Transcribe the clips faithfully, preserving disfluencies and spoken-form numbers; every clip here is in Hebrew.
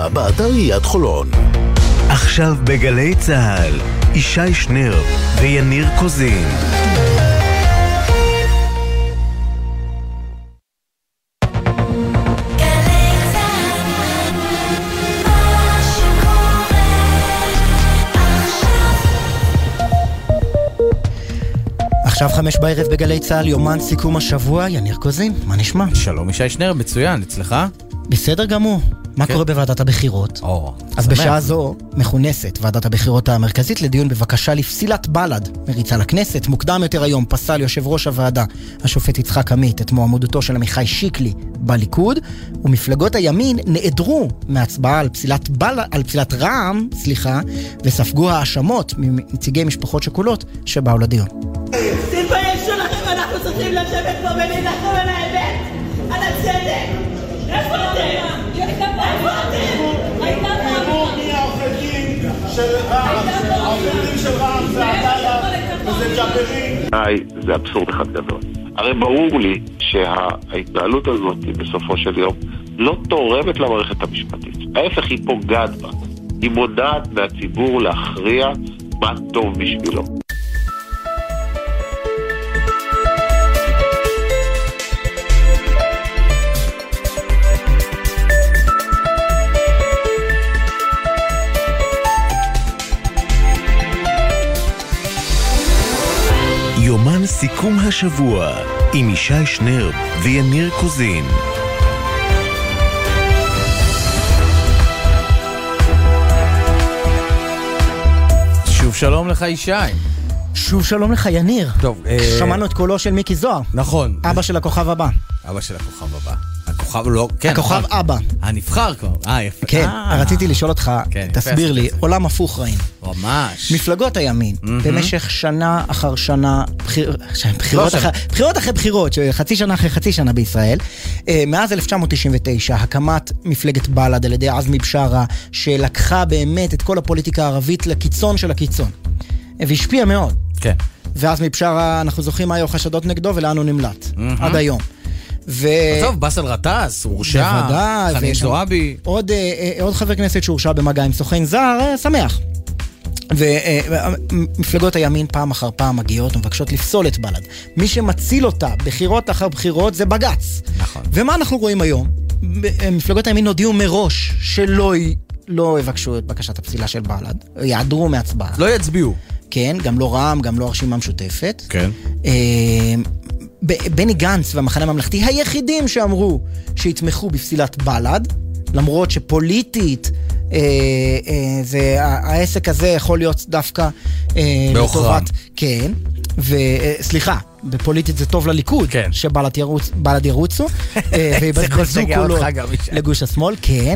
באתר יד חולון. עכשיו בגלי צהל, ישי שנר ויניר קוזין. עכשיו חמש בערב בגלי צהל, יומן סיכום השבוע, יניר קוזין, מה נשמע? שלום ישי שנר, מצוין, אצלך? בסדר גמור. מה קורה בוועדת הבחירות? אז בשעה זו מכונסת ועדת הבחירות המרכזית לדיון בבקשה לפסילת בל"ד מריצה לכנסת. מוקדם יותר היום פסל יושב ראש הוועדה השופט יצחק עמית את מועמדותו של עמיחי שיקלי בליכוד, ומפלגות הימין נעדרו מהצבעה על פסילת בל"ד, על פסילת רע"מ, סליחה, וספגו האשמות מנציגי משפחות שכולות שבאו לדיון. תתבייש שלכם, אנחנו צריכים לשבת פה ולהילחם על האמת, על הצדק. איפה אתם? איפה אתם? הייתה חיבור מהעובדים של רע"מ, העובדים של רע"מ זה עדאלה וזה ג'אברים. היי, זה אבסורד אחד גדול. הרי ברור לי שההתנהלות הזאת בסופו של יום לא תורמת למערכת המשפטית. ההפך, היא פוגעת בה. היא מודעת מהציבור להכריע מה טוב בשבילו. יומן סיכום השבוע עם ישי שנר ויניר קוזין. שוב שלום לך ישי. שוב שלום לך יניר. טוב, שמענו את קולו של מיקי זוהר. נכון. אבא של הכוכב הבא. אבא של הכוכב הבא. הכוכב לא, כן. הכוכב אבא. הנבחר כבר. אה, יפה. כן, רציתי לשאול אותך, תסביר לי, עולם הפוך ראינו. ממש. מפלגות הימין, במשך שנה אחר שנה, בחירות אחרי בחירות, חצי שנה אחרי חצי שנה בישראל, מאז אלף תשע מאות תשעים ותשע, הקמת מפלגת בל"ד על ידי עזמי בשארה, שלקחה באמת את כל הפוליטיקה הערבית לקיצון של הקיצון. והשפיע מאוד. כן. ועזמי בשארה, אנחנו זוכרים מה היו חשדות נגדו ולאן הוא נמלט. עד היום. ו... טוב, בסל רטס, הורשע, חנין זועבי. עוד, עוד חבר כנסת שהורשע במגע עם סוכן זר, שמח. ומפלגות הימין פעם אחר פעם מגיעות ומבקשות לפסול את בל"ד. מי שמציל אותה בחירות אחר בחירות זה בג"ץ. נכון. ומה אנחנו רואים היום? מפלגות הימין הודיעו מראש שלא לא יבקשו את בקשת הפסילה של בל"ד, יעדרו מהצבעה. לא יצביעו. כן, גם לא רע"מ, גם לא הרשימה המשותפת. כן. בני גנץ והמחנה הממלכתי היחידים שאמרו שיתמכו בפסילת בל"ד, למרות שפוליטית אה, אה, זה, העסק הזה יכול להיות דווקא אה, לטובת, כן, וסליחה, בפוליטית זה טוב לליכוד, כן. שבל"ד ירוץ, בל"ד ירוצו, אה, ויבזבזו כולו לגוש השמאל, כן.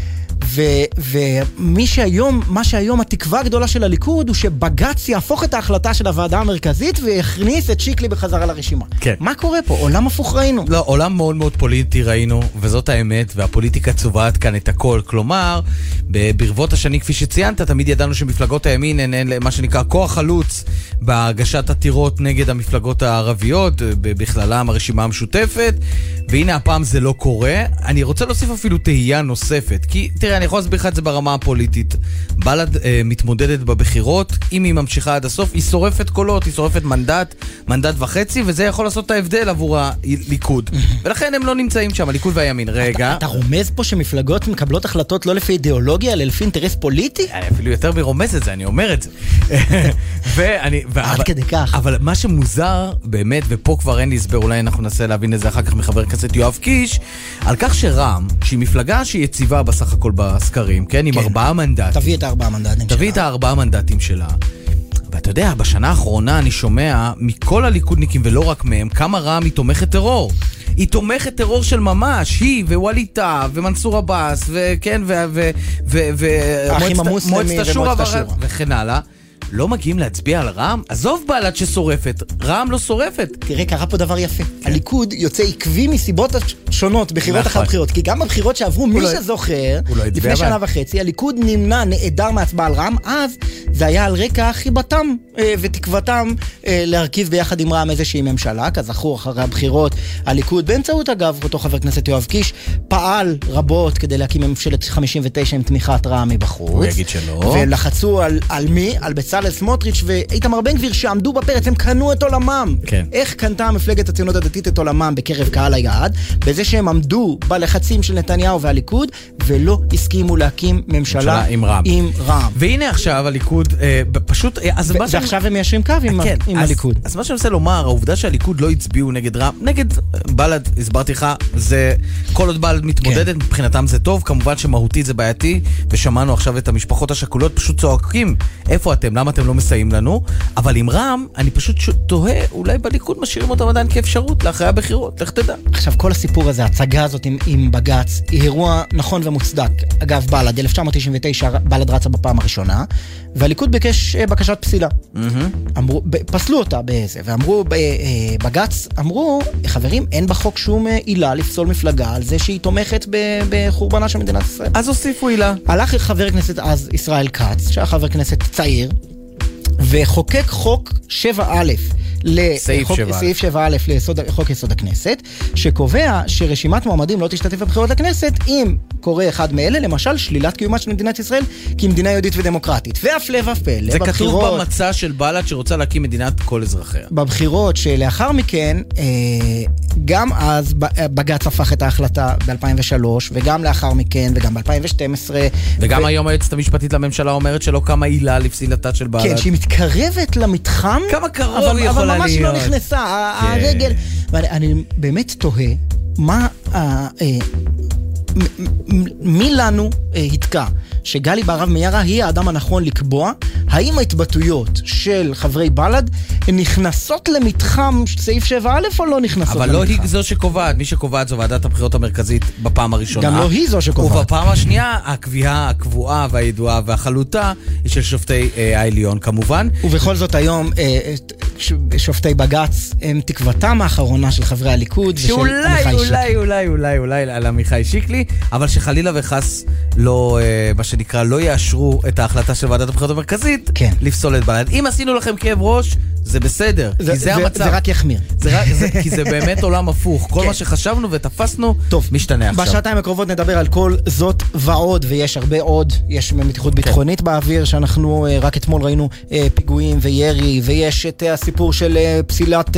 ומי שהיום, מה שהיום התקווה הגדולה של הליכוד הוא שבג"ץ יהפוך את ההחלטה של הוועדה המרכזית ויכניס את שיקלי בחזרה לרשימה. כן. מה קורה פה? עולם הפוך ראינו. לא, עולם מאוד מאוד פוליטי ראינו, וזאת האמת, והפוליטיקה צובעת כאן את הכל. כלומר, ברבות השנים, כפי שציינת, תמיד ידענו שמפלגות הימין הן, הן מה שנקרא כוח חלוץ בהגשת עתירות נגד המפלגות הערביות, בכללם הרשימה המשותפת, והנה הפעם זה לא קורה. אני רוצה להוסיף אפילו תהייה נוספת, כי תראה, אני יכול להסביר לך את זה ברמה הפוליטית. בל"ד אה, מתמודדת בבחירות, אם היא ממשיכה עד הסוף, היא שורפת קולות, היא שורפת מנדט, מנדט וחצי, וזה יכול לעשות את ההבדל עבור הליכוד. ולכן הם לא נמצאים שם, הליכוד והימין. רגע. אתה, אתה רומז פה שמפלגות מקבלות החלטות לא לפי אידיאולוגיה, אלא לפי אינטרס פוליטי? אפילו יותר מרומז את זה, אני אומר את זה. ואני, עד כדי כך. אבל מה שמוזר, באמת, ופה כבר אין לי הסבר, אולי אנחנו ננסה להבין את זה אחר כך מחבר הכנסת יואב קיש, על כך שרע"מ, שהיא מפלגה שהיא יציבה בסך הכל בסקרים, כן? עם ארבעה מנדטים. תביא את הארבעה מנדטים שלה. תביא את הארבעה מנדטים שלה. ואתה יודע, בשנה האחרונה אני שומע מכל הליכודניקים ולא רק מהם, כמה רע"מ היא תומכת טרור. היא תומכת טרור של ממש, היא ווואליד טאהא ומנסור עבאס, וכן, ומועצת השורא וכן הלאה. לא מגיעים להצביע על רע"מ? עזוב בל"ד ששורפת, רע"מ לא שורפת. תראה, קרה פה דבר יפה. הליכוד יוצא עקבי מסיבות שונות בחירות אחר בחירות, כי גם בבחירות שעברו, מי שזוכר, לפני שנה וחצי, הליכוד נמנע, נעדר מהצבעה על רע"מ, אז זה היה על רקע חיבתם ותקוותם להרכיב ביחד עם רע"מ איזושהי ממשלה, כזכור אחרי הבחירות, הליכוד, באמצעות אגב, אותו חבר כנסת יואב קיש, פעל רבות כדי להקים ממשלת חמישים ותשע עם תמיכת רע"מ מבחוץ. הוא יגיד שלא. ולחצו על, על מי? על בצלאל סמוטריץ' ואיתמר בן גביר שעמדו בפרץ, הם קנו את עולמם. כן. איך קנתה מפלגת הציונות הדתית את עולמם בקרב קהל היעד? בזה שהם עמדו בלחצים של נתניהו והליכוד, ולא הסכימו להקים ממשלה עם רע"מ. עם רע"מ. והנה עכשיו הליכוד, אה, פשוט... אה, אז ו- ועכשיו שאני... הם מיישרים קו עם, כן, עם אז, הליכוד. אז מה שאני רוצה לומר, העובדה שהליכוד לא הצביעו נגד רע"מ, נגד בל"ד, הסברתי לך, זה כל עוד בל"ד מתמודדת, כן. מבחינתם זה טוב, כמובן שמהותית זה בעייתי, ושמענו עכשיו את המשפחות השכולות פשוט צועקים, איפה אתם, למה אתם לא מסייעים לנו? אבל עם רע"מ, אני פשוט תוהה, אולי בליכוד משאירים אותם עדיין כאפשרות לאחרי הבחירות, לך תדע. עכשיו, כל הסיפור הזה, ההצגה הזאת עם, עם בגץ, היא אירוע נכון ומוצדק. אגב, בל"ד, אלף תשע מאות תשעים ותשע, בל"ד רצה בפעם הראשונה, והליכוד ביקש בקשת פסילה. Mm-hmm. אמרו, פסלו אותה באיזה, ואמרו, בגץ, אמרו, חברים, אין בחוק שום עילה לפסול מפלגה על זה שהיא תומכת בחורבנה של מדינת ישראל. אז הוסיפו עילה. הלך חבר כנסת אז ישראל כץ, שהיה חבר כנסת צעיר, וחוקק חוק שבע א' סעיף שבע א' לחוק יסוד הכנסת, שקובע שרשימת מועמדים לא תשתתף בבחירות לכנסת אם קורה אחד מאלה, למשל שלילת קיומה של מדינת ישראל כמדינה יהודית ודמוקרטית. והפלא ופלא, זה כתוב במצע של בל"ד שרוצה להקים מדינת כל אזרחיה. בבחירות שלאחר מכן, גם אז בג"ץ הפך את ההחלטה ב-אלפיים ושלוש, וגם לאחר מכן, וגם ב-אלפיים ושתים עשרה. וגם היום היועצת המשפטית לממשלה אומרת שלא קמה עילה לפסילתה של בל"ד. כן, שהיא מתקרבת למתחם, כמה קרוב יכולה אבל ממש לא נכנסה, הרגל. ואני באמת תוהה, מה, מי לנו התקע שגלי בהרב מיארה היא האדם הנכון לקבוע האם ההתבטאויות של חברי בל"ד נכנסות למתחם סעיף שבע א' או לא נכנסות אבל למתחם. אבל לא היא זו שקובעת, מי שקובעת זו ועדת הבחירות המרכזית בפעם הראשונה. גם לא היא זו שקובעת. ובפעם השנייה הקביעה הקבועה והידועה והחלוטה היא של שופטי אה, העליון כמובן. ובכל זאת היום אה, שופטי בג"ץ הם תקוותם האחרונה של חברי הליכוד ושל עמיחי שיקלי. אולי אולי אולי אולי על עמיחי שיקלי, אבל שחלילה וחס לא אה, מה שנקרא לא יאשרו את ההחלטה של ועדת הבחירות המרכזית כן. לפסול את בל"ד. אם עשינו לכם כאב ראש זה בסדר, זה, כי זה, זה המצב. זה רק יחמיר. זה, זה, כי זה באמת עולם הפוך. כל כן. מה שחשבנו ותפסנו, טוב, משתנה עכשיו. בשעתיים הקרובות נדבר על כל זאת ועוד, ויש הרבה עוד. יש מתיחות ביטחונית כן. באוויר, שאנחנו רק אתמול ראינו פיגועים וירי, ויש את הסיפור של פסילת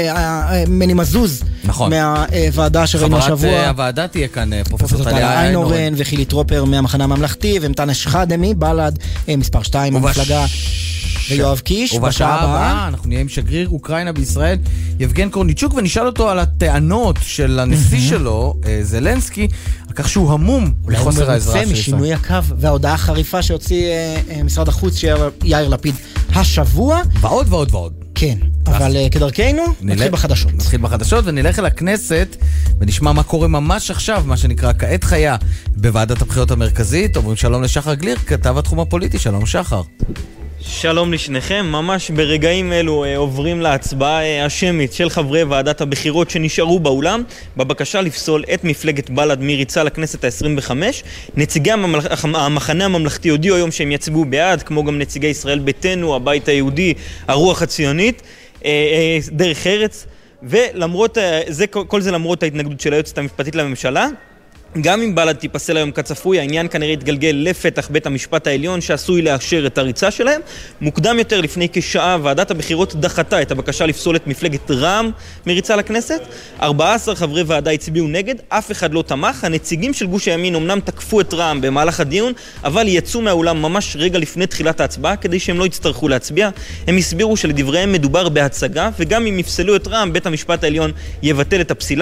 מני מזוז. נכון. מהוועדה שראינו השבוע. חברת הוועדה תהיה כאן פרופסור טליה איינורן, וחילי טרופר מהמחנה הממלכתי, ומתן שחאדה מבל"ד, מספר שתיים המפלגה. ויואב קיש, בשעה הבאה אנחנו נהיה עם שגריר אוקראינה בישראל, יבגן קורניצ'וק, ונשאל אותו על הטענות של הנשיא שלו, זלנסקי, על כך שהוא המום בחוסר העזרה של ישראל. משינוי הקו, וההודעה החריפה שהוציא משרד החוץ יאיר לפיד השבוע. ועוד ועוד ועוד. כן, אבל כדרכנו, נתחיל בחדשות. נתחיל בחדשות ונלך אל הכנסת ונשמע מה קורה ממש עכשיו, מה שנקרא כעת חיה בוועדת הבחירות המרכזית. אומרים שלום לשחר גליר, כתב התחום הפוליטי. שלום שחר. שלום לשניכם, ממש ברגעים אלו אה, עוברים להצבעה אה, השמית של חברי ועדת הבחירות שנשארו באולם בבקשה לפסול את מפלגת בל"ד מריצה לכנסת ה-עשרים וחמש. נציגי הממלכ... המחנה הממלכתי הודיעו היום שהם יצביעו בעד, כמו גם נציגי ישראל ביתנו, הבית היהודי, הרוח הציונית, אה, אה, דרך ארץ, ולמרות אה, זה, כל זה למרות ההתנגדות של היועצת המשפטית לממשלה. גם אם בל"ד תיפסל היום כצפוי, העניין כנראה יתגלגל לפתח בית המשפט העליון שעשוי לאשר את הריצה שלהם. מוקדם יותר, לפני כשעה, ועדת הבחירות דחתה את הבקשה לפסול את מפלגת רע"מ מריצה לכנסת. ארבעה עשר חברי ועדה הצביעו נגד, אף אחד לא תמך. הנציגים של גוש הימין אמנם תקפו את רע"מ במהלך הדיון, אבל יצאו מהאולם ממש רגע לפני תחילת ההצבעה כדי שהם לא יצטרכו להצביע. הם הסבירו שלדבריהם מדובר בהצגה, וגם אם יפסלו את רע"מ, בית המשפט העליון יבטל את הפסילה.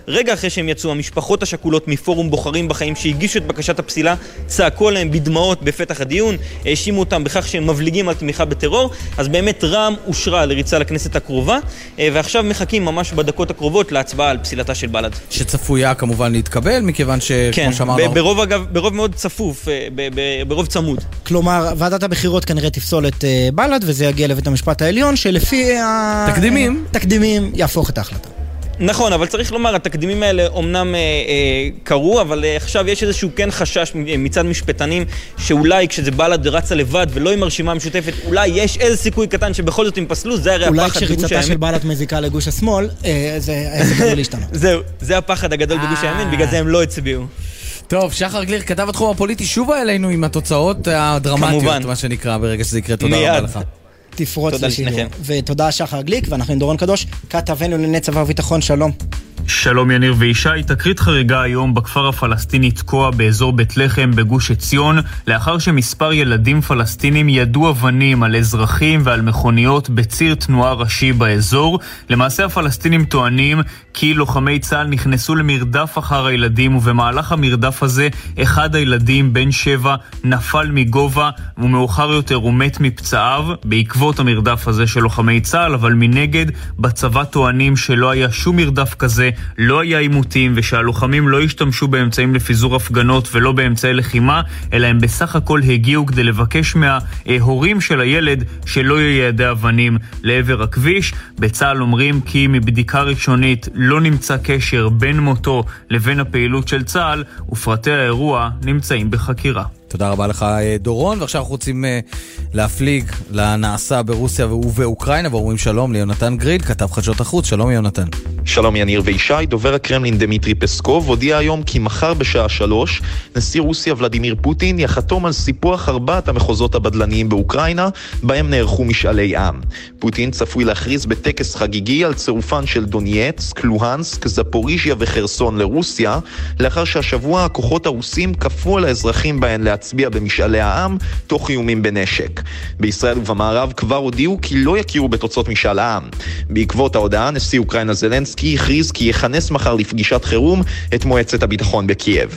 רגע אחרי שהם יצאו, המשפחות השכולות מפורום בוחרים בחיים שהגישו את בקשת הפסילה, צעקו להם בדמעות בפתח הדיון, האשימו אותם בכך שהם מבליגים על תמיכה בטרור. אז באמת רע"מ אושרה לריצה לכנסת הקרובה, ועכשיו מחכים ממש בדקות הקרובות להצבעה על פסילתה של בל"ד. שצפויה כמובן להתקבל, מכיוון שכמו כן, שאמרנו... ב- ברוב, אגב, ברוב מאוד צפוף, ב- ב- ברוב צמוד. כלומר, ועדת הבחירות כנראה תפסול את uh, בל"ד, וזה יגיע לבית המשפט העליון, שלפי ה... תקדימים. תקדימים יהפוך את ההחלטה. נכון, אבל צריך לומר, התקדימים האלה אומנם אה, אה, קרו, אבל אה, עכשיו יש איזשהו כן חשש מצד משפטנים, שאולי כשזה בל"ד רצה לבד ולא עם הרשימה המשותפת, אולי יש איזה סיכוי קטן שבכל זאת הם פסלו, זה הרי הפחד בגוש הימין. אולי כשריצתה של בל"ד מזיקה לגוש השמאל, אה, זה גדול להשתנות. זהו, זה הפחד הגדול בגוש הימין, בגלל זה הם לא הצביעו. טוב, שחר גליר, כתב התחום הפוליטי, שובה אלינו עם התוצאות הדרמטיות, כמובן. מה שנקרא, ברגע שזה יקרה. תודה רבה לך. תפרוץ לשידור. ותודה שחר גליק, ואנחנו עם דורון קדוש, כתבנו לענייני צבא וביטחון, שלום. שלום יניר וישי, תקרית חריגה היום בכפר הפלסטיני תקוע באזור בית לחם בגוש עציון, לאחר שמספר ילדים פלסטינים ידעו אבנים על אזרחים ועל מכוניות בציר תנועה ראשי באזור. למעשה הפלסטינים טוענים כי לוחמי צה"ל נכנסו למרדף אחר הילדים, ובמהלך המרדף הזה אחד הילדים בן שבע נפל מגובה ומאוחר יותר הוא מת מפצעיו בעקבות המרדף הזה של לוחמי צה"ל. אבל מנגד בצבא טוענים שלא היה שום מרדף כזה, לא היה עימותים, ושהלוחמים לא השתמשו באמצעים לפיזור הפגנות ולא באמצעי לחימה, אלא הם בסך הכל הגיעו כדי לבקש מההורים של הילד שלא ייעדי אבנים לעבר הכביש. בצה"ל אומרים כי מבדיקה ראשונית לא נמצא קשר בין מותו לבין הפעילות של צה"ל, ופרטי האירוע נמצאים בחקירה. תודה רבה לך דורון, ועכשיו אנחנו רוצים להפליג לנעשה ברוסיה ובאוקראינה, ואומרים שלום ליונתן גריל, כתב חדשות החוץ. שלום יונתן. שלום יניר וישי, דובר הקרמלין דמיטרי פסקוב הודיע היום כי מחר בשעה שלוש נשיא רוסיה ולדימיר פוטין יחתום על סיפוח ארבעת המחוזות הבדלניים באוקראינה בהם נערכו משאלי עם. פוטין צפוי להכריז בטקס חגיגי על צירופן של דונייצק, לוהנסק, זפוריז'יה וחרסון לרוסיה, לאחר שהשבוע הכוחות הרוסים כפו על האזרחים בהן להצביע במשאלי העם תוך איומים בנשק. בישראל ובמערב כבר הודיעו כי לא יכירו בתוצאות משאל העם. בעקבות ההודעה נשיא אוקראינה זלנסקי הכריז כי יכנס מחר לפגישת חירום את מועצת הביטחון בקייב.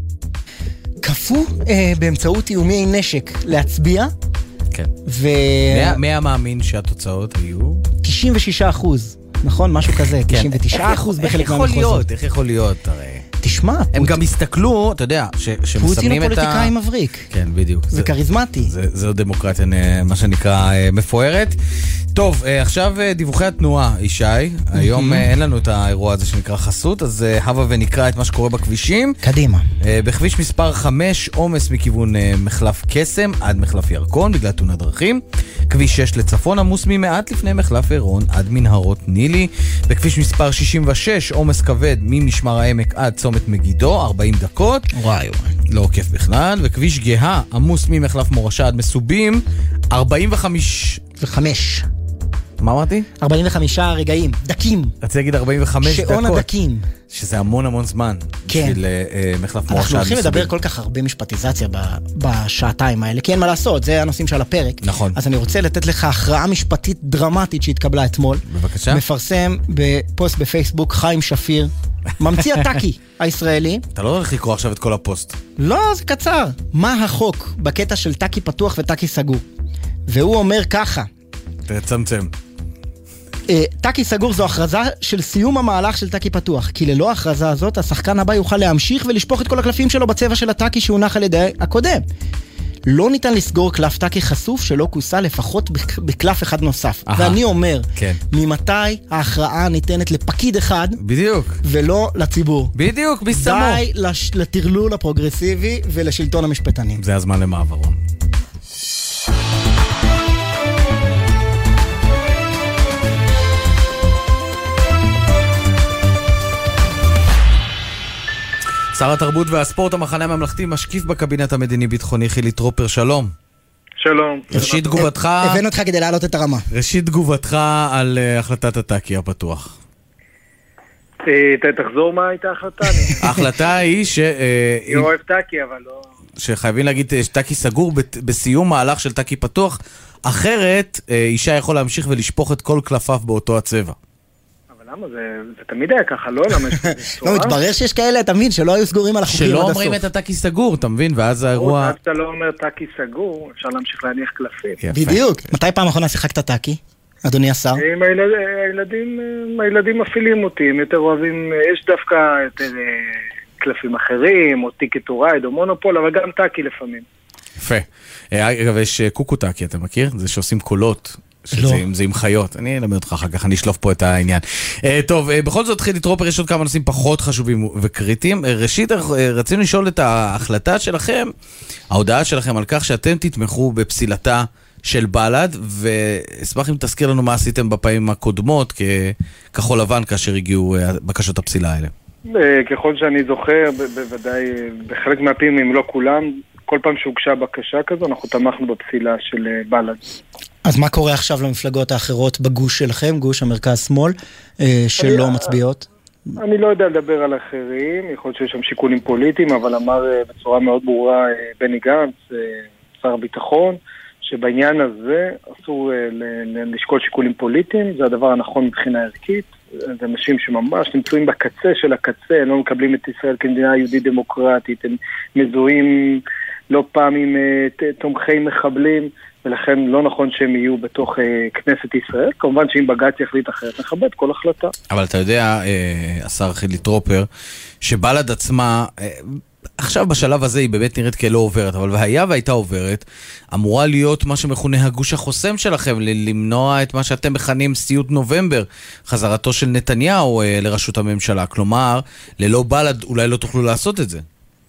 כפו אה, באמצעות איומי נשק להצביע. כן. ו... מי המאמין שהתוצאות היו? תשעים ושישה אחוז, נכון? משהו כזה, כן. תשעים ותשעה אחוז בחלק מהמחוזות. איך יכול להיות? איך יכול להיות? הרי... תשמע, הם פוט... גם הסתכלו, אתה יודע, ש... שמסמנים את ה... פוטין הפוליטיקאי מבריק. כן, בדיוק. זה, זה קריזמטי. זה, זה דמוקרטיה, מה שנקרא, מפוארת. טוב, עכשיו דיווחי התנועה, ישי. היום אין לנו את האירוע הזה שנקרא חסות, אז הווה ונקרא את מה שקורה בכבישים. קדימה. בכביש מספר חמש, עומס מכיוון מחלף קסם עד מחלף ירקון בגלל תאונת דרכים. כביש שש לצפון עמוס ממעט לפני מחלף עירון עד מנהרות נילי. בכביש מספר שישים ושש, עומס כבד ממשמר העמק עד צומת מגידו, ארבעים דקות. וואי וואי. לא עוקף בכלל. וכביש גאה עמוס ממחלף מורשה עד מסובים, ארבעים וחמש... וחמש. מה אמרתי? ארבעים וחמישה רגעים, דקים. רציתי להגיד ארבעים וחמש דקות. שעון הדקים. שזה המון המון זמן. כן. בשביל uh, מחלף מורשה. אנחנו הולכים לדבר כל כך הרבה משפטיזציה בשעתיים האלה, כי אין מה לעשות, זה הנושאים שעל הפרק. נכון. אז אני רוצה לתת לך הכרעה משפטית דרמטית שהתקבלה אתמול. בבקשה. מפרסם בפוסט בפייסבוק חיים שפיר, ממציא הטאקי הישראלי. אתה לא הולך לקרוא עכשיו את כל הפוסט. לא, זה קצר. מה החוק בקטע של טאקי פתוח וטאקי סגור? והוא אומר ככה. תצמצם. טאקי סגור זו הכרזה של סיום המהלך של טאקי פתוח, כי ללא ההכרזה הזאת השחקן הבא יוכל להמשיך ולשפוך את כל הקלפים שלו בצבע של הטאקי שהונח על ידי הקודם. לא ניתן לסגור קלף טאקי חשוף שלא כוסה לפחות בקלף אחד נוסף. Aha, ואני אומר, כן. ממתי ההכרעה ניתנת לפקיד אחד, בדיוק. ולא לציבור. בדיוק, בסמו. די לש... לתרלול הפרוגרסיבי ולשלטון המשפטנים. זה הזמן למעברון. שר התרבות והספורט המחנה הממלכתי משקיף בקבינט המדיני-ביטחוני חילי טרופר, שלום. שלום. ראשית תגובתך... הבאנו אותך כדי להעלות את הרמה. ראשית תגובתך על החלטת הטאקי הפתוח. תחזור מה הייתה ההחלטה? ההחלטה היא ש... אני אוהב טאקי, אבל לא... שחייבים להגיד טאקי סגור בסיום מהלך של טאקי פתוח, אחרת אישה יכול להמשיך ולשפוך את כל קלפיו באותו הצבע. אבל למה? זה, זה תמיד היה ככה, לא? למה יש לא, מתברר שיש כאלה, אתה מבין, שלא היו סגורים על החוקים עד הסוף. שלא אומרים את הטאקי סגור, אתה מבין? ואז האירוע... עד שאתה לא אומר טאקי סגור, אפשר להמשיך להניח קלפים. בדיוק. מתי פעם האחרונה שיחקת טאקי, אדוני השר? עם הילדים, הילדים מפעילים אותי, הם יותר אוהבים, יש דווקא יותר קלפים אחרים, או טיקט טו רייד, או מונופול, אבל גם טאקי לפעמים. יפה. אגב, יש קוקו טאקי, אתה מכיר? זה שעושים קולות. זה עם חיות. אני אלמד אותך אחר כך, אני אשלוף פה את העניין. טוב, בכל זאת, חילי טרופר, יש עוד כמה נושאים פחות חשובים וקריטיים. ראשית, רצינו לשאול את ההחלטה שלכם, ההודעה שלכם על כך שאתם תתמכו בפסילתה של בל"ד, ואשמח אם תזכיר לנו מה עשיתם בפעמים הקודמות, ככחול לבן, כאשר הגיעו בקשות הפסילה האלה. ככל שאני זוכר, בוודאי, בחלק מהפעמים, אם לא כולם, כל פעם שהוגשה בקשה כזו, אנחנו תמכנו בפסילה של בל"ד. אז מה קורה עכשיו למפלגות האחרות בגוש שלכם, גוש המרכז-שמאל, שלא מצביעות? אני לא יודע לדבר על אחרים, יכול להיות שיש שם שיקולים פוליטיים, אבל אמר בצורה מאוד ברורה בני גנץ, שר הביטחון, שבעניין הזה אסור לשקול שיקולים פוליטיים, זה הדבר הנכון מבחינה ערכית, זה אנשים שממש נמצאים בקצה של הקצה, הם לא מקבלים את ישראל כמדינה יהודית דמוקרטית, הם מזוהים לא פעם עם תומכי מחבלים, ולכן לא נכון שהם יהיו בתוך כנסת ישראל. כמובן שאם בג"ץ יחליט אחרת, נכבד כל החלטה. אבל אתה יודע, השר חילי טרופר, שבל"ד עצמה, עכשיו בשלב הזה היא באמת נראית כלא עוברת, אבל והיה והייתה עוברת, אמורה להיות מה שמכונה הגוש החוסם שלכם, למנוע את מה שאתם מכנים סיוט נובמבר, חזרתו של נתניהו לראשות הממשלה. כלומר, ללא בל"ד אולי לא תוכלו לעשות את זה.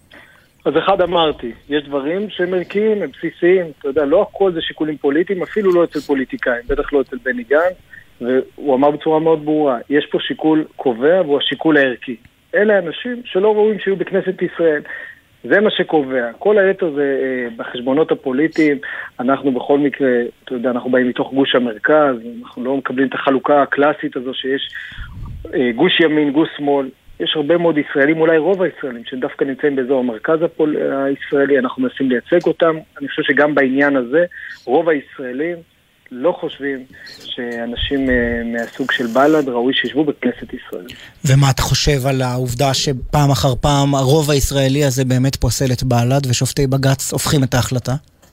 אז אחד אמרתי, יש דברים שהם ערכיים, הם בסיסיים, אתה יודע, לא הכל זה שיקולים פוליטיים, אפילו לא אצל פוליטיקאים, בטח לא אצל בני גנץ, והוא אמר בצורה מאוד ברורה, יש פה שיקול קובע והוא השיקול הערכי. אלה אנשים שלא ראויים שיהיו בכנסת ישראל. זה מה שקובע. כל היתר זה אה, בחשבונות הפוליטיים, אנחנו בכל מקרה, אתה יודע, אנחנו באים מתוך גוש המרכז, אנחנו לא מקבלים את החלוקה הקלאסית הזו שיש אה, גוש ימין, גוש שמאל, יש הרבה מאוד ישראלים, אולי רוב הישראלים, שדווקא נמצאים באזור המרכז הפול... הישראלי, אנחנו מנסים לייצג אותם. אני חושב שגם בעניין הזה, רוב הישראלים לא חושבים שאנשים מהסוג של בל"ד ראוי שישבו בכנסת ישראל. ומה אתה חושב על העובדה שפעם אחר פעם הרוב הישראלי הזה באמת פוסל את בל"ד, ושופטי בג"ץ הופכים את ההחלטה?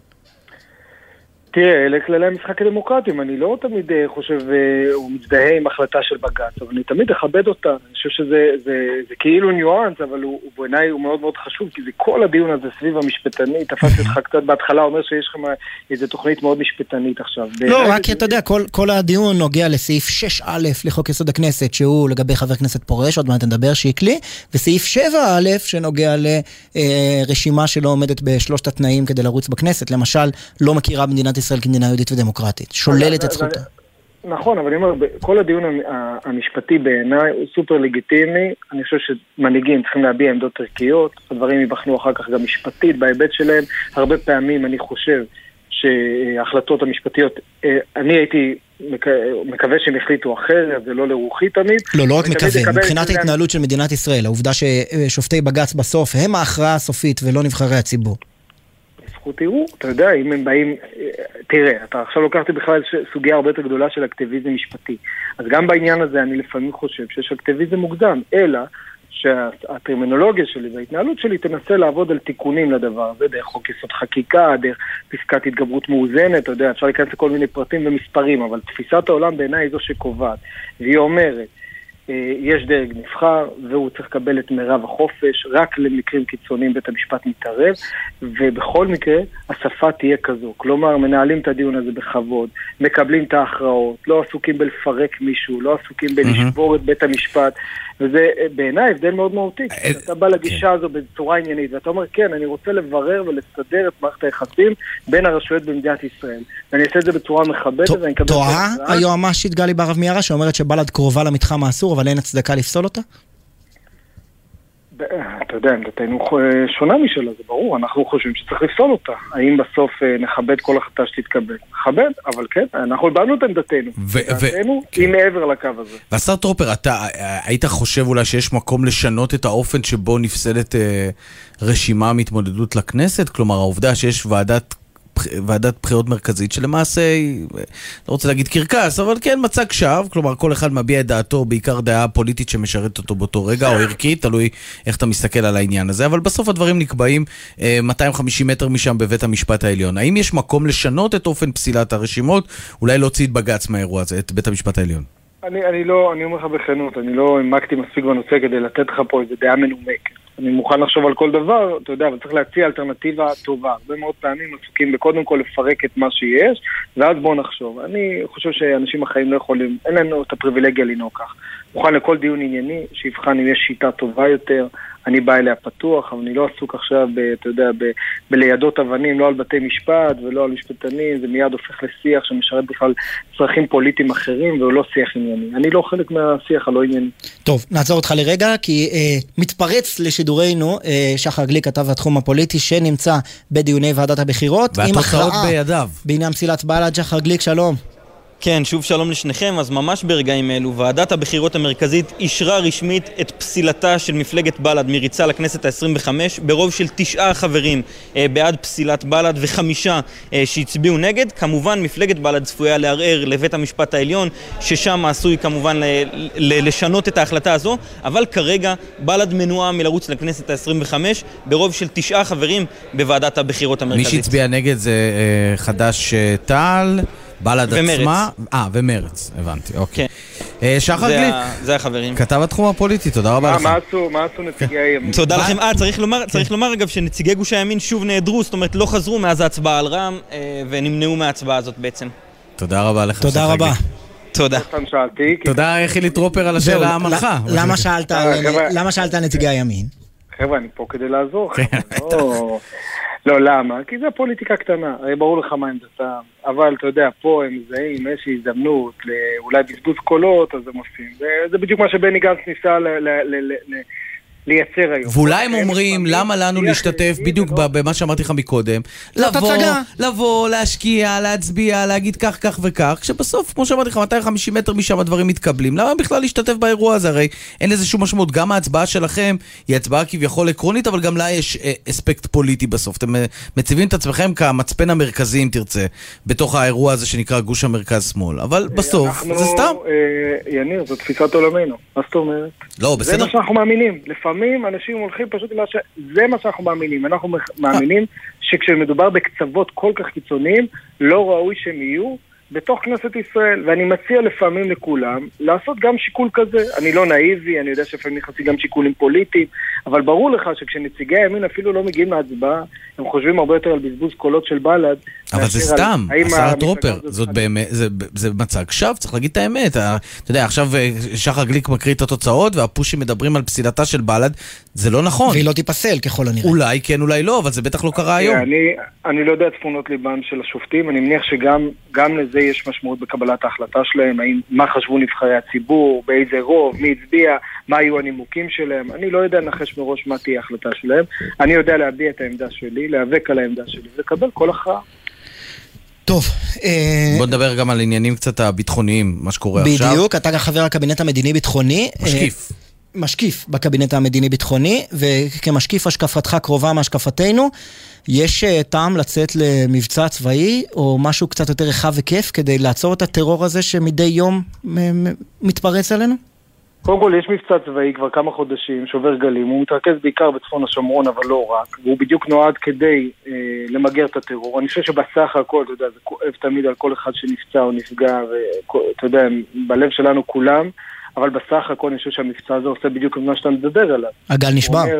תראה, אלה כללי המשחק הדמוקרטיים, אני לא תמיד חושב הוא מזדהה עם החלטה של בג"ץ, אבל אני תמיד אכבד אותה. אני חושב שזה זה, זה כאילו ניואנס, אבל הוא, הוא בעיניי הוא מאוד מאוד חשוב, כי זה כל הדיון הזה סביב המשפטנית, תפס אותך קצת בהתחלה, אומר שיש לכם איזו תוכנית מאוד משפטנית עכשיו. לא, רק כי אתה יודע, כל, כל הדיון נוגע לסעיף שש א' לחוק יסוד הכנסת, שהוא לגבי חבר כנסת פורש, עוד מעט נדבר שיקלי, וסעיף שבע א' שנוגע לרשימה שלא עומדת בשלושת התנאים כדי לרוץ בכנסת, למשל, לא מכירה במדינת ישראל כמדינה יהודית ודמוקרטית, שוללת את זכותה. נכון, אבל אני אומר, כל הדיון המשפטי בעיניי הוא סופר לגיטימי, אני חושב שמנהיגים צריכים להביע עמדות ערכיות, הדברים ייבחנו אחר כך גם משפטית בהיבט שלהם, הרבה פעמים אני חושב שההחלטות המשפטיות, אני הייתי מקווה שהם החליטו אחרת, זה לא לרוחי תמיד. לא, לא רק מקווה, מבחינת ההתנהלות של מדינת ישראל, העובדה ששופטי בג"ץ בסוף הם ההכרעה הסופית ולא נבחרי הציבור. תראו, אתה יודע, אם הם באים, תראה, אתה עכשיו לוקחתי בכלל סוגיה הרבה יותר גדולה של אקטיביזם משפטי. אז גם בעניין הזה אני לפעמים חושב שיש אקטיביזם מוקדם, אלא שהטרמינולוגיה שלי וההתנהלות שלי תנסה לעבוד על תיקונים לדבר הזה, דרך חוק יסוד חקיקה, דרך פסקת התגברות מאוזנת, אתה יודע, אפשר להיכנס לכל מיני פרטים ומספרים, אבל תפיסת העולם בעיניי היא זו שקובעת, והיא אומרת, יש דרג נבחר, והוא צריך לקבל את מירב החופש, רק למקרים קיצוניים בית המשפט מתערב, ובכל מקרה השפה תהיה כזו. כלומר, מנהלים את הדיון הזה בכבוד, מקבלים את ההכרעות, לא עסוקים בלפרק מישהו, לא עסוקים בלשבור את בית המשפט, וזה בעיניי הבדל מאוד מהותי. אתה בא לגישה הזו בצורה עניינית, ואתה אומר, כן, אני רוצה לברר ולסדר את מערכת היחסים בין הרשויות במדינת ישראל. ואני אעשה את זה בצורה מכבדת, ואני אקבל... תוהה היועמ"שית גלי בהרב מיארה, שאומרת שבל"ד קרובה למתחם האסור, אבל אין הצדקה לפסול אותה? אתה יודע, עמדתנו שונה משלה, זה ברור, אנחנו חושבים שצריך לפסול אותה. האם בסוף נכבד כל החלטה שתתקבל? נכבד, אבל כן, אנחנו הבנו את עמדתנו. עמדתנו היא מעבר לקו הזה. והשר טרופר, אתה היית חושב אולי שיש מקום לשנות את האופן שבו נפסלת רשימה מתמודדות לכנסת? כלומר, העובדה שיש ועדת ועדת בחירות מרכזית, שלמעשה, לא רוצה להגיד קרקס, אבל כן מצג שווא, כלומר כל אחד מביע את דעתו, בעיקר דעה פוליטית שמשרת אותו באותו רגע, או ערכית, תלוי איך אתה מסתכל על העניין הזה, אבל בסוף הדברים נקבעים מאתיים וחמישים מטר משם בבית המשפט העליון. האם יש מקום לשנות את אופן פסילת הרשימות, אולי להוציא את בג"ץ מהאירוע הזה, את בית המשפט העליון? אני, אני לא, אני אומר לך בכנות, אני לא העמקתי מספיק בנושא כדי לתת לך פה איזו דעה מנומקת. אני מוכן לחשוב על כל דבר, אתה יודע, אבל צריך להציע אלטרנטיבה טובה. הרבה מאוד פעמים עסוקים בקודם כל לפרק את מה שיש, ואז בואו נחשוב. אני חושב שאנשים החיים לא יכולים, אין לנו את הפריבילגיה לנהוג כך. מוכן לכל דיון ענייני, שיבחן אם יש שיטה טובה יותר, אני בא אליה פתוח, אבל אני לא עסוק עכשיו, ב, אתה יודע, ב, בלידות אבנים, לא על בתי משפט ולא על משפטנים, זה מיד הופך לשיח שמשרת בכלל צרכים פוליטיים אחרים, והוא לא שיח ענייני. אני לא חלק מהשיח הלא ענייני. טוב, נעצור אותך לרגע, כי אה, מתפרץ לשידורנו אה, שחר גליק, כתב התחום הפוליטי, שנמצא בדיוני ועדת הבחירות. והתוצאות בידיו. בעניין פסילת בל"ד, שחר גליק, שלום. כן, שוב שלום לשניכם. אז ממש ברגעים אלו, ועדת הבחירות המרכזית אישרה רשמית את פסילתה של מפלגת בל"ד מריצה לכנסת ה-עשרים וחמש, ברוב של תשעה חברים אה, בעד פסילת בל"ד וחמישה אה, שהצביעו נגד. כמובן, מפלגת בל"ד צפויה לערער לבית המשפט העליון, ששם עשוי כמובן ל- ל- לשנות את ההחלטה הזו, אבל כרגע בל"ד מנועה מלרוץ לכנסת ה-עשרים וחמש, ברוב של תשעה חברים בוועדת הבחירות המרכזית. מי שהצביע נגד זה אה, חדש תע"ל, בל"ד עצמה, אה, ומרץ, הבנתי, אוקיי. שחר גליק, זה החברים. כתב התחום הפוליטי, תודה רבה לך. מה עשו נציגי הימין? תודה לכם. אה, צריך לומר אגב שנציגי גוש הימין שוב נעדרו, זאת אומרת לא חזרו מאז ההצבעה על רע"מ, ונמנעו מההצבעה הזאת בעצם. תודה רבה לך. תודה רבה. תודה. תודה חילי טרופר על השאלה המנחה. למה שאלת על נציגי הימין? חבר'ה, אני פה כדי לעזור. לא, למה? כי זה פוליטיקה קטנה, הרי ברור לך מה עמדתם, אבל אתה יודע, פה הם מזהים איזושהי הזדמנות, אולי בזבוז קולות, אז הם עושים. זה בדיוק מה שבני גנץ ניסה לייצר היום. ואולי הם אומרים, למה לנו להשתתף בדיוק במה שאמרתי לך מקודם, לבוא, לבוא, להשקיע, להצביע, להגיד כך, כך וכך, כשבסוף, כמו שאמרתי לך, מאתיים וחמישים מטר משם הדברים מתקבלים. למה בכלל להשתתף באירוע הזה? הרי אין לזה שום משמעות. גם ההצבעה שלכם היא הצבעה כביכול עקרונית, אבל גם לה יש אספקט פוליטי בסוף. אתם מציבים את עצמכם כמצפן המרכזי, אם תרצה, בתוך האירוע הזה שנקרא גוש המרכז-שמאל. אבל בסוף, זה סתם. יניר, זו תפיסת עולמנו. מה זאת אומרת? לא, בסדר. זה מה שאנחנו מאמינים. לפעמים אנשים הולכים פשוט למה ש... זה מה שאנחנו מאמינים. אנחנו מאמינים שכשמדובר בקצוות כל כך קיצוניים, לא ראוי שהם יהיו בתוך כנסת ישראל. ואני מציע לפעמים לכולם לעשות גם שיקול כזה. אני לא נאיבי, אני יודע שלפעמים נכנסי גם שיקולים פוליטיים, אבל ברור לך שכשנציגי הימין אפילו לא מגיעים להצבעה, הם חושבים הרבה יותר על בזבוז קולות של בל"ד. אבל זה סתם, השר טרופר, זאת באמת, זה, זה מצג שווא, צריך להגיד את האמת. אתה יודע, עכשיו שחר גליק מקריא את התוצאות, והפושים מדברים על פסילתה של בל"ד, זה לא נכון. והיא לא תיפסל ככל הנראה. אולי כן, אולי לא, אבל זה בטח לא קרה היום. אני, אני לא יודע צפונות ליבם של השופטים, אני מניח שגם גם לזה יש משמעות בקבלת ההחלטה שלהם, האם, מה חשבו נבחרי הציבור, באיזה רוב, מי הצביע, מה היו הנימוקים שלהם. אני לא יודע לנחש מראש מה תהיה ההחלטה שלהם. אני יודע להביע את העמדה שלי, להיאבק על העמדה שלי, ולקבל כל הכרעה. טוב. בוא נדבר גם על עניינים קצת הביטחוניים, מה שקורה עכשיו. בדיוק, אתה גם חבר הקבינט המדיני-ביטחוני. משקיף. משקיף בקבינט המדיני-ביטחוני, וכמשקיף השקפתך קרובה מהשקפתנו. יש טעם לצאת למבצע צבאי, או משהו קצת יותר רחב וכיף, כדי לעצור את הטרור הזה שמדי יום מתפרץ עלינו? קודם כל, יש מבצע צבאי כבר כמה חודשים, שובר גלים, הוא מתרכז בעיקר בצפון השומרון, אבל לא רק, והוא בדיוק נועד כדי אה, למגר את הטרור. אני חושב שבסך הכל, אתה יודע, זה כואב תמיד על כל אחד שנפצע או נפגע, ואתה יודע, בלב שלנו כולם, אבל בסך הכל אני חושב שהמבצע הזה עושה בדיוק מה שאתה מדבר עליו. הגל נשבר. אומר,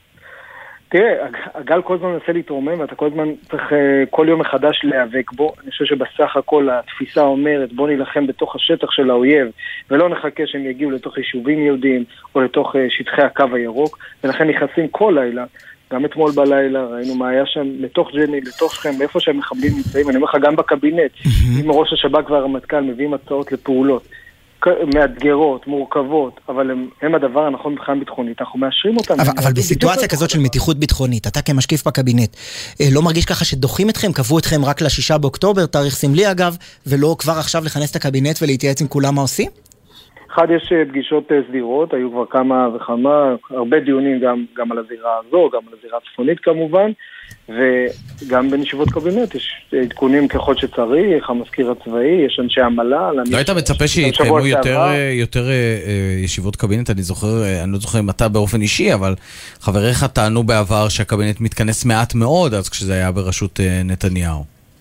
תראה, הגל כל הזמן מנסה להתרומם, ואתה כל הזמן צריך כל יום מחדש להיאבק בו. אני חושב שבסך הכל התפיסה אומרת, בוא נלחם בתוך השטח של האויב, ולא נחכה שהם יגיעו לתוך יישובים יהודיים, או לתוך שטחי הקו הירוק, ולכן נכנסים כל לילה, גם אתמול בלילה, ראינו מה היה שם, לתוך ג'ני, לתוך שכם, מאיפה שהם מחבלים נמצאים, אני אומר לך גם בקבינט, אם ראש השב"כ והרמטכ"ל מביאים הצעות לפעולות, מאתגרות, מורכבות, אבל הם, הם הדבר הנכון מבחינה ביטחונית, אנחנו מאשרים אותם. אבל, אבל בסיטואציה כזאת של מתיחות ביטחונית, אתה כמשקיף בקבינט, לא מרגיש ככה שדוחים אתכם, קבעו אתכם רק לשישה באוקטובר, תאריך סמלי אגב, ולא כבר עכשיו לכנס את הקבינט ולהתייעץ עם כולם מה עושים? אחד, יש פגישות סדירות, היו כבר כמה וכמה, הרבה דיונים גם, גם על הזירה הזו, גם על הזירה הצפונית כמובן, וגם בנשיבות קבינט יש עדכונים ככל שצריך, המזכיר הצבאי, יש אנשי המל"ל. לא היית מצפה שיתקיימו יותר, יותר ישיבות קבינט? אני זוכר, אני לא זוכר אם אתה באופן אישי, אבל חבריך טענו בעבר שהקבינט מתכנס מעט מאוד, אז כשזה היה בראשות נתניהו.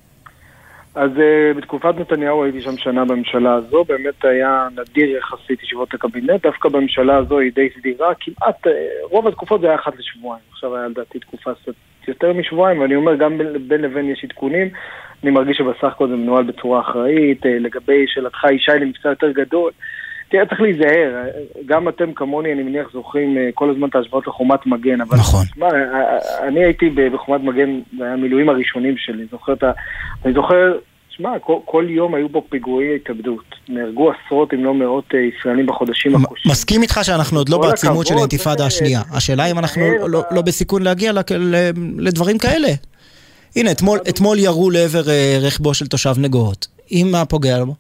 אז uh, בתקופת נתניהו הייתי שם שנה בממשלה הזו, באמת היה נדיר יחסית ישיבות הקבינט, דווקא בממשלה הזו היא די סדירה, כמעט, uh, רוב התקופות זה היה אחת לשבועיים, עכשיו היה לדעתי תקופה יותר משבועיים, ואני אומר גם בין, בין לבין יש עדכונים, אני מרגיש שבסך הכל זה מנוהל בצורה אחראית, uh, לגבי שאלתך ישי למבצע יותר גדול, תראה, צריך להיזהר, גם אתם כמוני, אני מניח, זוכרים כל הזמן את ההשוואות לחומת מגן, אבל נכון. מה, אני הייתי בחומת מגן, זה היה המילואים הראשונים שלי, זוכר את ה... אני זוכר, שמע, כל, כל יום היו בו פיגועי התאבדות, נהרגו עשרות אם לא מאות ישראלים בחודשים הקושים. מסכים איתך שאנחנו עוד לא בעצימות של האינתיפאדה השנייה, השאלה אם אנחנו לא, לא בסיכון להגיע לדברים כאלה. הנה, אתמול, אתמול ירו לעבר רכבו של תושב נגוהות, אם מה פוגע לו?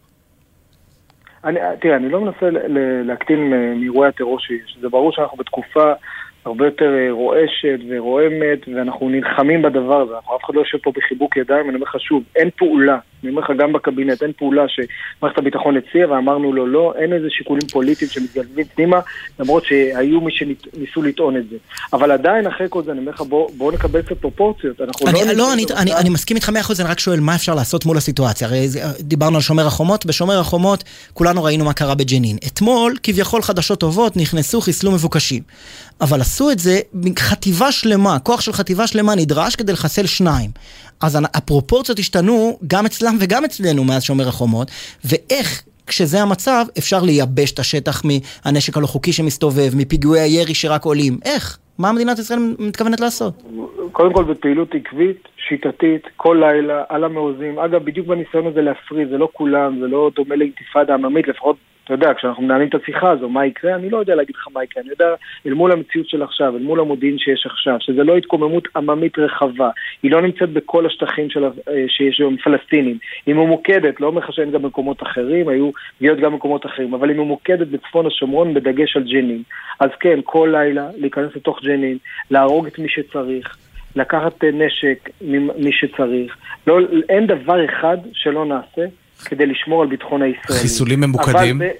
אני, תראה, אני לא מנסה להקטין מאירועי הטרור שיש. זה ברור שאנחנו בתקופה הרבה יותר רועשת ורועמת, ואנחנו נלחמים בדבר הזה. אנחנו אף אחד לא יושב פה בחיבוק ידיים, אני אומר לך שוב, אין פעולה. אני אומר לך גם בקבינט, אין פעולה שמערכת הביטחון הציעה, ואמרנו לו לא, אין איזה שיקולים פוליטיים שמתגלבים פנימה, למרות שהיו מי שניסו לטעון את זה. אבל עדיין אחרי כל זה, אני אומר לך, בוא, בוא נקבל קצת פרופורציות. אנחנו אני, לא... לא, אני, אני, אני מסכים איתך מאה אחוז, אני רק שואל מה אפשר לעשות מול הסיטואציה. הרי דיברנו על שומר החומות, בשומר החומות כולנו ראינו מה קרה בג'נין. אתמול, כביכול חדשות טובות, נכנסו, חיסלו מבוקשים. אבל עשו את זה חטיבה שלמה, כוח של חטיבה שלמה נדרש כדי לחסל שניים. אז הפרופורציות השתנו גם אצלם וגם אצלנו מאז שומר החומות, ואיך כשזה המצב אפשר לייבש את השטח מהנשק הלא חוקי שמסתובב, מפיגועי הירי שרק עולים. איך? מה המדינת ישראל מתכוונת לעשות? קודם כל בפעילות עקבית, שיטתית, כל לילה, על המעוזים. אגב, בדיוק בניסיון הזה להפריד, זה לא כולם, זה לא דומה לאינתיפאדה עממית, לפחות אתה יודע, כשאנחנו מנהלים את השיחה הזו, מה יקרה? אני לא יודע להגיד לך מה יקרה, אני יודע אל מול המציאות של עכשיו, אל מול המודיעין שיש עכשיו, שזה לא התקוממות עממית רחבה, היא לא נמצאת בכל השטחים של, שיש עם פלסטינים, היא ממוקדת, לא אומר שאין גם במקומות אחרים, היו להיות גם במקומות אחרים, אבל היא ממוקדת בצפון השומרון בדגש על ג'נין. אז כן, כל לילה להיכנס לתוך ג'נין, להרוג את מי שצריך, לקחת נשק מי שצריך, לא, אין דבר אחד שלא נעשה, כדי לשמור על ביטחון הישראלי. חיסולים ממוקדים? ב...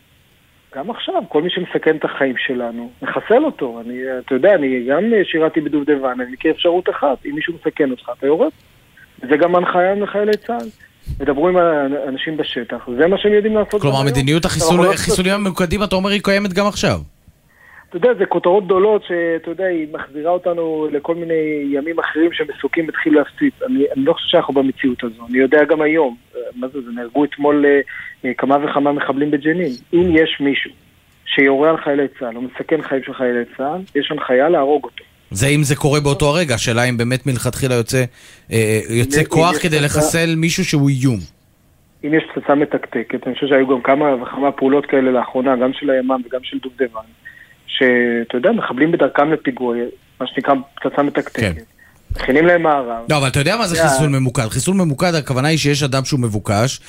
גם עכשיו, כל מי שמסכן את החיים שלנו, מחסל אותו. אני, אתה יודע, אני גם שירתי בדובדבן, אני מכיר אפשרות אחת, אם מישהו מסכן אותך, אתה יורד. זה גם הנחיה לחיילי צה"ל. מדברו עם האנשים בשטח, זה מה שהם יודעים לעשות. כלומר, מדיניות החיסולים הממוקדים, אתה אומר, היא קיימת גם עכשיו. אתה יודע, זה כותרות גדולות שאתה יודע, היא מחזירה אותנו לכל מיני ימים אחרים שמסוקים התחילו להפציץ. אני, אני לא חושב שאנחנו במציאות הזו. אני יודע גם היום, מה זה, זה נהרגו אתמול כמה וכמה מחבלים בג'נין. אם יש מישהו שיורה על חיילי צה"ל או מסכן חיים של חיילי צה"ל, יש הנחיה להרוג אותו. זה אם זה קורה באותו הרגע, השאלה אם באמת מלכתחילה יוצא, יוצא כוח כדי לחסל מישהו שהוא איום. אם יש פצצה מתקתקת, אני חושב שהיו גם כמה וכמה פעולות כאלה לאחרונה, גם של הימ"מ וגם של דובדבן. שאתה יודע, מחבלים בדרכם לפיגוע, מה שנקרא פצצה מתקתקת. מכינים להם מערב. לא, אבל אתה יודע מה זה חיסול ממוקד? חיסול ממוקד, הכוונה היא שיש אדם שהוא מבוקש,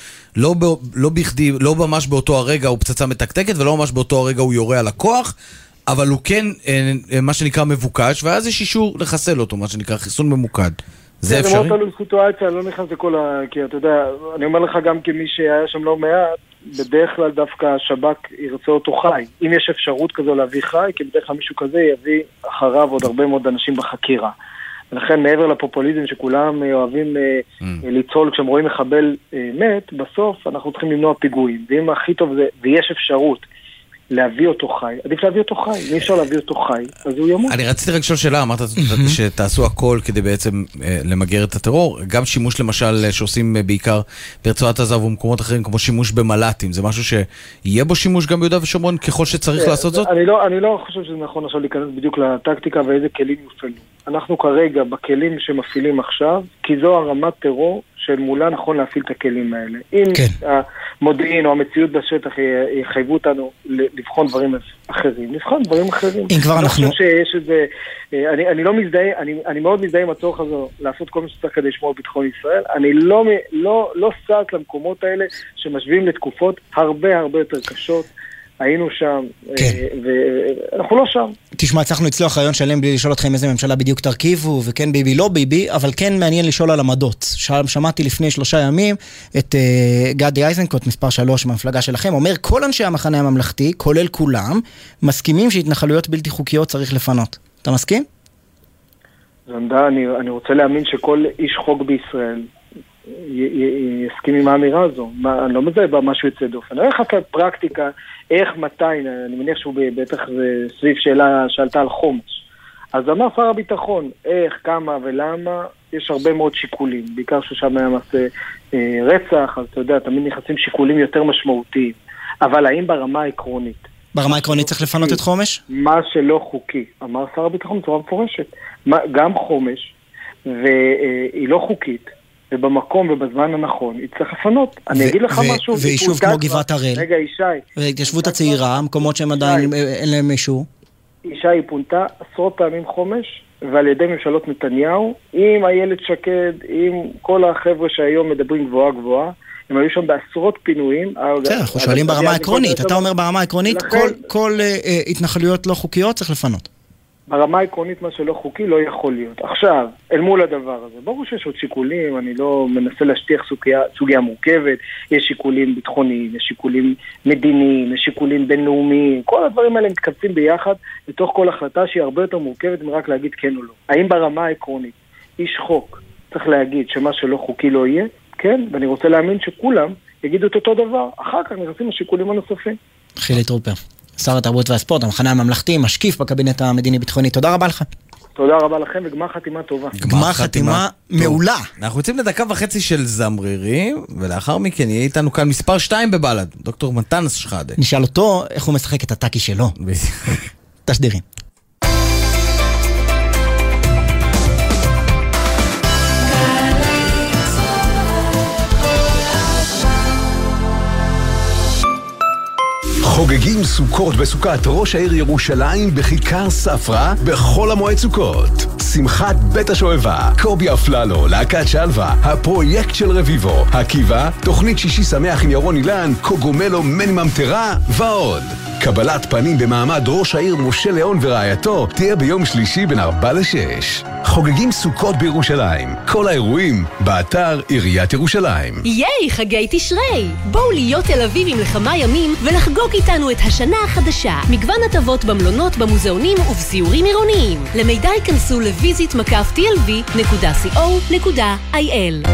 לא בכדי, לא ממש באותו הרגע הוא פצצה מתקתקת, ולא ממש באותו הרגע הוא יורה על הכוח, אבל הוא כן, מה שנקרא מבוקש, ואז יש אישור לחסל אותו, מה שנקרא חיסול ממוקד. זה אפשרי? זה מאוד תלוי סיטואציה, אני לא נכנס לכל ה... כי אתה יודע, אני אומר לך גם כמי שהיה שם לא מעט, בדרך כלל דווקא השב"כ ירצה אותו חי. אם יש אפשרות כזו להביא חי, כי בדרך כלל מישהו כזה יביא אחריו עוד הרבה מאוד אנשים בחקירה. ולכן מעבר לפופוליזם שכולם אוהבים mm. ליצול כשהם רואים מחבל מת, בסוף אנחנו צריכים למנוע פיגועים. ואם הכי טוב זה, ויש אפשרות להביא אותו חי, עדיף להביא אותו חי. אם אפשר להביא אותו חי, אז הוא ימות. אני רציתי רק לשאול שאלה, אמרת שתעשו הכל כדי בעצם למגר את הטרור, גם שימוש למשל שעושים בעיקר ברצועת עזה ובמקומות אחרים, כמו שימוש במל"טים, זה משהו שיהיה בו שימוש גם ביהודה ושומרון ככל שצריך לעשות זאת? אני לא, אני לא חושב שזה נכון עכשיו להיכנס בדיוק לטקטיקה ואיזה כלים יופעלו. אנחנו כרגע בכלים שמפעילים עכשיו, כי זו הרמת טרור של מולה נכון להפעיל את הכלים האלה. אם כן. המודיעין או המציאות בשטח יחייבו אותנו לבחון דברים אחרים, לבחון דברים אחרים. אם כבר אנחנו... אני חושב שיש איזה... אני, אני לא מזדהה, אני, אני מאוד מזדהה עם הצורך הזו לעשות כל מה שצריך כדי לשמור ביטחון ישראל. אני לא, לא, לא סעת למקומות האלה שמשווים לתקופות הרבה הרבה יותר קשות. היינו שם, כן. ואנחנו לא שם. תשמע, הצלחנו לצלוח רעיון שלם בלי לשאול אתכם איזה ממשלה בדיוק תרכיבו, וכן ביבי לא ביבי, אבל כן מעניין לשאול על עמדות. שמעתי לפני שלושה ימים את uh, גדי איזנקוט, מספר שלוש מהמפלגה שלכם, אומר כל אנשי המחנה הממלכתי, כולל כולם, מסכימים שהתנחלויות בלתי חוקיות צריך לפנות. אתה מסכים? זנדה, אני, אני רוצה להאמין שכל איש חוק בישראל יסכים עם האמירה הזו. מה, אני לא מזהה בה משהו יצא דופן. איך את הפרקטיקה, איך, מתי, אני מניח שהוא בטח סביב שאלה שאלתה על חומש. אז אמר שר הביטחון, איך, כמה ולמה, יש הרבה מאוד שיקולים, בעיקר ששם היה מעשה אה, רצח, אז אתה יודע, תמיד נכנסים שיקולים יותר משמעותיים. אבל האם ברמה העקרונית? ברמה העקרונית צריך לפנות את חומש? מה שלא חוקי, אמר שר הביטחון בצורה מפורשת. גם חומש, והיא לא חוקית, ובמקום ובזמן הנכון, היא צריך לפנות. אני אגיד לך משהו. ויישוב כמו גבעת הראל. רגע, ישי. והתיישבות הצעירה, המקומות שהם עדיין אין להם מישהו. ישי היא פונתה עשרות פעמים חומש, ועל ידי ממשלות נתניהו, עם איילת שקד, עם כל החבר'ה שהיום מדברים גבוהה גבוהה, הם היו שם בעשרות פינויים. כן, אנחנו שואלים ברמה העקרונית. אתה אומר ברמה העקרונית, כל התנחלויות לא חוקיות צריך לפנות. ברמה העקרונית מה שלא חוקי לא יכול להיות. עכשיו, אל מול הדבר הזה, ברור שיש עוד שיקולים, אני לא מנסה להשטיח סוגיה, סוגיה מורכבת, יש שיקולים ביטחוניים, יש שיקולים מדיניים, יש שיקולים בינלאומיים, כל הדברים האלה מתכנסים ביחד לתוך כל החלטה שהיא הרבה יותר מורכבת מרק להגיד כן או לא. האם ברמה העקרונית איש חוק צריך להגיד שמה שלא חוקי לא יהיה? כן, ואני רוצה להאמין שכולם יגידו את אותו דבר, אחר כך נכנסים לשיקולים הנוספים. חילי טרופר, שר התרבות והספורט, המחנה הממלכתי, משקיף בקבינט המדיני-ביטחוני. תודה רבה לך. תודה רבה לכם, וגמר חתימה טובה. גמר חתימה מעולה. אנחנו יוצאים לדקה וחצי של זמרירים, ולאחר מכן יהיה איתנו כאן מספר שתיים בבלד, דוקטור מתנס שחאדה. נשאל אותו איך הוא משחק את הטאקי שלו. תשדירים. חוגגים סוכות בסוכת ראש העיר ירושלים בכיכר ספרא בכל המועד סוכות. שמחת בית השואבה, קובי אפללו, להקת שלווה, הפרויקט של רביבו, הקיבה, תוכנית שישי שמח עם ירון אילן, קוגומלו מני ממטרה ועוד. קבלת פנים במעמד ראש העיר משה ליאון ורעייתו תהיה ביום שלישי בין ארבע לשש. חוגגים סוכות בירושלים. כל האירועים באתר עיריית ירושלים. ייי, חגי תשרי! בואו להיות תל אביבים לכמה ימים ולחגוג איתנו את השנה החדשה. מגוון הטבות במלונות, במוזיאונים ובסיורים עירוניים. למידע ייכנסו לויזית מקף טי אל וי נקודה סי או נקודה איי אל.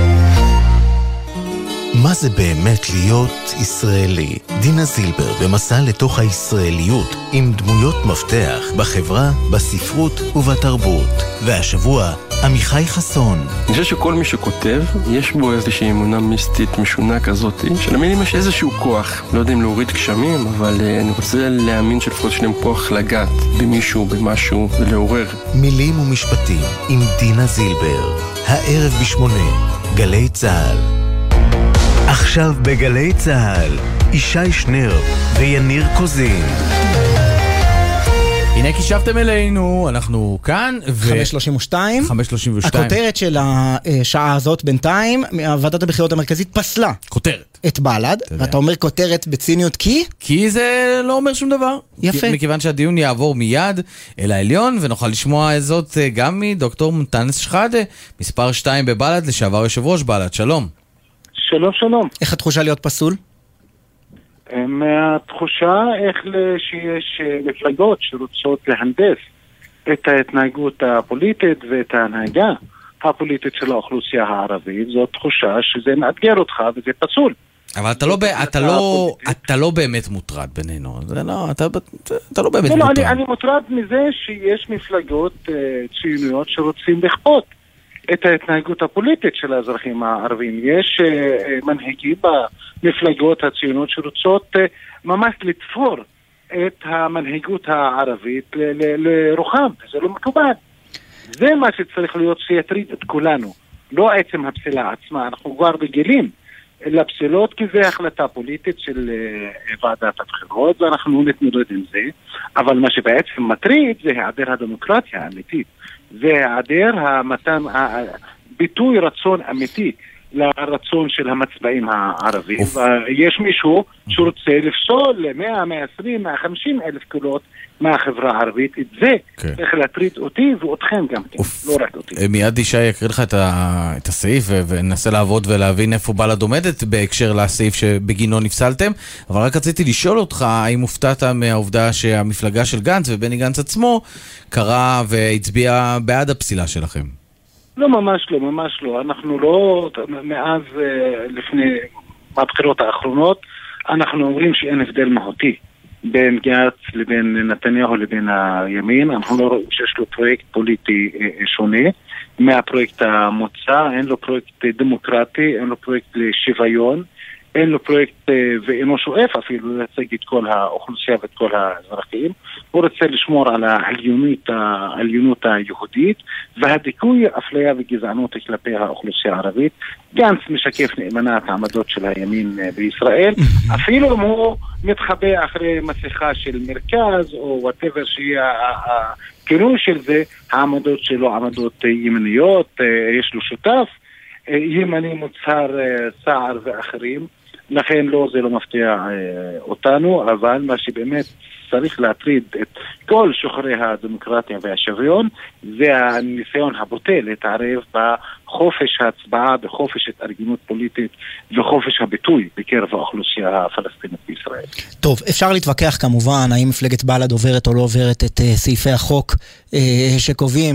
מה זה באמת להיות ישראלי? דינה זילבר במסע לתוך הישראליות עם דמויות מפתח בחברה, בספרות ובתרבות. והשבוע, עמיחי חסון. אני חושב שכל מי שכותב, יש בו איזושהי אמונה מיסטית משונה כזאת, שלמילים יש איזשהו כוח, לא יודע אם להוריד גשמים, אבל uh, אני רוצה להאמין שלפחות יש להם כוח לגעת במישהו, במשהו, ולעורר. מילים ומשפטים עם דינה זילבר. הערב בשמונה, גלי צהל. עכשיו בגלי צהל, ישי שנר ויניר קוזין. הנה קישבתם אלינו, אנחנו כאן. חמש שלושים ושתיים. חמש שלושים ושתיים. הכותרת של השעה הזאת בינתיים, ועדת הבחירות המרכזית פסלה. כותרת. את בל"ד, ואתה אומר כותרת בציניות כי? כי זה לא אומר שום דבר. יפה. מכיוון שהדיון יעבור מיד אל העליון, ונוכל לשמוע זאת גם מדוקטור מתנס שחאדה, מספר שתיים בבל"ד, לשעבר יושב ראש בל"ד. שלום. שלום, שלום. איך התחושה להיות פסול? מהתחושה איך שיש מפלגות שרוצות להנדס את ההתנהגות הפוליטית ואת ההנהגה הפוליטית של האוכלוסייה הערבית, זו תחושה שזה מאתגר אותך וזה פסול. אבל אתה לא, אתה לא, אתה לא באמת מוטרד בינינו. זה לא, אתה, אתה לא באמת לא, מוטרד. אני, אני מוטרד מזה שיש מפלגות uh, ציוניות שרוצים לכפות את ההתנהגות הפוליטית של האזרחים הערבים. יש uh, מנהיגים במפלגות הציונות שרוצות uh, ממש לתפור את המנהיגות הערבית ל- ל- לרוחם. זה לא מקובל. זה מה שצריך להיות שיטריד את כולנו. לא עצם הפסילה עצמה. אנחנו כבר רגילים לפסילות, כי זה החלטה פוליטית של uh, ועדת הבחירות, ואנחנו נתמודד עם זה. אבל מה שבעצם מטריד זה היעדר הדמוקרטיה האמיתית. זה היעדר המתן, ביטוי רצון אמיתי לרצון של המצבעים הערבים. ויש מישהו שרוצה לפסול מאה, מאה ועשרים, מאה וחמישים אלף קולות מהחברה הערבית. את זה צריך להטריד אותי ואותכם גם כן, לא רק אותי. מיד ישי יקריא לך את הסעיף וננסה לעבוד ולהבין איפה בל"ד עומדת בהקשר לסעיף שבגינו נפסלתם. אבל רק רציתי לשאול אותך, האם הופתעת מהעובדה שהמפלגה של גנץ ובני גנץ עצמו קרא והצביע בעד הפסילה שלכם? לא, ממש לא, ממש לא. אנחנו לא, מאז לפני הבחירות האחרונות, אנחנו אומרים שאין הבדל מהותי בין גנץ לבין נתניהו לבין הימין. אנחנו לא רואים שיש לו פרויקט פוליטי שונה מהפרויקט המוצע. אין לו פרויקט דמוקרטי, אין לו פרויקט לשוויון, אין לו פרויקט ואינו שואף אפילו לייצג את כל האוכלוסייה ואת כל האזרחים. הוא רוצה לשמור על העליונות, העליונות היהודית והדיכוי, אפליה וגזענות כלפי האוכלוסייה הערבית. גנץ משקף נאמנה את העמדות של הימין בישראל, אפילו אם הוא מתחבא אחרי מסכה של מרכז או whatever שיהיה הכינוי של זה. העמדות שלו עמדות ימניות, יש לו שותף ימני מוצהר סער ואחרים, לכן לא, זה לא מפתיע אותנו. אבל מה שבאמת צריך להטריד את כל שוחרי הדמוקרטיה והשוויון זה הניסיון הבוטה להתערב בחופש ההצבעה, בחופש התארגנות פוליטית וחופש הביטוי בקרב האוכלוסייה הפלסטינית בישראל. טוב, אפשר להתווכח כמובן האם מפלגת בל"ד עוברת או לא עוברת את סעיפי החוק שקובעים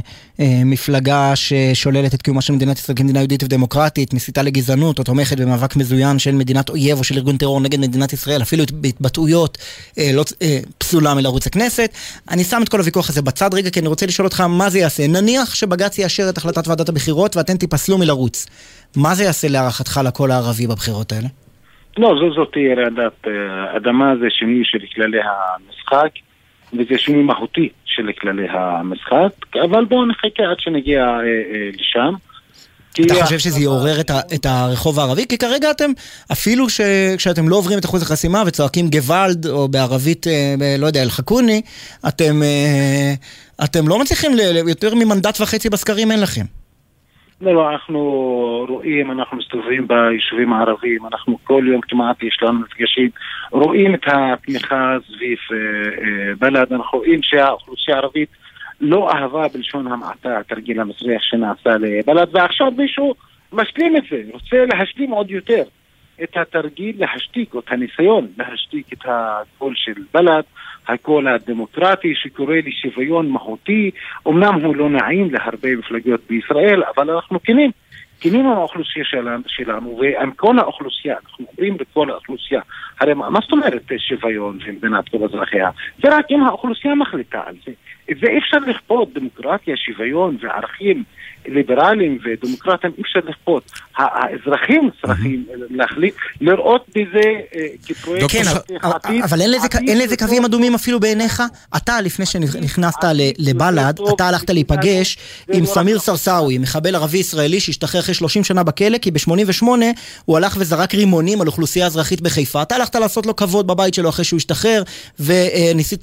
שמפלגה ששוללת את קיומה של מדינת ישראל כמדינה יהודית ודמוקרטית, מסיתה לגזענות או תומכת במאבק מזוין של מדינת אויב או של ארגון טרור נגד מדינת ישראל, אפילו בהתבטאויות לא פסולה מלערוץ הכנסת. אני שם את כל הוויכוח הזה בצד רגע, כי אני רוצה לשאול אותך מה זה יעשה. נניח שבג"ץ יאשר את החלטת ועדת הבחירות ואתם תיפסלו מלערוץ. מה זה יעשה להערכתך לקול הערבי בבחירות האלה? לא, זו זאת תהיה רעידת אדמה, זה שינוי של כללי המשחק, וזה שינוי מהותי של כללי המשחק, אבל בואו נחכה עד שנגיע אה, אה, לשם. אתה חושב שזה יעורר את, ה, את הרחוב הערבי? כי כרגע אתם, אפילו ש, כשאתם לא עוברים את אחוז החסימה וצועקים גוואלד, או בערבית, אה, ב, לא יודע, אל-חכוני, אתם, אה, אתם לא מצליחים, ל, יותר ממנדט וחצי בסקרים אין לכם. לא, לא, אנחנו רואים, אנחנו מסתובבים ביישובים הערביים, אנחנו כל יום כמעט יש לנו מפגשים, רואים את התמיכה סביב אה, בל"ד, אנחנו רואים שהאוכלוסייה הערבית לא אהבה בלשון המעטה התרגיל המסריח שנעשה לבל"ד, ועכשיו מישהו משלים את זה, רוצה להשלים עוד יותר את התרגיל, להשתיק, או את הניסיון להשתיק את הקול של בל"ד, הקול הדמוקרטי שקורא לשוויון מהותי. אמנם הוא לא נעים להרבה מפלגות בישראל, אבל אנחנו כנים, כנים עם האוכלוסייה שלנו, שלנו ועם כל האוכלוסייה, אנחנו אומרים בכל האוכלוסייה. הרי מה זאת אומרת שוויון ומדינת כל אזרחיה? זה רק אם האוכלוסייה מחליטה על זה. זה אי אפשר לכפות דמוקרטיה, שוויון וערכים ליברליים ודמוקרטיים, אי אפשר לכפות. האזרחים צריכים להחליט, לראות בזה כפרויקט עתיד. אבל אין לזה קווים אדומים אפילו בעיניך? אתה, לפני שנכנסת לבל"ד, אתה הלכת להיפגש עם סמיר סרסאוי, מחבל ערבי ישראלי שהשתחרר אחרי שלושים שנה בכלא, כי ב-שמונים ושמונה הוא הלך וזרק רימונים על אוכלוסייה אזרחית בחיפה. אתה הלכת לעשות לו כבוד בבית שלו אחרי שהוא השתחרר, וניסית,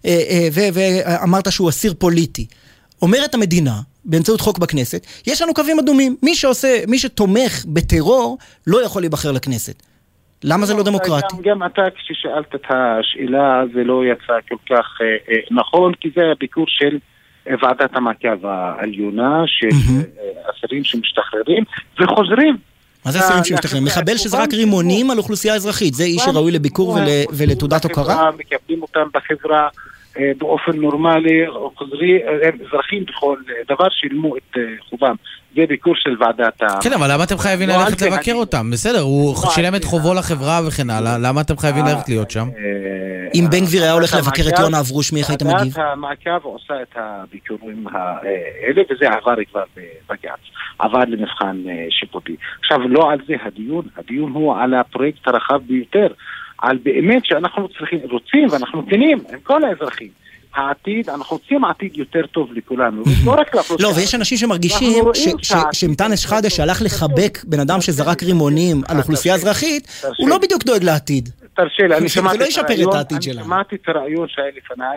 ואמרת שהוא אסיר פוליטי. אומרת המדינה, באמצעות חוק בכנסת, יש לנו קווים אדומים. מי שעושה, מי שתומך בטרור, לא יכול להיבחר לכנסת. למה זה לא דמוקרטי? גם אתה, כששאלת את השאלה, זה לא יצא כל כך נכון, כי זה הביקור של ועדת המעקב העליונה, של אסירים שמשתחררים וחוזרים. מה זה אסירים שמשתחררים? מחבל שזרק רימונים על אוכלוסייה אזרחית. זה איש שראוי לביקור ולתעודת הוקרה? מקבלים אותם בחברה באופן נורמלי, חוזרים, הם אזרחים בכל דבר שילמו את חובם. זה ביקור של ועדת ה... כן, אבל למה אתם חייבים ללכת לבקר אותם? בסדר, הוא שילם את חובו לחברה וכן הלאה, למה אתם חייבים ללכת להיות שם? אם בן גביר היה הולך לבקר את יונה אברושמי, איך היית מגיב? ועדת המעקב עושה את הביקורים האלה, וזה עבר כבר בבג"ץ, עבר למבחן שיפוטי. עכשיו, לא על זה הדיון, הדיון הוא על הפרויקט הרחב ביותר, על באמת שאנחנו צריכים, רוצים ואנחנו כנים עם כל האזרחים. העתיד, אנחנו רוצים עתיד יותר טוב לכולנו, לא רק לאפרוס... לא, ויש אנשים שמרגישים שמתן שחאדה שהלך לחבק בן אדם שזרק רימונים על אוכלוסייה אזרחית, הוא לא בדיוק דואג לעתיד. תרשה לי, אני שמעתי את הרעיון, אני שמעתי את הרעיון שהיה לפניי,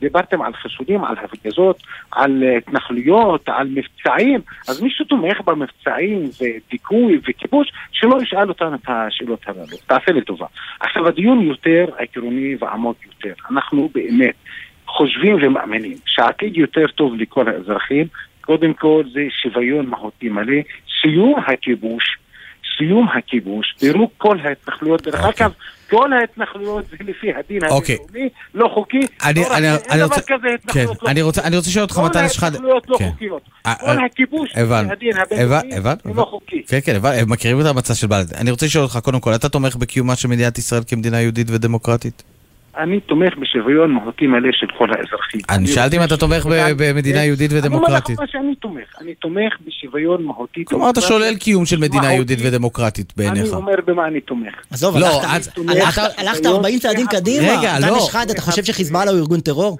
דיברתם על חשודים, על הפגזות, על התנחלויות, על מבצעים, אז מי שתומך במבצעים ודיכוי וכיבוש, שלא ישאל אותנו את השאלות הללו. תעשה לי טובה. עכשיו, הדיון יותר עקרוני ועמוק יותר. אנחנו באמת חושבים ומאמינים שהעתיד יותר טוב לכל האזרחים. קודם כל זה שוויון מהותי מלא, סיום הכיבוש, סיום הכיבוש, פירוק כל ההתנחלויות. דרך אגב, כל ההתנחלויות זה לפי הדין הבינלאומי, לא חוקי. אני רוצה אני רוצה אני רוצה לשאול אותך מתי יש לך... כל ההתנחלויות לא חוקיות. כל הכיבוש לפי הדין הבינלאומי זה לא חוקי. כן, כן, הם מכירים את המצע של בל"ד. אני רוצה לשאול אותך קודם כל, אתה תומך בקיומה של מדינת ישראל כמדינה יהודית ודמוקרטית? אני תומך בשוויון מהותי מלא של כל האזרחים. אני שאלתי אם אתה תומך במדינה יהודית ודמוקרטית. אני אומר לך מה שאני תומך. אני תומך בשוויון מהותי. כלומר, אתה שולל קיום של מדינה יהודית ודמוקרטית בעיניך. אני אומר במה אני תומך. עזוב, הלכת ארבעים צעדים קדימה. רגע, לא. אנטאנס שחאדה, אתה חושב שחיזבאללה הוא ארגון טרור?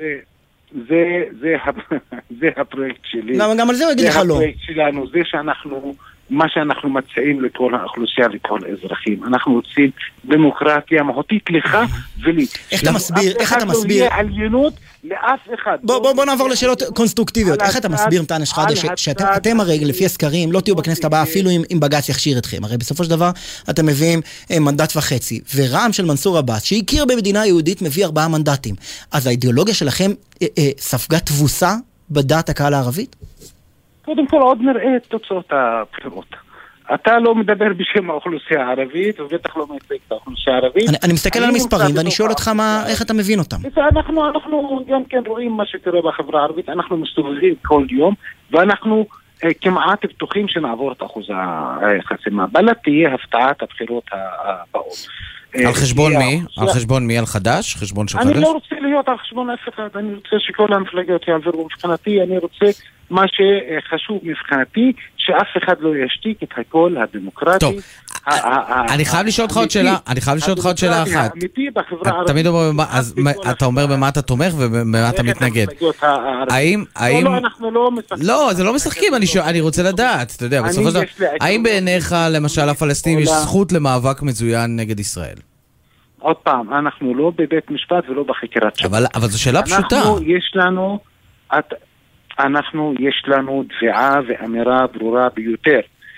זה הפרויקט שלי. גם על זה הוא יגיד לך לא. זה הפרויקט שלנו, זה שאנחנו... מה שאנחנו מציעים לכל האוכלוסייה לכל האזרחים. אנחנו רוצים דמוקרטיה מהותית לך ולי. איך אתה מסביר, איך אתה מסביר? לא יהיה עליונות לאף אחד. בוא נעבור לשאלות קונסטרוקטיביות. איך אתה מסביר, אנטאנס שחאדה, שאתם הרי לפי הסקרים לא תהיו בכנסת הבאה אפילו אם בג"ץ יכשיר אתכם. הרי בסופו של דבר אתם מביאים מנדט וחצי. ורע"מ של מנסור עבאס, שהכיר במדינה יהודית, מביא ארבעה מנדטים. אז האידיאולוגיה שלכם ספגה תבוסה בדעת הקהל הערבית? קודם כל עוד נראה את תוצאות הבחירות. אתה לא מדבר בשם האוכלוסייה הערבית, ובטח לא מייצג את האוכלוסייה הערבית. אני מסתכל על המספרים ואני שואל אותך איך אתה מבין אותם. אנחנו גם כן רואים מה שקורה בחברה הערבית, אנחנו מסתובבים כל יום, ואנחנו כמעט בטוחים שנעבור את אחוז החסימה. בל"ד תהיה הפתעת הבחירות הבאות. על חשבון מי? על חשבון מי? על חדש? חשבון של חדש? אני לא רוצה להיות על חשבון אף אחד, אני רוצה שכל המפלגות יעברו מבחינתי, אני רוצה מה שחשוב מבחינתי, שאף אחד לא ישתיק את הכל הדמוקרטי. טוב, אני חייב לשאול אותך עוד שאלה, אני חייב לשאול אותך עוד שאלה אחת. תמיד אתה אומר במה אתה תומך ובמה אתה מתנגד. האם, האם... לא, אנחנו לא משחקים. לא, זה לא משחקים, אני רוצה לדעת, אתה יודע, בסופו של דבר, האם בעיניך, למשל, הפלסטינים יש זכות למאבק מזוין נגד ישראל? עוד פעם, אנחנו לא בבית משפט ולא בחקירת שב"כ. אבל זו שאלה פשוטה. אנחנו, יש לנו... אנחנו, יש לנו דביעה ואמירה ברורה ביותר.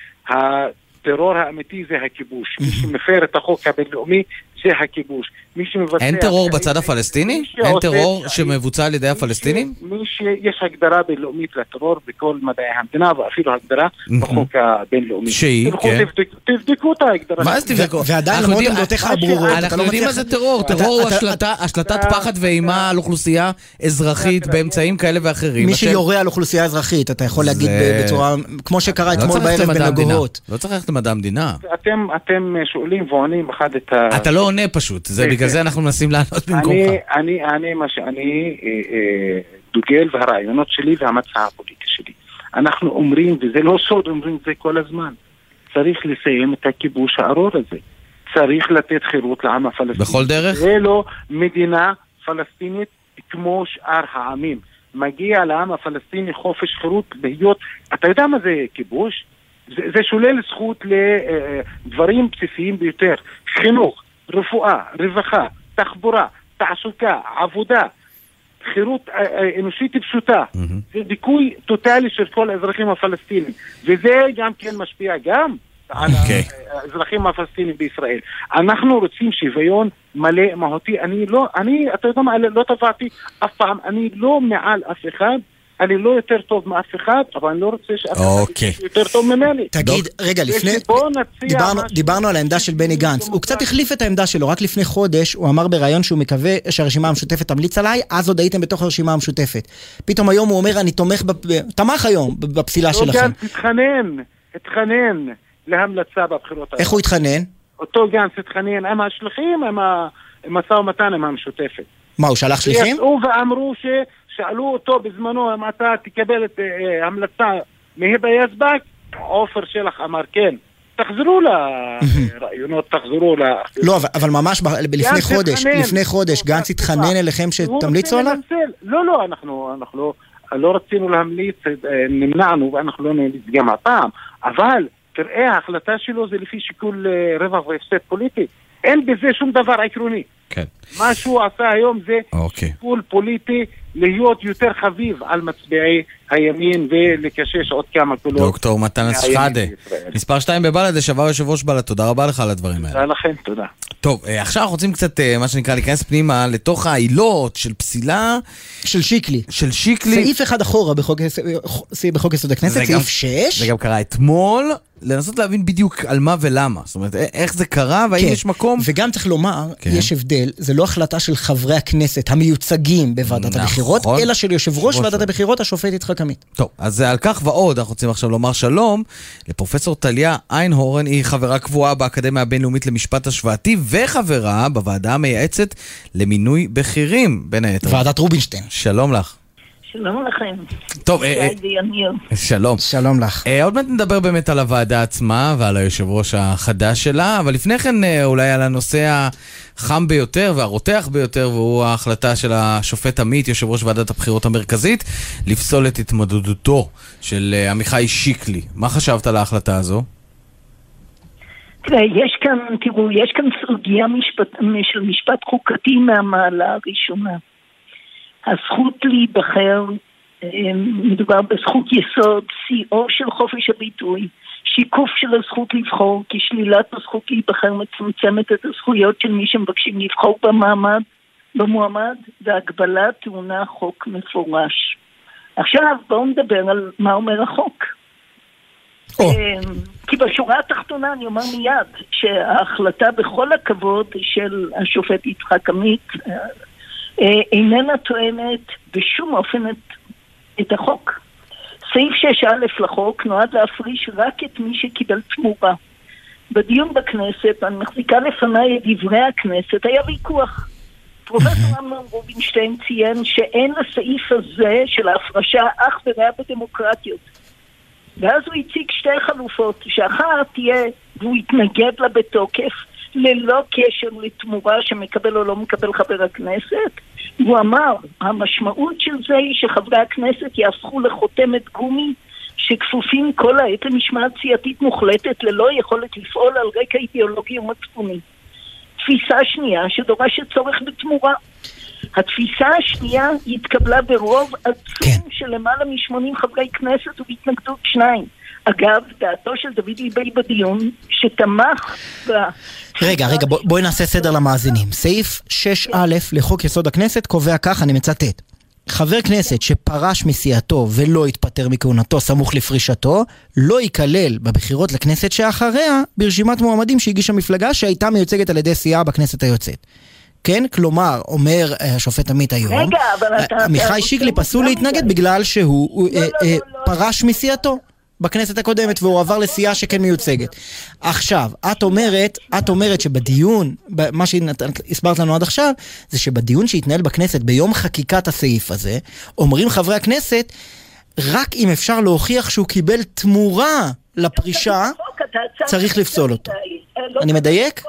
הטרור האמיתי זה הכיבוש. מי שמפר את החוק הבינלאומי זה הכיבוש. מי שמבצע... אין טרור בצד הפלסטיני? אין טרור שמבוצע על ידי הפלסטינים? מי שיש הגדרה בינלאומית לטרור בכל מדעי המדינה, ואפילו הגדרה בחוק הבינלאומי. שהיא, כן. תבדקו את ההגדרה. מה אז תבדקו? ועדיין למרות עמדותיך הברורות. אנחנו יודעים מה זה טרור. טרור הוא השלטת פחד ואימה על אוכלוסייה אזרחית באמצעים כאלה ואחרים. מי שיורה על אוכלוסייה אזרחית, אתה יכול להגיד בצורה, כמו שקרה אתמול בערב בנגוהות. לא צריך ללכת למדע המדינה. אתם שואלים ועונים אחד את ה... אתה לא עונה פשוט, בגלל זה אנחנו מנסים לענות במקומך. אני, אני, מה שאני דוגל והרעיונות שלי והמצע הפוליטי שלי. אנחנו אומרים, וזה לא סוד, אומרים את זה כל הזמן, צריך לסיים את הכיבוש הארור הזה. צריך לתת חירות לעם הפלסטיני. בכל דרך? זה לא מדינה פלסטינית כמו שאר העמים. מגיע לעם הפלסטיני חופש חירות להיות, אתה יודע מה זה כיבוש? זה, זה שולל זכות לדברים בסיסיים ביותר. חינוך, רפואה, רווחה, תחבורה, תעסוקה, עבודה, חירות אנושית פשוטה. זה דיכוי טוטלי של כל האזרחים הפלסטינים. וזה גם כן משפיע גם על האזרחים הפלסטינים בישראל. אנחנו רוצים שוויון מלא מהותי. אני לא, אני, אתה יודע מה, לא טבעתי אף פעם, אני לא מעל אף אחד, אני לא יותר טוב מאף אחד, אבל אני לא רוצה שאף אחד יותר טוב ממני. תגיד, רגע, לפני... דיברנו על העמדה של בני גנץ. הוא קצת החליף את העמדה שלו. רק לפני חודש הוא אמר בראיון שהוא מקווה שהרשימה המשותפת תמליץ עליי, אז עוד הייתם בתוך הרשימה המשותפת. פתאום היום הוא אומר, אני תומך, תמך היום בפסילה שלכם. אותו גנץ התחנן, התחנן להמלצה בבחירות. איך הוא התחנן? אותו גנץ התחנן עם השלחים, עם המשא ומתן, עם המשותפת. מה, הוא שלח שליחים? יצאו ואמרו ש... שאלו אותו בזמנו אם אתה תקבל את uh, המלצה מהיבה יזבק, עופר שלח אמר כן. תחזרו לרעיונות, תחזרו ל... לא, אבל, אבל ממש ב, לפני חודש, התחנן. לפני חודש, גנץ התחנן אליכם שתמליצו עליו? לא, לא, אנחנו, אנחנו לא, לא רצינו להמליץ, נמנענו ואנחנו לא נמליץ גם הפעם, אבל תראה, ההחלטה שלו זה לפי שיקול רווח והפסד פוליטי. אין בזה שום דבר עקרוני. כן. מה שהוא עשה היום זה okay. שיקול פוליטי להיות יותר חביב על מצביעי הימין ולקשש עוד כמה קולות. דוקטור מתן שחאדה, מספר שתיים בבל"ד, לשעבר יושב ראש בל"ד, תודה רבה לך על הדברים האלה. תודה לכם, תודה. טוב, עכשיו אנחנו רוצים קצת, מה שנקרא, להיכנס פנימה לתוך העילות של פסילה של שיקלי. של שיקלי. סעיף אחד אחורה בחוק, בחוק יסוד הכנסת, סעיף שש. זה גם קרה אתמול, לנסות להבין בדיוק על מה ולמה. זאת אומרת, איך זה קרה והאם יש מקום. וגם צריך לומר, יש הבדל, זה לא החלטה של חברי הכנסת המיוצגים בוועדת הבחירות, אלא של יושב ראש ועדת הבחירות, השופט יצחק עמית. טוב, אז על כך ועוד, אנחנו רוצים עכשיו לומר שלום לפרופסור טליה איינהורן, היא חברה קבועה באקדמיה הבינלאומית למשפט השוואתי, וחברה בוועדה המייעצת למינוי בכירים, בין היתר. ועדת רובינשטיין. שלום לך. שלום לכם. טוב, שלום. שלום לך. עוד מעט נדבר באמת על הוועדה עצמה ועל היושב ראש החדש שלה, אבל לפני כן אולי על הנושא החם ביותר והרותח ביותר, והוא ההחלטה של השופט עמית, יושב ראש ועדת הבחירות המרכזית, לפסול את התמודדותו של עמיחי שיקלי. מה חשבת על ההחלטה הזו? תראה, יש כאן, תראו, יש כאן סוגיה משפט, של משפט חוקתי מהמעלה הראשונה. הזכות להיבחר, מדובר בזכות יסוד, שיאו של חופש הביטוי, שיקוף של הזכות לבחור, כי שלילת הזכות להיבחר מצמצמת את הזכויות של מי שמבקשים לבחור במעמד, במועמד, והגבלה טעונה חוק מפורש. עכשיו בואו נדבר על מה אומר החוק. Oh. כי בשורה התחתונה אני אומר מיד שההחלטה בכל הכבוד של השופט יצחק עמית איננה טוענת בשום אופן את, את החוק. סעיף שש א' לחוק נועד להפריש רק את מי שקיבל תמורה. בדיון בכנסת, אני מחזיקה לפניי את דברי הכנסת, היה ויכוח. פרופסור אמנון רובינשטיין ציין שאין לסעיף הזה של ההפרשה אח ורע בדמוקרטיות. ואז הוא הציג שתי חלופות, שאחת תהיה, והוא התנגד לה בתוקף, ללא קשר לתמורה שמקבל או לא מקבל חבר הכנסת. הוא אמר, המשמעות של זה היא שחברי הכנסת יהפכו לחותמת גומי שכפופים כל העת למשמעת סיעתית מוחלטת ללא יכולת לפעול על רקע אידיאולוגי ומצפוני. תפיסה שנייה שדורשת צורך בתמורה. התפיסה השנייה התקבלה ברוב עצום כן. של למעלה מ-שמונים חברי כנסת ובהתנגדות שניים. אגב, דעתו של דוד ליבי בדיון שתמך ב... רגע, רגע, בוא, בואי נעשה סדר למאזינים. סעיף שש א' לחוק יסוד הכנסת קובע כך, אני מצטט. חבר כנסת שפרש מסיעתו ולא התפטר מכהונתו סמוך לפרישתו, לא ייכלל בבחירות לכנסת שאחריה ברשימת מועמדים שהגישה מפלגה שהייתה מיוצגת על ידי סיעה בכנסת היוצאת. כן? כלומר, אומר השופט עמית היום, רגע, אבל אתה... עמיחי שיקלי פסול להתנגד בגלל שהוא פרש מסיעתו בכנסת הקודמת והוא עבר לסיעה שכן מיוצגת. עכשיו, את אומרת, את אומרת שבדיון, מה שהסברת לנו עד עכשיו, זה שבדיון שהתנהל בכנסת ביום חקיקת הסעיף הזה, אומרים חברי הכנסת, רק אם אפשר להוכיח שהוא קיבל תמורה לפרישה, צריך לפסול אותו. אני מדייק?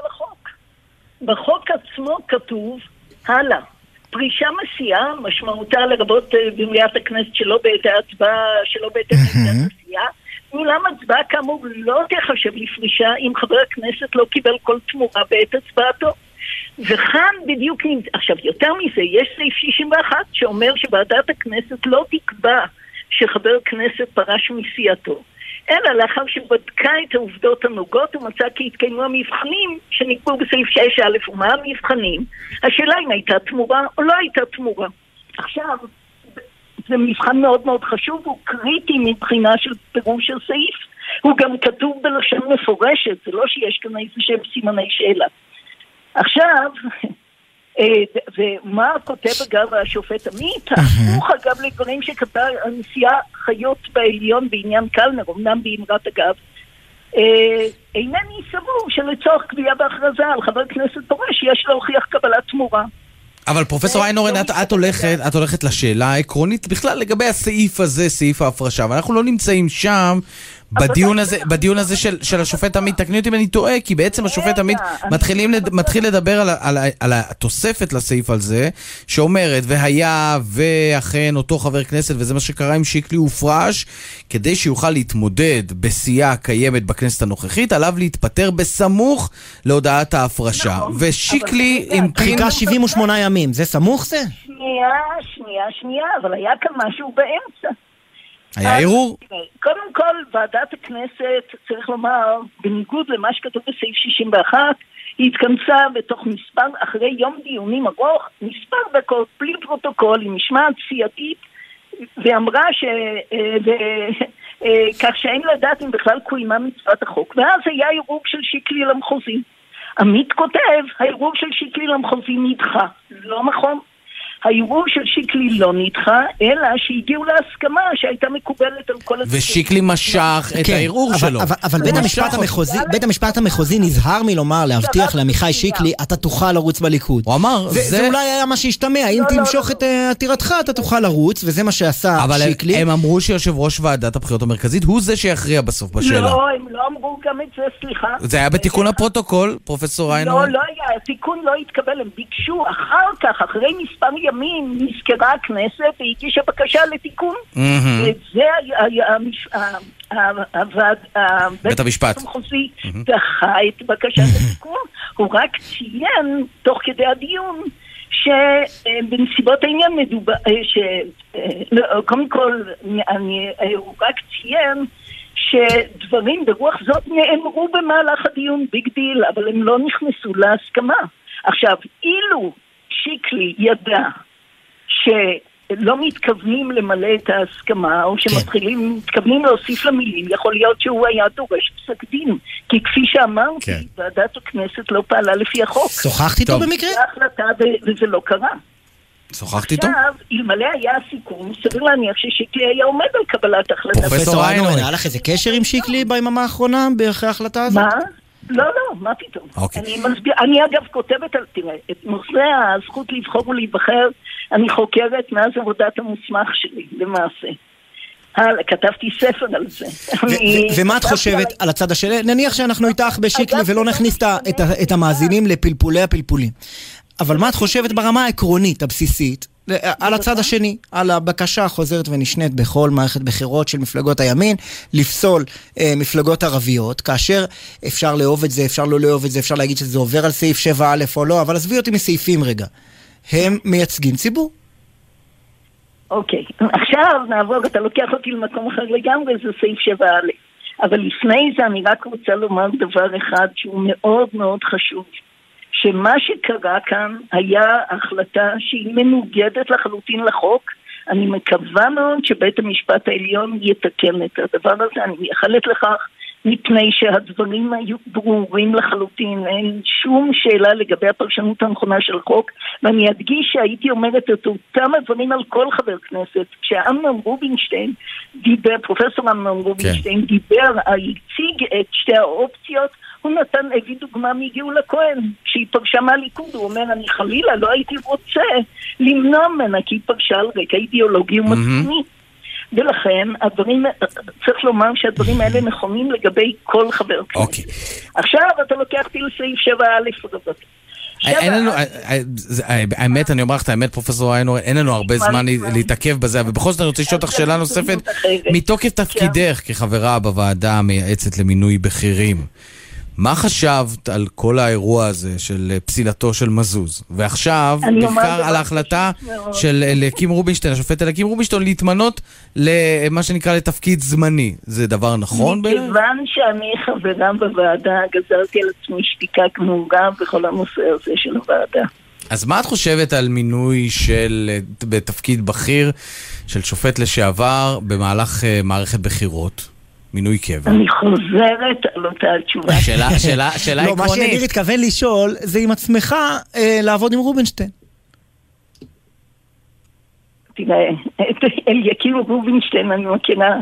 בחוק עצמו כתוב, הלאה, פרישה מסיעה, משמעותה לרבות במליאת הכנסת שלא בעת ההצבעה, שלא בעת ההצבעה מסיעה, אולם הצבעה כאמור לא תחשב לפרישה אם חבר הכנסת לא קיבל כל תמורה בעת הצבעתו. וכאן בדיוק נמצא, עכשיו יותר מזה, יש סעיף שישים ואחת שאומר שוועדת הכנסת לא תקבע שחבר כנסת פרש מסיעתו, אלא לאחר שבדקה את העובדות הנוגעות ומצא כי התקיימו המבחנים שנקבעו בסעיף שש א'. ומה המבחנים? השאלה אם הייתה תמורה או לא הייתה תמורה. עכשיו, זה מבחן מאוד מאוד חשוב, הוא קריטי מבחינה של פירוש הסעיף. הוא גם כתוב בלשון מפורשת, זה לא שיש כאן איזה שם סימני שאלה. עכשיו, ומה כותב אגב השופט עמית? הפוך אגב לדברים שכתב הנשיאה חיות בעליון בעניין קלנר, אמנם באמרת אגב, אינני סבור שלצורך קביעה בהכרזה על חבר כנסת פורש יש להוכיח קבלת תמורה. אבל פרופסור איינהורן, את, את, הולכת, את הולכת לשאלה העקרונית בכלל לגבי הסעיף הזה, סעיף ההפרשה, ואנחנו לא נמצאים שם בדיון הזה, בדיון הזה של, של השופט עמית, תקני אותי אם אני טועה, כי בעצם השופט עמית מתחילים, מתחיל לדבר על, על, על התוספת לסעיף על זה, שאומרת, והיה ואכן אותו חבר כנסת, וזה מה שקרה עם שיקלי, הופרש, כדי שיוכל להתמודד בסיעה קיימת בכנסת הנוכחית, עליו להתפטר בסמוך להודעת ההפרשה. ושיקלי המתין... חיכה שבעים ושמונה ימים, זה סמוך זה? שנייה, שנייה, שנייה, אבל היה כאן משהו באמצע. היה ערעור? קודם כל, ועדת הכנסת, צריך לומר, בניגוד למה שכתוב בסעיף שישים ואחת, היא התכנסה בתוך מספר, אחרי יום דיונים ארוך, מספר דקות, בלי פרוטוקול, עם משמעת סיעתית, ואמרה ש... כך שאין לדעת אם בכלל קוימה מצוות החוק. ואז היה ערעור של שיקלי למחוזי. עמית כותב, הערעור של שיקלי למחוזי נדחה. לא נכון. הערעור של שיקלי לא נדחה, אלא שהגיעו להסכמה שהייתה מקובלת על כל הצדדים. ושיקלי משך את הערעור שלו. אבל בית המשפט המחוזי נזהר מלומר, להבטיח לעמיחי שיקלי, אתה תוכל לרוץ בליכוד. הוא אמר, זה אולי היה מה שהשתמע, אם תמשוך את עתירתך, אתה תוכל לרוץ, וזה מה שעשה שיקלי. אבל הם אמרו שיושב ראש ועדת הבחירות המרכזית, הוא זה שיכריע בסוף בשאלה. לא, הם לא אמרו גם את זה, סליחה. זה היה בתיקון הפרוטוקול, פרופסור ריינור? לא, לא היה, התיקון לא התקבל, הם ביקשו אחר כך, אחרי מספר ימים, נזכרה הכנסת והגישה בקשה לתיקון. וזה היה בית המשפט המחוזי דחה את בקשת התיקון. הוא רק ציין תוך כדי הדיון שבנסיבות העניין מדובר, קודם כל הוא רק ציין שדברים ברוח זאת נאמרו במהלך הדיון, ביג דיל, אבל הם לא נכנסו להסכמה. עכשיו, אילו שיקלי ידע שלא מתכוונים למלא את ההסכמה, או שמתחילים, מתכוונים להוסיף למילים, יכול להיות שהוא היה דורש פסק דין, כי כפי שאמרתי, ועדת הכנסת לא פעלה לפי החוק. שוחחת איתו במקרה? זה החלטה וזה לא קרה. שוחחת איתו? עכשיו, אלמלא היה סיכום, סביר להניח ששיקלי היה עומד על קבלת החלטה. פרופסור ריינור, היה לך איזה קשר עם שיקלי ביממה האחרונה, אחרי ההחלטה הזאת? מה? לא, לא, מה פתאום? אני מסביר, אני אגב כותבת על, תראה, את נושא הזכות לבחור ולהיבחר, אני חוקרת מאז עבודת המוסמך שלי, למעשה. כתבתי ספר על זה. ומה את חושבת על הצד השני? נניח שאנחנו איתך בשיקלי ולא נכניס את המאזינים לפלפולי הפלפולים. אבל מה את חושבת ברמה העקרונית, הבסיסית, על הצד השני, על הבקשה החוזרת ונשנית בכל מערכת בחירות של מפלגות הימין, לפסול אה, מפלגות ערביות, כאשר אפשר לאהוב את זה, אפשר לא לאהוב את זה, אפשר להגיד שזה עובר על סעיף שבע א' או לא, אבל עזבי אותי מסעיפים רגע. הם מייצגים ציבור. אוקיי, עכשיו נעבור, אתה לוקח אותי למקום אחר לגמרי, זה סעיף שבע א'. אבל לפני זה אני רק רוצה לומר דבר אחד שהוא מאוד מאוד חשוב. שמה שקרה כאן היה החלטה שהיא מנוגדת לחלוטין לחוק. אני מקווה מאוד שבית המשפט העליון יתקן את הדבר הזה. אני מייחלת לכך מפני שהדברים היו ברורים לחלוטין. אין שום שאלה לגבי הפרשנות הנכונה של חוק. ואני אדגיש שהייתי אומרת את אותם הדברים על כל חבר כנסת. כשאמנון רובינשטיין דיבר, פרופסור אמנון רובינשטיין כן. דיבר, הציג את שתי האופציות, הוא נתן, הביא דוגמה מגאולה כהן, כשהיא פרשה מהליכוד, הוא אומר, אני חלילה לא הייתי רוצה למנוע ממנה, כי היא פרשה על רקע אידיאולוגי ומצפוני. ולכן, הדברים, צריך לומר שהדברים האלה נכונים לגבי כל חבר כנסת. עכשיו אתה לוקח אותי לסעיף שבע א' רבתי. אין לנו, האמת, אני אומר לך את האמת, פרופסור ריינור, אין לנו הרבה זמן להתעכב בזה, ובכל זאת אני רוצה לשאול אותך שאלה נוספת, מתוקף תפקידך כחברה בוועדה המייעצת למינוי בכירים, מה חשבת על כל האירוע הזה של פסילתו של מזוז? ועכשיו נבחר על ההחלטה של אליקים רובינשטיין, השופט אליקים רובינשטיין, להתמנות למה שנקרא לתפקיד זמני. זה דבר נכון בעיניי? מכיוון שאני חברה בוועדה, גזרתי על עצמי שתיקה גמורה בכל הנושא הזה של הוועדה. אז מה את חושבת על מינוי של, בתפקיד בכיר של שופט לשעבר במהלך מערכת בחירות? מינוי קבע. אני חוזרת על אותה התשובה. שאלה, שאלה, שאלה עקרונית. לא, מה שאני התכוון לשאול, זה אם עצמך לעבוד עם רובינשטיין. תראה, אליקים רובינשטיין, אני מכירה,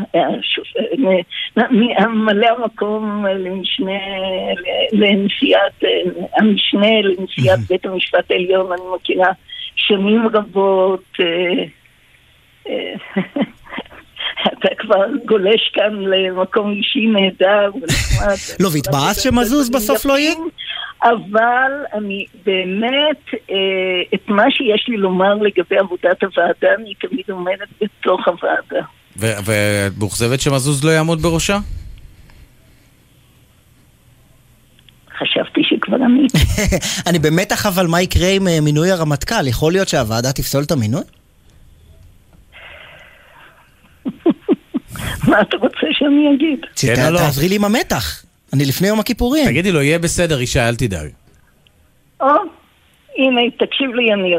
מלא המקום למשנה, לנשיאת, המשנה לנשיאת בית המשפט העליון, אני מכירה שנים רבות, אתה כבר גולש כאן למקום אישי נהדר ונחמד. לא, והתבאס שמזוז בסוף לא יהיה? אבל אני באמת, את מה שיש לי לומר לגבי עבודת הוועדה, אני תמיד עומדת בתוך הוועדה. ואת מאוכזבת שמזוז לא יעמוד בראשה? חשבתי שכבר אני. אני במתח, אבל מה יקרה עם מינוי הרמטכ"ל? יכול להיות שהוועדה תפסול את המינוי? מה אתה רוצה שאני אגיד? תעזרי לי עם המתח. אני לפני יום הכיפורים. תגידי לו, יהיה בסדר, אישה, אל תדאג. או, הנה, תקשיב לי יניר.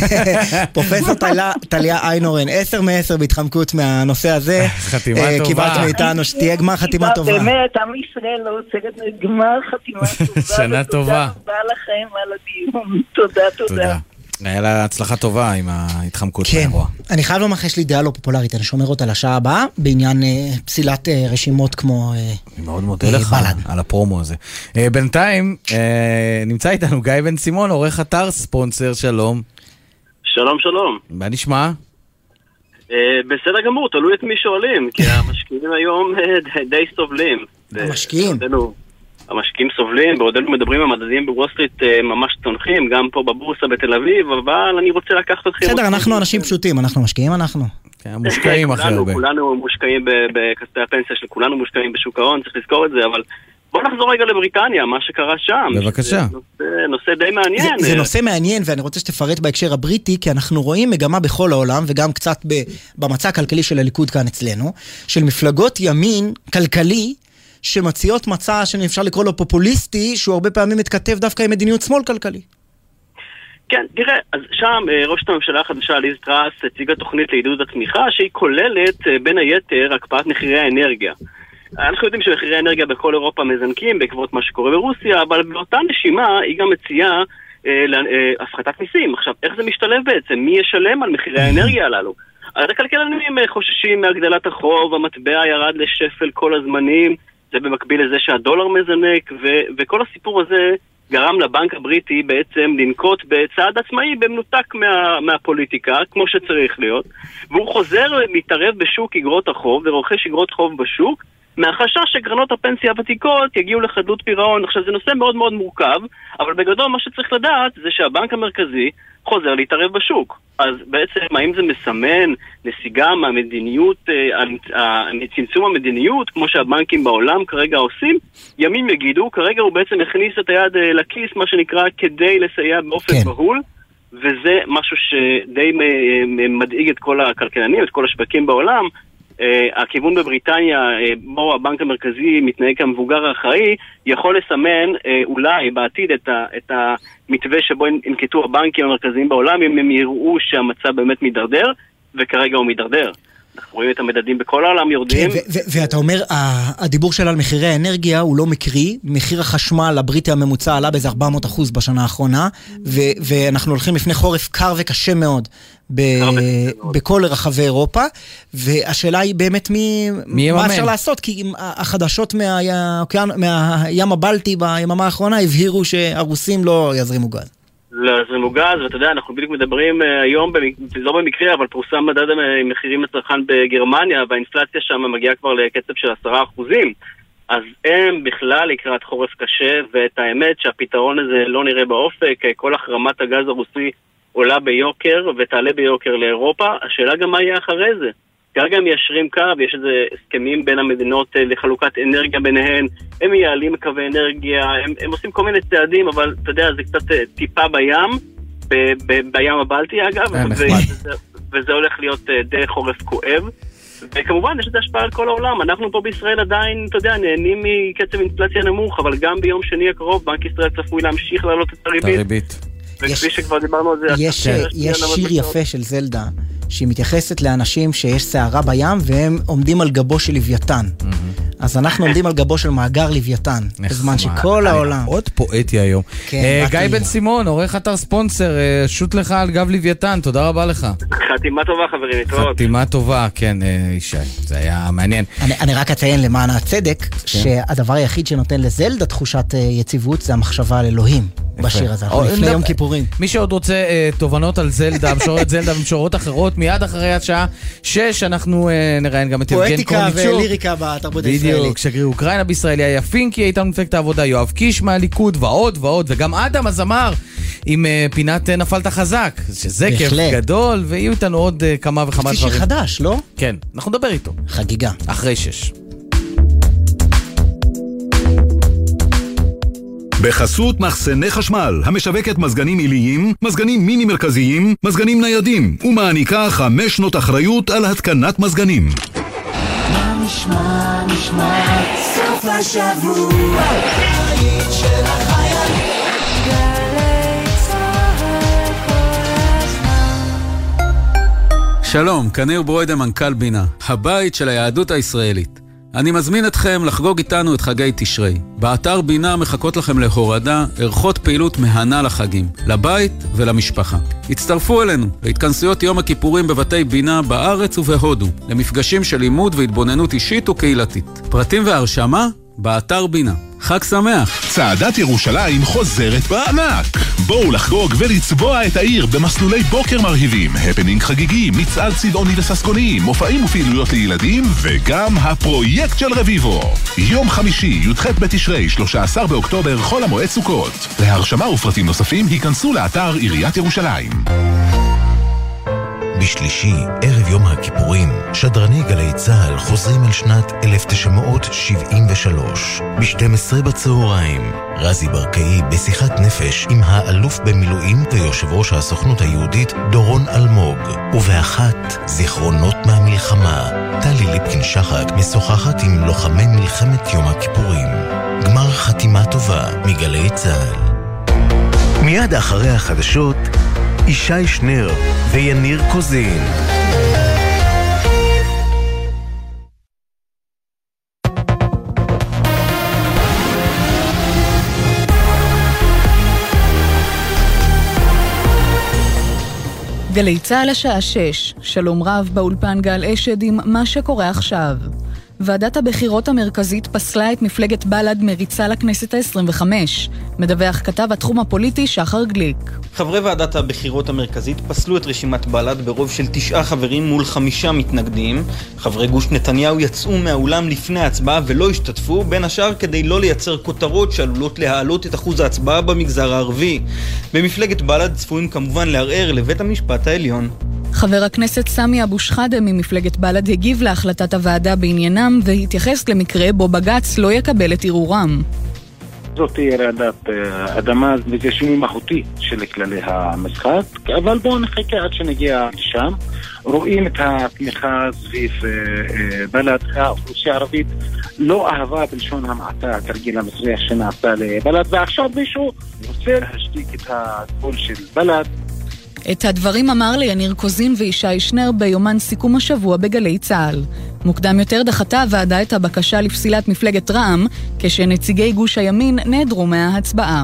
פרופסור טליה איינורן, עשר מעשר בהתחמקות מהנושא הזה. חתימה טובה. קיבלת מאיתנו שתהיה גמר חתימה טובה. באמת, עם ישראל לא רוצה גמר חתימה טובה. שנה טובה. תודה רבה לכם על הדיון. תודה, תודה. היה לה הצלחה טובה עם ההתחמקות כן, מהאירוע. אני חייב לומר, יש לי דעה לא פופולרית, אני שומר אותה לשעה הבאה, בעניין אה, פסילת אה, רשימות כמו אה, אני מאוד מודה אה, לך בלד. על הפרומו הזה. אה, בינתיים, אה, נמצא איתנו גיא בן סימון, עורך אתר ספונסר, שלום. שלום, שלום. מה נשמע? אה, בסדר גמור, תלוי את מי שואלים, כי המשקיעים היום אה, די סובלים. המשקיעים? המשקיעים סובלים, בעודנו מדברים המדדים בוול סטריט ממש צונחים, גם פה בבורסה בתל אביב, אבל אני רוצה לקחת אתכם... בסדר, אנחנו אנשים פשוטים, אנחנו משקיעים, אנחנו. כן, מושקעים אחרי הרבה. כולנו מושקעים בכספי הפנסיה של כולנו מושקעים בשוק ההון, צריך לזכור את זה, אבל בואו נחזור רגע לבריטניה, מה שקרה שם. בבקשה. נושא די מעניין. זה נושא מעניין, ואני רוצה שתפרט בהקשר הבריטי, כי אנחנו רואים מגמה בכל העולם, וגם קצת במצע הכלכלי של הליכוד כאן אצלנו, של מפלגות ימין כלכלי, שמציעות מצע שאפשר לקרוא לו פופוליסטי, שהוא הרבה פעמים מתכתב דווקא עם מדיניות שמאל כלכלי. כן, תראה, אז שם ראש הממשלה החדשה ליז טראס הציגה תוכנית לעידוד הצמיחה, שהיא כוללת בין היתר הקפאת מחירי האנרגיה. אנחנו יודעים שמחירי האנרגיה בכל אירופה מזנקים בעקבות מה שקורה ברוסיה, אבל באותה נשימה היא גם מציעה הפחתת מיסים. עכשיו, איך זה משתלב בעצם? מי ישלם על מחירי האנרגיה הללו? אז הכלכלנים חוששים מהגדלת החוב, המטבע ירד לשפל כל הזמנים, זה במקביל לזה שהדולר מזנק, ו- וכל הסיפור הזה גרם לבנק הבריטי בעצם לנקוט בצעד עצמאי במנותק מה- מהפוליטיקה, כמו שצריך להיות, והוא חוזר להתערב בשוק אגרות החוב, ורוכש אגרות חוב בשוק, מהחשש שקרנות הפנסיה הוותיקות יגיעו לחדלות פירעון. עכשיו, זה נושא מאוד מאוד מורכב, אבל בגדול מה שצריך לדעת זה שהבנק המרכזי חוזר להתערב בשוק. אז בעצם, האם זה מסמן נסיגה מהמדיניות, צמצום המדיניות, כמו שהבנקים בעולם כרגע עושים? ימים יגידו, כרגע הוא בעצם הכניס את היד לכיס, מה שנקרא, כדי לסייע באופן כן. בהול, וזה משהו שדי מדאיג את כל הכלכלנים, את כל השווקים בעולם. Uh, הכיוון בבריטניה, uh, בו הבנק המרכזי מתנהג כמבוגר האחראי, יכול לסמן uh, אולי בעתיד את, ה, את המתווה שבו ינקטו הבנקים המרכזיים בעולם, אם הם יראו שהמצב באמת מדרדר, וכרגע הוא מדרדר. אנחנו רואים את המדדים בכל העולם יורדים. כן, ואתה אומר, הדיבור שלה על מחירי האנרגיה הוא לא מקרי, מחיר החשמל הבריטי הממוצע עלה באיזה ארבע מאות אחוז בשנה האחרונה, ואנחנו הולכים לפני חורף קר וקשה מאוד בכל רחבי אירופה, והשאלה היא באמת מה אפשר לעשות, כי החדשות מהים הבלטי ביממה האחרונה הבהירו שהרוסים לא יזרימו גז. לא, זה מוגז, ואתה יודע, אנחנו בדיוק מדברים היום, לא במקרה, אבל פורסם מדד המחירים לצרכן בגרמניה, והאינפלציה שם מגיעה כבר לקצב של עשרה אחוזים. אז הם בכלל לקראת חורף קשה, ואת האמת שהפתרון הזה לא נראה באופק, כל החרמת הגז הרוסי עולה ביוקר, ותעלה ביוקר לאירופה. השאלה גם מה יהיה אחרי זה. כרגע הם מיישרים קו, יש איזה הסכמים בין המדינות לחלוקת אנרגיה ביניהן, הם מייעלים קווי אנרגיה, הם, הם עושים כל מיני צעדים, אבל אתה יודע, זה קצת טיפה בים, ב, ב, בים הבלטי אגב, וזה, וזה, וזה הולך להיות די חורף כואב, וכמובן יש את השפעה על כל העולם. אנחנו פה בישראל עדיין, אתה יודע, נהנים מקצב אינפלציה נמוך, אבל גם ביום שני הקרוב, בנק ישראל צפוי להמשיך לעלות את הריבית. הריבית. וכפי שכבר דיברנו על זה... יש, יש שיר יפה של זלדה, שהיא מתייחסת לאנשים שיש שערה בים, והם עומדים על גבו של לוויתן. אז אנחנו עומדים על גבו של מאגר לוויתן, בזמן שכל העולם... עוד פואטי היום. גיא בן סימון, עורך אתר ספונסר, שוט לך על גב לוויתן, תודה רבה לך. חתימה טובה, חברים. חתימה טובה, כן, ישי, זה היה מעניין. אני רק אציין למען הצדק, שהדבר היחיד שנותן לזלדה תחושת יציבות, זה המחשבה על אלוהים. בשיר הזה, אנחנו לפני יום כיפורים. מי שעוד רוצה תובנות על זלדה, משוררת זלדה ומשוררות אחרות, מיד אחרי השעה שש אנחנו נראיין גם את יבגן קוניצ'וק. פואטיקה וליריקה בתרבות הישראלית. בדיוק, שגריר אוקראינה בישראל, היה פינקי, איתנו מפלגת העבודה, יואב קיש מהליכוד, ועוד ועוד, וגם אדם הזמר עם פינת נפלת חזק, שזה כיף גדול, ויהיו איתנו עוד כמה וכמה דברים. כפי שחדש, לא? כן, אנחנו נדבר איתו. חגיגה. אחרי שש. בחסות מחסני חשמל, המשווקת מזגנים עיליים, מזגנים מיני מרכזיים, מזגנים ניידים, ומעניקה חמש שנות אחריות על התקנת מזגנים. מה נשמע, נשמע, סוף השבוע, בית של החיילים, גלי צהל כל הזמן. שלום, כאן ניר ברוידה, מנכ"ל בינה, הבית של היהדות הישראלית. אני מזמין אתכם לחגוג איתנו את חגי תשרי. באתר בינה מחכות לכם להורדה, ערכות פעילות מהנה לחגים, לבית ולמשפחה. הצטרפו אלינו להתכנסויות יום הכיפורים בבתי בינה בארץ ובהודו, למפגשים של לימוד והתבוננות אישית וקהילתית. פרטים והרשמה באתר בינה. חג שמח. צעדת ירושלים חוזרת בענק. בואו לחגוג ולצבוע את העיר במסלולי בוקר מרהיבים, הפנינג חגיגי, מצעד צבעוני וססגוני, מופעים ופעילויות לילדים, וגם הפרויקט של רביבו. יום חמישי, י"ח בתשרי, שלושה עשר באוקטובר, חול המועד סוכות. להרשמה ופרטים נוספים, היכנסו לאתר עיריית ירושלים. בשלישי, ערב יום הכיפורים, שדרני גלי צהל חוזרים על שנת אלף תשע מאות שבעים ושלוש. ב-שתים עשרה בצהריים, רזי ברקאי בשיחת נפש עם האלוף במילואים ויושב ראש הסוכנות היהודית דורון אלמוג. ובאחת, זיכרונות מהמלחמה. טלי ליפקין שחק משוחחת עם לוחמי מלחמת יום הכיפורים. גמר חתימה טובה מגלי צהל. מיד אחרי החדשות, ישי שנר ויניר קוזין. גלי צהל השעה שש, שלום רב באולפן גל אשד עם מה שקורה עכשיו. ועדת הבחירות המרכזית פסלה את מפלגת בל"ד מריצה לכנסת ה-עשרים וחמש. מדווח כתב התחום הפוליטי שחר גליק. חברי ועדת הבחירות המרכזית פסלו את רשימת בל"ד ברוב של תשעה חברים מול חמישה מתנגדים. חברי גוש נתניהו יצאו מהאולם לפני ההצבעה ולא השתתפו, בין השאר כדי לא לייצר כותרות שעלולות להעלות את אחוז ההצבעה במגזר הערבי. במפלגת בל"ד צפויים כמובן לערער לבית המשפט העליון. חבר הכנסת סמי אבו שחאדה ממפלגת בל"ד הגיב להחלטת הוועדה בעניינם והתייחס למקרה בו בג"ץ לא יקבל את ערעורם. זאת תהיה רעידת אדמה וזה שינוי מהותי של כללי המשחק, אבל בואו נחכה עד שנגיע לשם. רואים את התמיכה סביב בל"ד. האוכלוסייה הערבית לא אהבה בלשון המעטה התרגיל המסריח שנעשה לבל"ד, ועכשיו מישהו רוצה להשתיק את הקול של בל"ד. את הדברים אמר ליניר קוזין וישי שנר ביומן סיכום השבוע בגלי צהל. מוקדם יותר דחתה הוועדה את הבקשה לפסילת מפלגת רע"מ, כשנציגי גוש הימין נעדרו מההצבעה.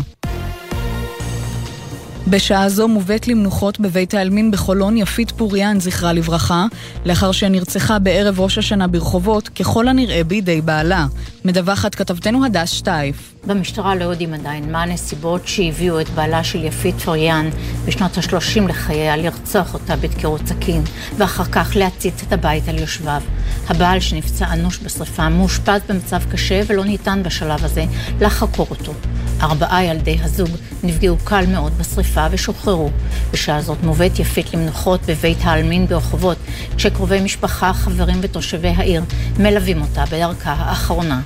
בשעה זו מובאת למנוחות בבית העלמין בחולון יפית פוריאן, זכרה לברכה, לאחר שנרצחה בערב ראש השנה ברחובות, ככל הנראה בידי בעלה. מדווחת כתבתנו הדס שטייף. במשטרה לא יודעים עדיין מה הנסיבות שהביאו את בעלה של יפית פוריאן בשנות ה-שלושים לחייה לרצוח אותה בדקירות סכין, ואחר כך להציץ את הבית על יושביו. הבעל שנפצע אנוש בשריפה מאושפז במצב קשה ולא ניתן בשלב הזה לחקור אותו. ארבעה ילדי הזוג נפגעו קל מאוד בשריפה ושוחררו. בשעה זאת מובאת יפית למנוחות בבית העלמין ברחובות, כשקרובי משפחה, חברים ותושבי העיר מלווים אותה בדרכה האחרונה.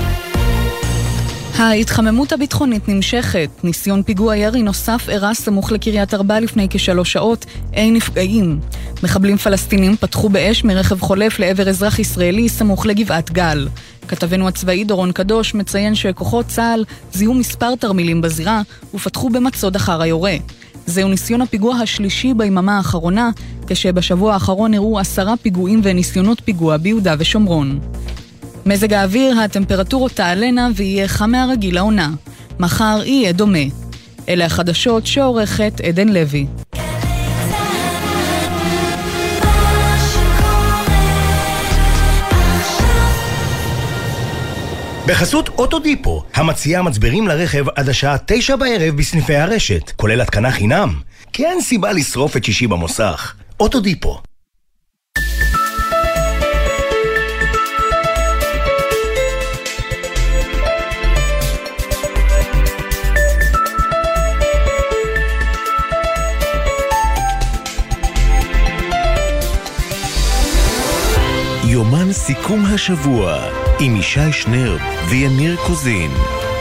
ההתחממות הביטחונית נמשכת. ניסיון פיגוע ירי נוסף אירע סמוך לקריית ארבע לפני כשלוש שעות. אין נפגעים. מחבלים פלסטינים פתחו באש מרכב חולף לעבר אזרח ישראלי סמוך לגבעת גל. כתבנו הצבאי דורון קדוש מציין שכוחות צה"ל זיהו מספר תרמילים בזירה ופתחו במצוד אחר היורה. זהו ניסיון הפיגוע השלישי ביממה האחרונה, כשבשבוע האחרון אירעו עשרה פיגועים וניסיונות פיגוע ביהודה ושומרון. מזג האוויר, הטמפרטורות תעלנה ויהיה חם מהרגיל לעונה. מחר יהיה דומה. אלה החדשות שעורכת עדן לוי. בחסות אוטודיפו, המציעה מצברים לרכב עד השעה תשע בערב בסניפי הרשת, כולל התקנה חינם. כי אין סיבה לשרוף את שישי במוסך. אוטודיפו. יומן סיכום השבוע עם ישי שנר ויניר קוזין.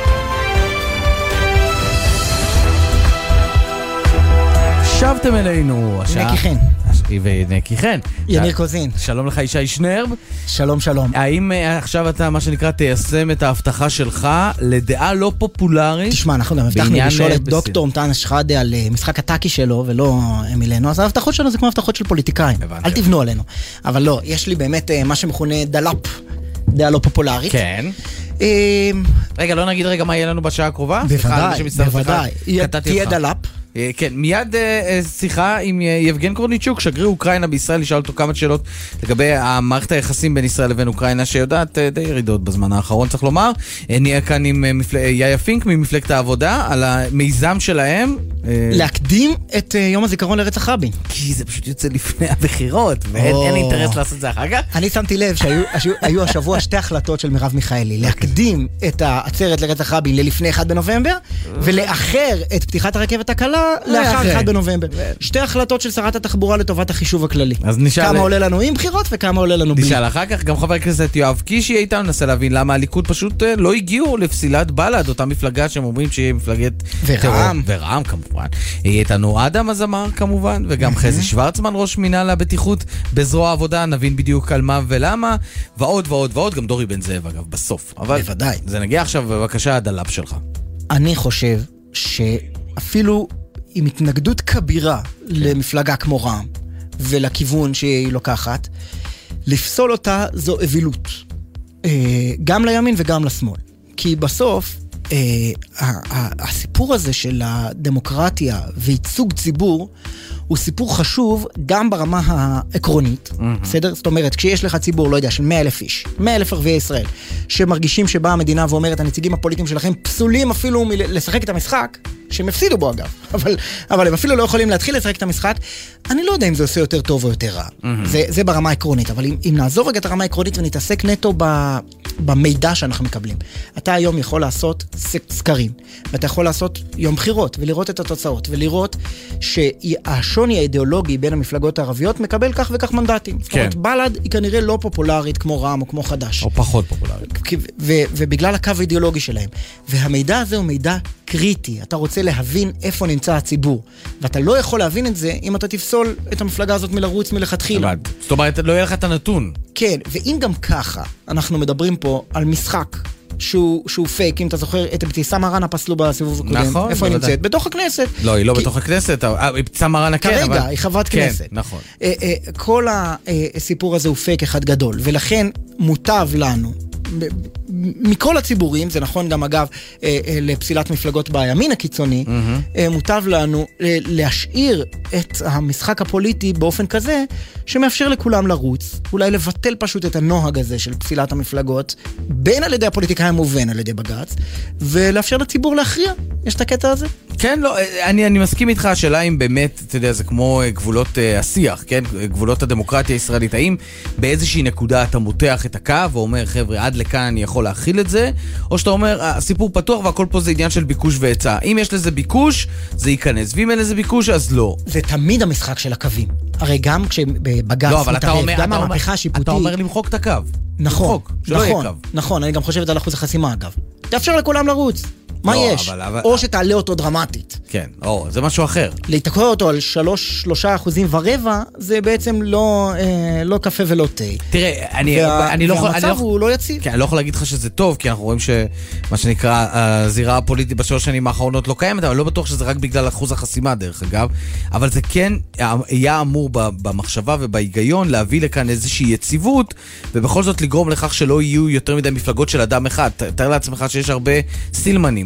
שבתם אלינו. נקי חן. ונקי חן. יניר קוזין. שלום לך ישי שנרב. שלום שלום. האם עכשיו אתה מה שנקרא תיישם את ההבטחה שלך לדעה לא פופולרית? תשמע, אנחנו גם הבטחנו לשאול את דוקטור מתן שחאדה על משחק הטאקי שלו ולא מילנו, אז ההבטחות שלנו זה כמו הבטחות של פוליטיקאים. אל תבנו עלינו. אבל לא, יש לי באמת מה שמכונה דלאפ, דעה לא פופולרית. כן. רגע, לא נגיד רגע מה יהיה לנו בשעה הקרובה? בוודאי, בוודאי. תהיה דלאפ. כן, מיד שיחה עם יבגן קורניצ'וק, שגריר אוקראינה בישראל, לשאול אותו כמה שאלות לגבי המערכת היחסים בין ישראל לבין אוקראינה, שיודעת די ירידות בזמן האחרון, צריך לומר. נהיה כאן עם יאיה פינק ממפלגת העבודה, על המיזם שלהם. להקדים את יום הזיכרון לרצח רבין. כי זה פשוט יוצא לפני הבחירות, ואין אינטרס לעשות את זה אחר כך. אני שמתי לב שהיו השבוע שתי החלטות של מרב מיכאלי, להקדים את העצרת לרצח רבין ללפני אחד בנובמבר, ולאחר את פתיחת הרכבת הקלה לאחר אחד בנובמבר. שתי החלטות של שרת התחבורה לטובת החישוב הכללי. כמה עולה לנו עם בחירות וכמה עולה לנו בלי. נשאל אחר כך, גם חבר הכנסת יואב קיש יהיה איתנו, ננסה להבין למה הליכוד פשוט לא הגיעו לפסילת בל"ד, אותה מפלגה שהם אומרים שהיא מפלגת ורע"מ. ורע"מ כמובן. יהיה איתנו אדם הזמר כמובן, וגם חזי שוורצמן, ראש מינהל הבטיחות בזרוע העבודה, נבין בדיוק על מה ולמה, ועוד ועוד ועוד, גם דורי בן זאב אגב, בסוף. בוודאי. זה נגיע עכשיו, בבקשה, הדלאפ שלך. אני חושב שאפילו עם התנגדות כבירה למפלגה כמו רע"מ ולכיוון שהיא לוקחת, לפסול אותה זו אבילות. גם לימין וגם לשמאל. כי בסוף, הסיפור הזה של הדמוקרטיה וייצוג ציבור, הוא סיפור חשוב גם ברמה העקרונית, בסדר? זאת אומרת, כשיש לך ציבור, לא יודע, של מאה אלף איש, מאה אלף ערביי ישראל, שמרגישים שבאה המדינה ואומרת, הנציגים הפוליטיים שלכם פסולים אפילו לשחק את המשחק, שהם הפסידו בו אגב, אבל, אבל הם אפילו לא יכולים להתחיל לשחק את המשחק, אני לא יודע אם זה עושה יותר טוב או יותר רע. זה, זה ברמה העקרונית, אבל אם, אם נעזוב רגע את הרמה העקרונית ונתעסק נטו ב, במידע שאנחנו מקבלים. אתה היום יכול לעשות סקרים, ואתה יכול לעשות יום בחירות, ולראות את התוצאות, ולראות שהשוני האידיאולוגי בין המפלגות הערביות מקבל כך וכך מנדטים. זאת אומרת, בל"ד היא כנראה לא פופולרית כמו רע"מ או כמו חד"ש. או פחות פופולרית. ו- ובגלל הקו האידיאולוגי שלהם. והמידע הזה הוא מידע קריטי. אתה רוצה להבין איפה נמצא הציבור. ואתה לא יכול להבין את זה אם אתה תפסול את המפלגה הזאת מלרוץ מלכתחילה. זאת אומרת, לא יהיה לך את הנתון. כן, ואם גם ככה אנחנו מדברים פה על משחק שהוא, שהוא פייק, אם אתה זוכר, את אבתיסאם מראענה פסלו בסיבוב הקודם. נכון. איפה היא נמצאת? בתוך הכנסת. לא, היא לא בתוך הכנסת. אבתיסאם מראענה כן, אבל... כרגע, היא חברת כנסת. כן, נכון. כל הסיפור הזה הוא פייק אחד גדול, ולכן מוטב לנו, מכל הציבורים, זה נכון גם אגב לפסילת מפלגות בימין הקיצוני, מוטב לנו להשאיר את המשחק הפוליטי באופן כזה שמאפשר לכולם לרוץ, אולי לבטל פשוט את הנוהג הזה של פסילת המפלגות, בין על ידי הפוליטיקאים ובין על ידי בג"ץ, ולאפשר לציבור להכריע. יש את הקטע הזה? כן, לא, אני, אני מסכים איתך, השאלה אם באמת, אתה יודע, זה כמו גבולות uh, השיח, כן? גבולות הדמוקרטיה הישראלית. האם באיזושהי נקודה אתה מותח את הקו ואומר, חבר'ה, עד לכאן אני יכול להכיל את זה, או שאתה אומר, הסיפור פתוח והכל פה זה עניין של ביקוש והיצע. אם יש לזה ביקוש, זה ייכנס, ואם אין לזה ביקוש, אז לא. זה תמיד המשחק של הקווים. הרי גם כשבג"ץ לא, מתערב, גם המהפכה השיפוטית... אתה אומר למחוק את הקו. נכון, למחוק, שלא נכון, יהיה קו. נכון, אני גם חושבת על אחוז החסימה אגב. תאפשר לכולם לרוץ. מה לא, יש? אבל, אבל... או שתעלה אותו דרמטית. כן, או, זה משהו אחר. להתקוע אותו על שלוש, שלושה אחוזים ורבע, זה בעצם לא, אה, לא קפה ולא תה. תראה, אני, וה, אני לא יכול... והמצב אני לא, הוא לא יציב. כן, אני לא יכול להגיד לך שזה טוב, כי אנחנו רואים שמה שנקרא, הזירה הפוליטית בשלוש שנים האחרונות לא קיימת, אבל לא בטוח שזה רק בגלל אחוז החסימה, דרך אגב. אבל זה כן היה אמור במחשבה ובהיגיון להביא לכאן איזושהי יציבות, ובכל זאת לגרום לכך שלא יהיו יותר מדי מפלגות של אדם אחד. תאר לעצמך שיש הרבה סילמנים,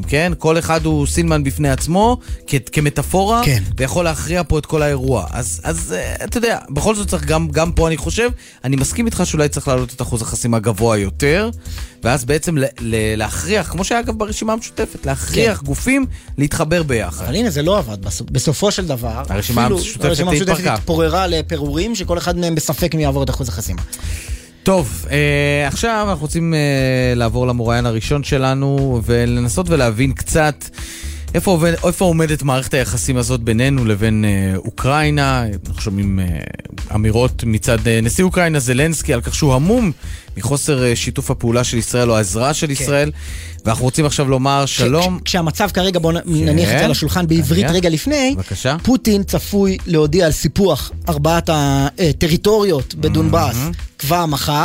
הצדדים, כן? כל אחד הוא סילמן בפני עצמו, כ- כמטאפורה, כן. ויכול להכריע פה את כל האירוע. אז, אז אתה יודע, בכל זאת צריך גם, גם פה אני חושב, אני מסכים איתך שאולי צריך להעלות את אחוז החסימה גבוה יותר, ואז בעצם ל- ל- להכריח, כמו שהיה אגב ברשימה המשותפת, להכריח כן. גופים להתחבר ביחד. אבל הנה, זה לא עבד. בסופו של דבר, הרשימה המשותפת הרשימה המשותפת התפוררה לפירורים, שכל אחד מהם בספק מי יעבור את אחוז החסימה. טוב, אה, עכשיו אנחנו רוצים אה, לעבור למוראיין הראשון שלנו, ולנסות ולהבין קצת איפה, עובד, איפה עומדת מערכת היחסים הזאת בינינו לבין אה, אוקראינה. אנחנו שומעים אה, אמירות מצד אה, נשיא אוקראינה זלנסקי על כך שהוא המום מחוסר אה, שיתוף הפעולה של ישראל או העזרה של כן. ישראל, ואנחנו רוצים עכשיו לומר שלום. כש, כשהמצב כרגע, בוא נניח את זה על השולחן בעברית רגע לפני, בבקשה. פוטין צפוי להודיע על סיפוח ארבעת הטריטוריות בדונבאס כבר מחר,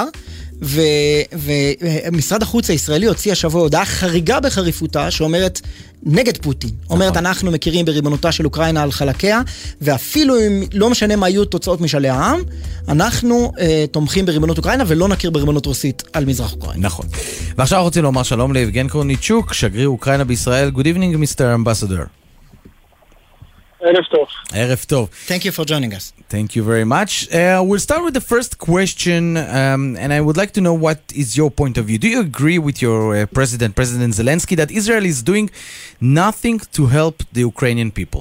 ומשרד החוץ הישראלי הוציא השבוע הודעה חריגה בחריפותה שאומרת נגד פוטין, אומרת אנחנו מכירים בריבונותה של אוקראינה על חלקיה, ואפילו אם לא משנה מה היו תוצאות משאלי העם, אנחנו אה, תומכים בריבונות אוקראינה ולא נכיר בריבונות רוסית על מזרח אוקראינה. נכון. ועכשיו רוצים לומר שלום ליבגן קורניצ'וק, שגריר אוקראינה בישראל. Good evening, מיסטר Ambassador. ערב טוב. ערב טוב. Thank you for joining us. Thank you very much. Uh, we'll start with the first question, um, and I would like to know what is your point of view. Do you agree with your uh, president, President Zelensky, that Israel is doing nothing to help the Ukrainian people?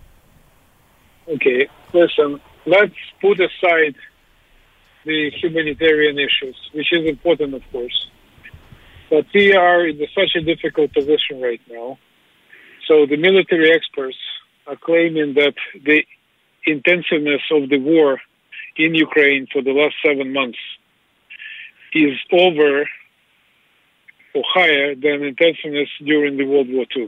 Okay, listen, let's put aside the humanitarian issues, which is important, of course. But we are in such a difficult position right now. So the military experts are claiming that the intensiveness of the war in Ukraine for the last seven months is over or higher than intensiveness during the World War Two.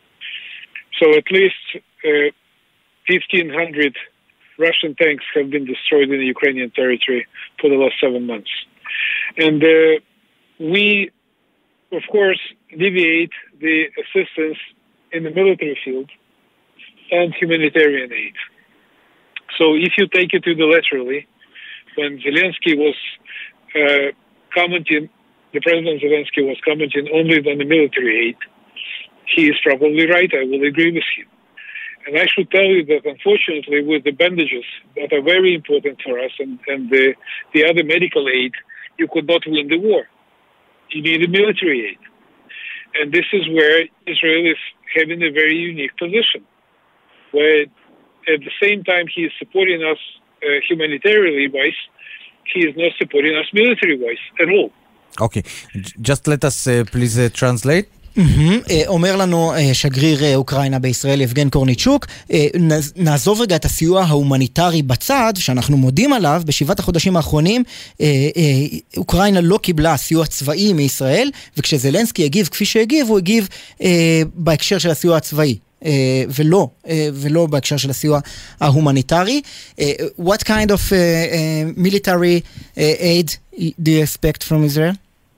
So at least uh, fifteen hundred Russian tanks have been destroyed in the Ukrainian territory for the last seven months. And uh, we, of course, deviate the assistance in the military field and humanitarian aid. So if you take it to the literally, when Zelensky was uh, commenting, the President Zelensky was commenting only on the military aid, he is probably right, I will agree with him. And I should tell you that unfortunately with the bandages that are very important for us and, and the, the other medical aid, you could not win the war. You need a military aid. And this is where Israel is having a very unique position, where at the same time he is supporting us uh, humanitarianly wise, he is not supporting us military wise at all. Okay, just let us uh, please uh, translate. אומר לנו שגריר אוקראינה בישראל יבגן קורניצ'וק, נעזוב רגע את הסיוע ההומניטרי בצד שאנחנו מודים עליו. בשבעת החודשים האחרונים אוקראינה לא קיבלה סיוע צבאי מישראל, וכשזלנסקי הגיב כפי שהגיב, הוא הגיב בהקשר של הסיוע הצבאי ולא, ולא בהקשר של הסיוע ההומניטרי. What kind of uh, uh, military uh, aid do you expect from Israel?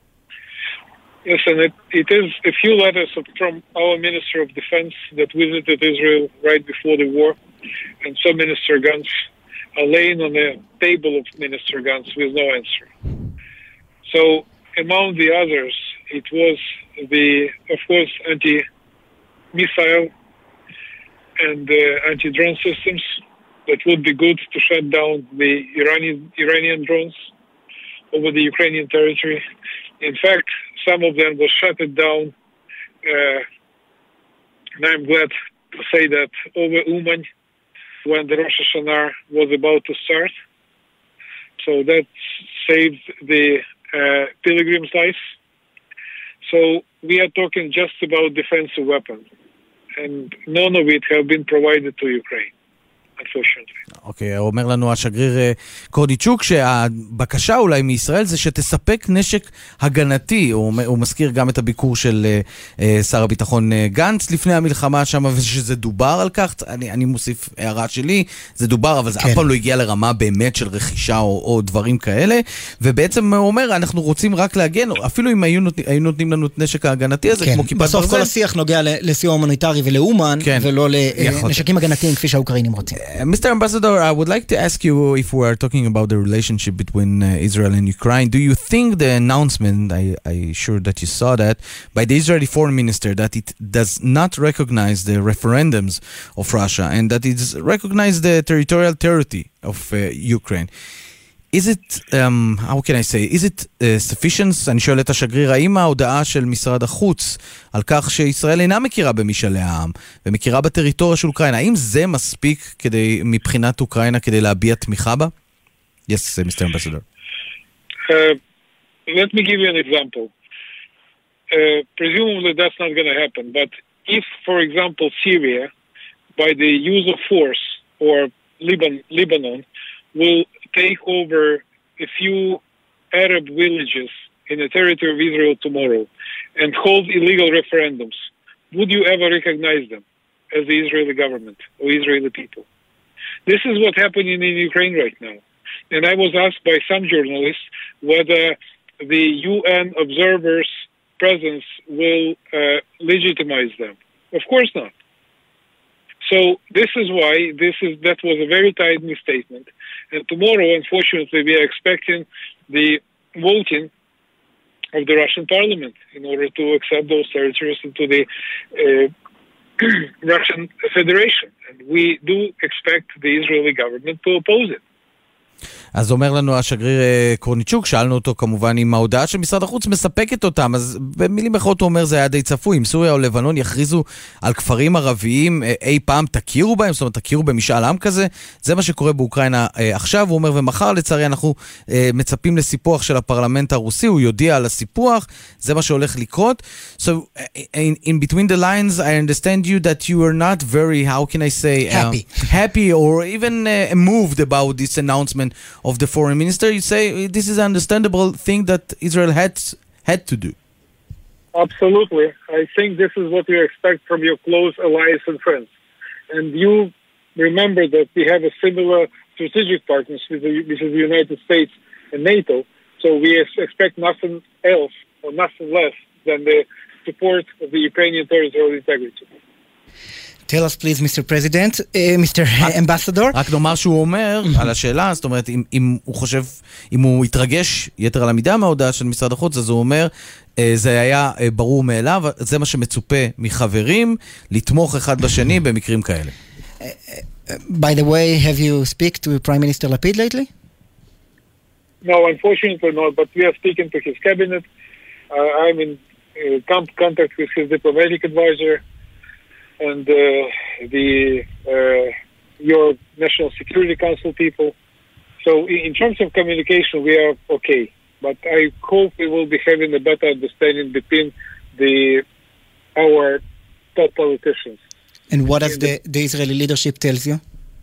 Listen, it, it is a few letters from our Minister of Defense that visited Israel right before the war, and some Minister Gantz are laying on the table of Minister Gantz with no answer. So, among the others, it was the, of course, anti-missile and uh, anti-drone systems that would be good to shut down the Iranian, Iranian drones over the Ukrainian territory. In fact, some of them were shut down, uh, and I'm glad to say that, over Uman when the Rosh Hashanah was about to start. So that saved the uh, pilgrims' lives. So we are talking just about defensive weapons, and none of it have been provided to Ukraine, unfortunately. אוקיי, אומר לנו השגריר קורניצ'וק שהבקשה אולי מישראל זה שתספק נשק הגנתי. הוא מזכיר גם את הביקור של שר הביטחון גנץ לפני המלחמה שם, ושזה דובר על כך. אני, אני מוסיף הערה שלי, זה דובר, אבל זה כן. אף פעם לא הגיע לרמה באמת של רכישה או, או דברים כאלה. ובעצם הוא אומר, אנחנו רוצים רק להגן, אפילו אם היו, נות, היו נותנים לנו את נשק ההגנתי הזה, כן. כמו כיפת ברזל. בסוף כל השיח נוגע לסיוע הומניטרי ולאומן, כן. ולא לנשקים הגנתיים כפי שהאוקראינים רוצים. Uh, Mister Ambassador, I would like to ask you, if we are talking about the relationship between uh, Israel and Ukraine, do you think the announcement, I, I sure that you saw that, by the Israeli foreign minister that it does not recognize the referendums of Russia and that it recognizes the territorial integrity of uh, Ukraine, is it, um, how can I say, is it uh, sufficient? אני שואל את השגריר, האם ההודעה של משרד החוץ על כך שישראל אינה מכירה במשאלי העם ומכירה בטריטוריה של אוקראינה, האם זה מספיק כדי, מבחינת אוקראינה כדי להביע תמיכה בה? Yes, Mister Ambassador. Uh, let me give you an example. Uh, presumably that's not going to happen, but if, for example, Syria, by the use of force, or Liban, Lebanon, will take over a few Arab villages in the territory of Israel tomorrow and hold illegal referendums, would you ever recognize them as the Israeli government or Israeli people? This is what's happening in Ukraine right now. And I was asked by some journalists whether the U N observers' presence will uh, legitimize them. Of course not. So this is why this is that was a very timely statement. And tomorrow, unfortunately, we are expecting the voting of the Russian parliament in order to accept those territories into the uh, Russian Federation. And we do expect the Israeli government to oppose it. אז אומר לנו השגריר קורניצ'וק, שאלנו אותו כמובן אם ההודעה של משרד החוץ מספקת אותם, אז במילים אחרות הוא אומר זה היה די צפוי, אם סוריה או לבנון יכריזו על כפרים ערביים אי פעם תכירו בהם, זאת אומרת תכירו במשאל עם כזה, זה מה שקורה באוקראינה עכשיו, הוא אומר ומחר לצערי אנחנו מצפים לסיפוח של הפרלמנט הרוסי, הוא יודיע על הסיפוח, זה מה שהולך לקרות. So in, in between the lines I understand you that you are not very, how can I say, happy, uh, happy or even uh, moved about this announcement of the foreign minister. You say this is an understandable thing that Israel had had to do. Absolutely. I think this is what you expect from your close allies and friends. And you remember that we have a similar strategic partnership, which is the United States and NATO. So we expect nothing else or nothing less than the support of the Ukrainian territorial integrity. Tell us please, Mister President, uh, Mister Ambassador. רק נאמר שהוא אומר על השאלה, זאת אומרת, אם, אם הוא חושב, אם הוא יתרגש יתר על המידה מההודעה של משרד החוץ, אז הוא אומר, זה היה ברור מאליו, זה מה שמצופה מחברים, לתמוך אחד בשני במקרים כאלה. By the way, have you speak to Prime Minister Lapid lately? No, unfortunately not, but we have spoken to his cabinet. Uh, I'm in uh, contact with his diplomatic advisor, and uh, the uh, your National Security Council people. So in terms of communication, we are okay. But I hope we will be having a better understanding between the our top politicians. And what does the, the Israeli leadership tells you?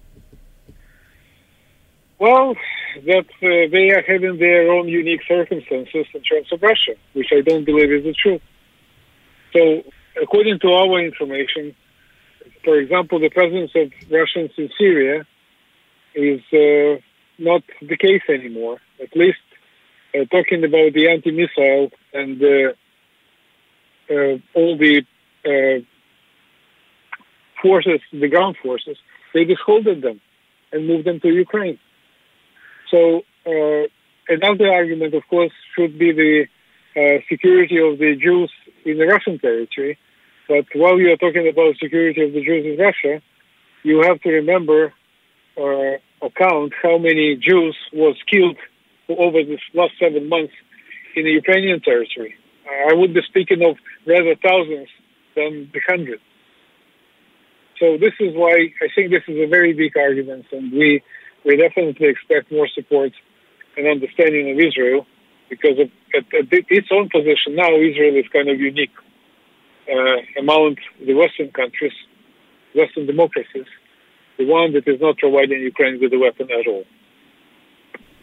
Well, that uh, they are having their own unique circumstances in terms of Russia, which I don't believe is the truth. So according to our information, for example, the presence of Russians in Syria is uh, not the case anymore. At least uh, talking about the anti-missile and uh, uh, all the uh, forces, the ground forces, they disbanded them and moved them to Ukraine. So uh, another argument, of course, should be the uh, security of the Jews in the Russian territory. But while you are talking about security of the Jews in Russia, you have to remember or uh, count how many Jews was killed over this last seven months in the Ukrainian territory. I would be speaking of rather thousands than the hundreds. So this is why I think this is a very big argument, and we, we definitely expect more support and understanding of Israel, because of, at, at its own position now, Israel is kind of unique. Uh, among the Western countries, Western democracies, the one that is not providing Ukraine with a weapon at all.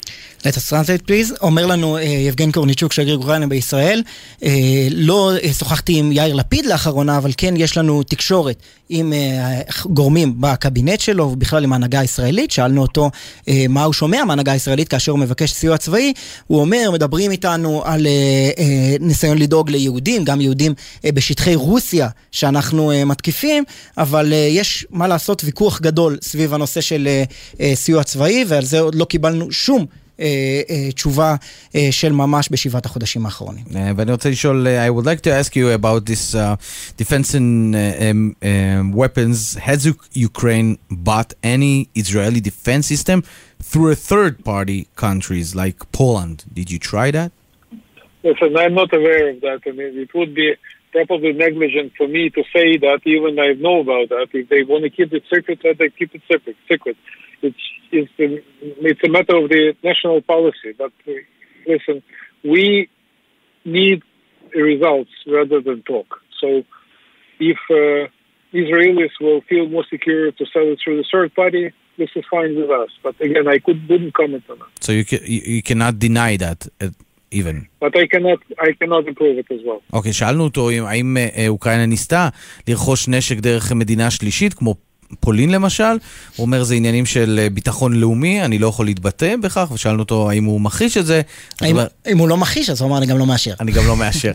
Let us translate please. אומר לנו יבגן קורניצ'וק, שגריר אוקראינה בישראל, לא שוחחתי עם יאיר לפיד לאחרונה, אבל כן יש לנו תקשורת עם גורמים בקבינט שלו, ובכלל עם ההנהגה הישראלית. שאלנו אותו מה הוא שומע מההנהגה הישראלית כאשר הוא מבקש סיוע צבאי. הוא אומר, מדברים איתנו על ניסיון לדאוג ליהודים, גם יהודים בשטחי רוסיה שאנחנו מתקיפים, אבל יש מה לעשות ויכוח גדול סביב הנושא של סיוע צבאי, ועל זה עוד לא קיבלנו שום תשובה של ממש בשבעת החודשים האחרונים. ואני רוצה לשאול, I would like to ask you about this uh, defense and uh, um, um, weapons. Has Ukraine bought any Israeli defense system through a third-party countries like Poland? Did you try that? Listen, I'm not aware of that. I mean, it would be probably negligent for me to say that even I know about that. If they want to keep it secret, let them keep it secret. secret. It's, it's, a, it's a matter of the national policy. But uh, listen, we need results rather than talk. So if uh, Israelis will feel more secure to sell it through the third party, this is fine with us. But again, I could, wouldn't comment on that. So you, ca- you, you cannot deny that uh, even? But I cannot, I cannot approve it as well. אוקיי, שאלנו אותו האם אוקראינה ניסתה לרכוש נשק דרך מדינה שלישית, כמו פולין למשל. הוא אומר, זה עניינים של ביטחון לאומי, אני לא יכול להתבטא בכך, ושאלנו אותו האם הוא מכחיש את זה. אם הוא לא מכחיש, אז הוא אמר, אני גם לא מאשר. אני גם לא מאשר.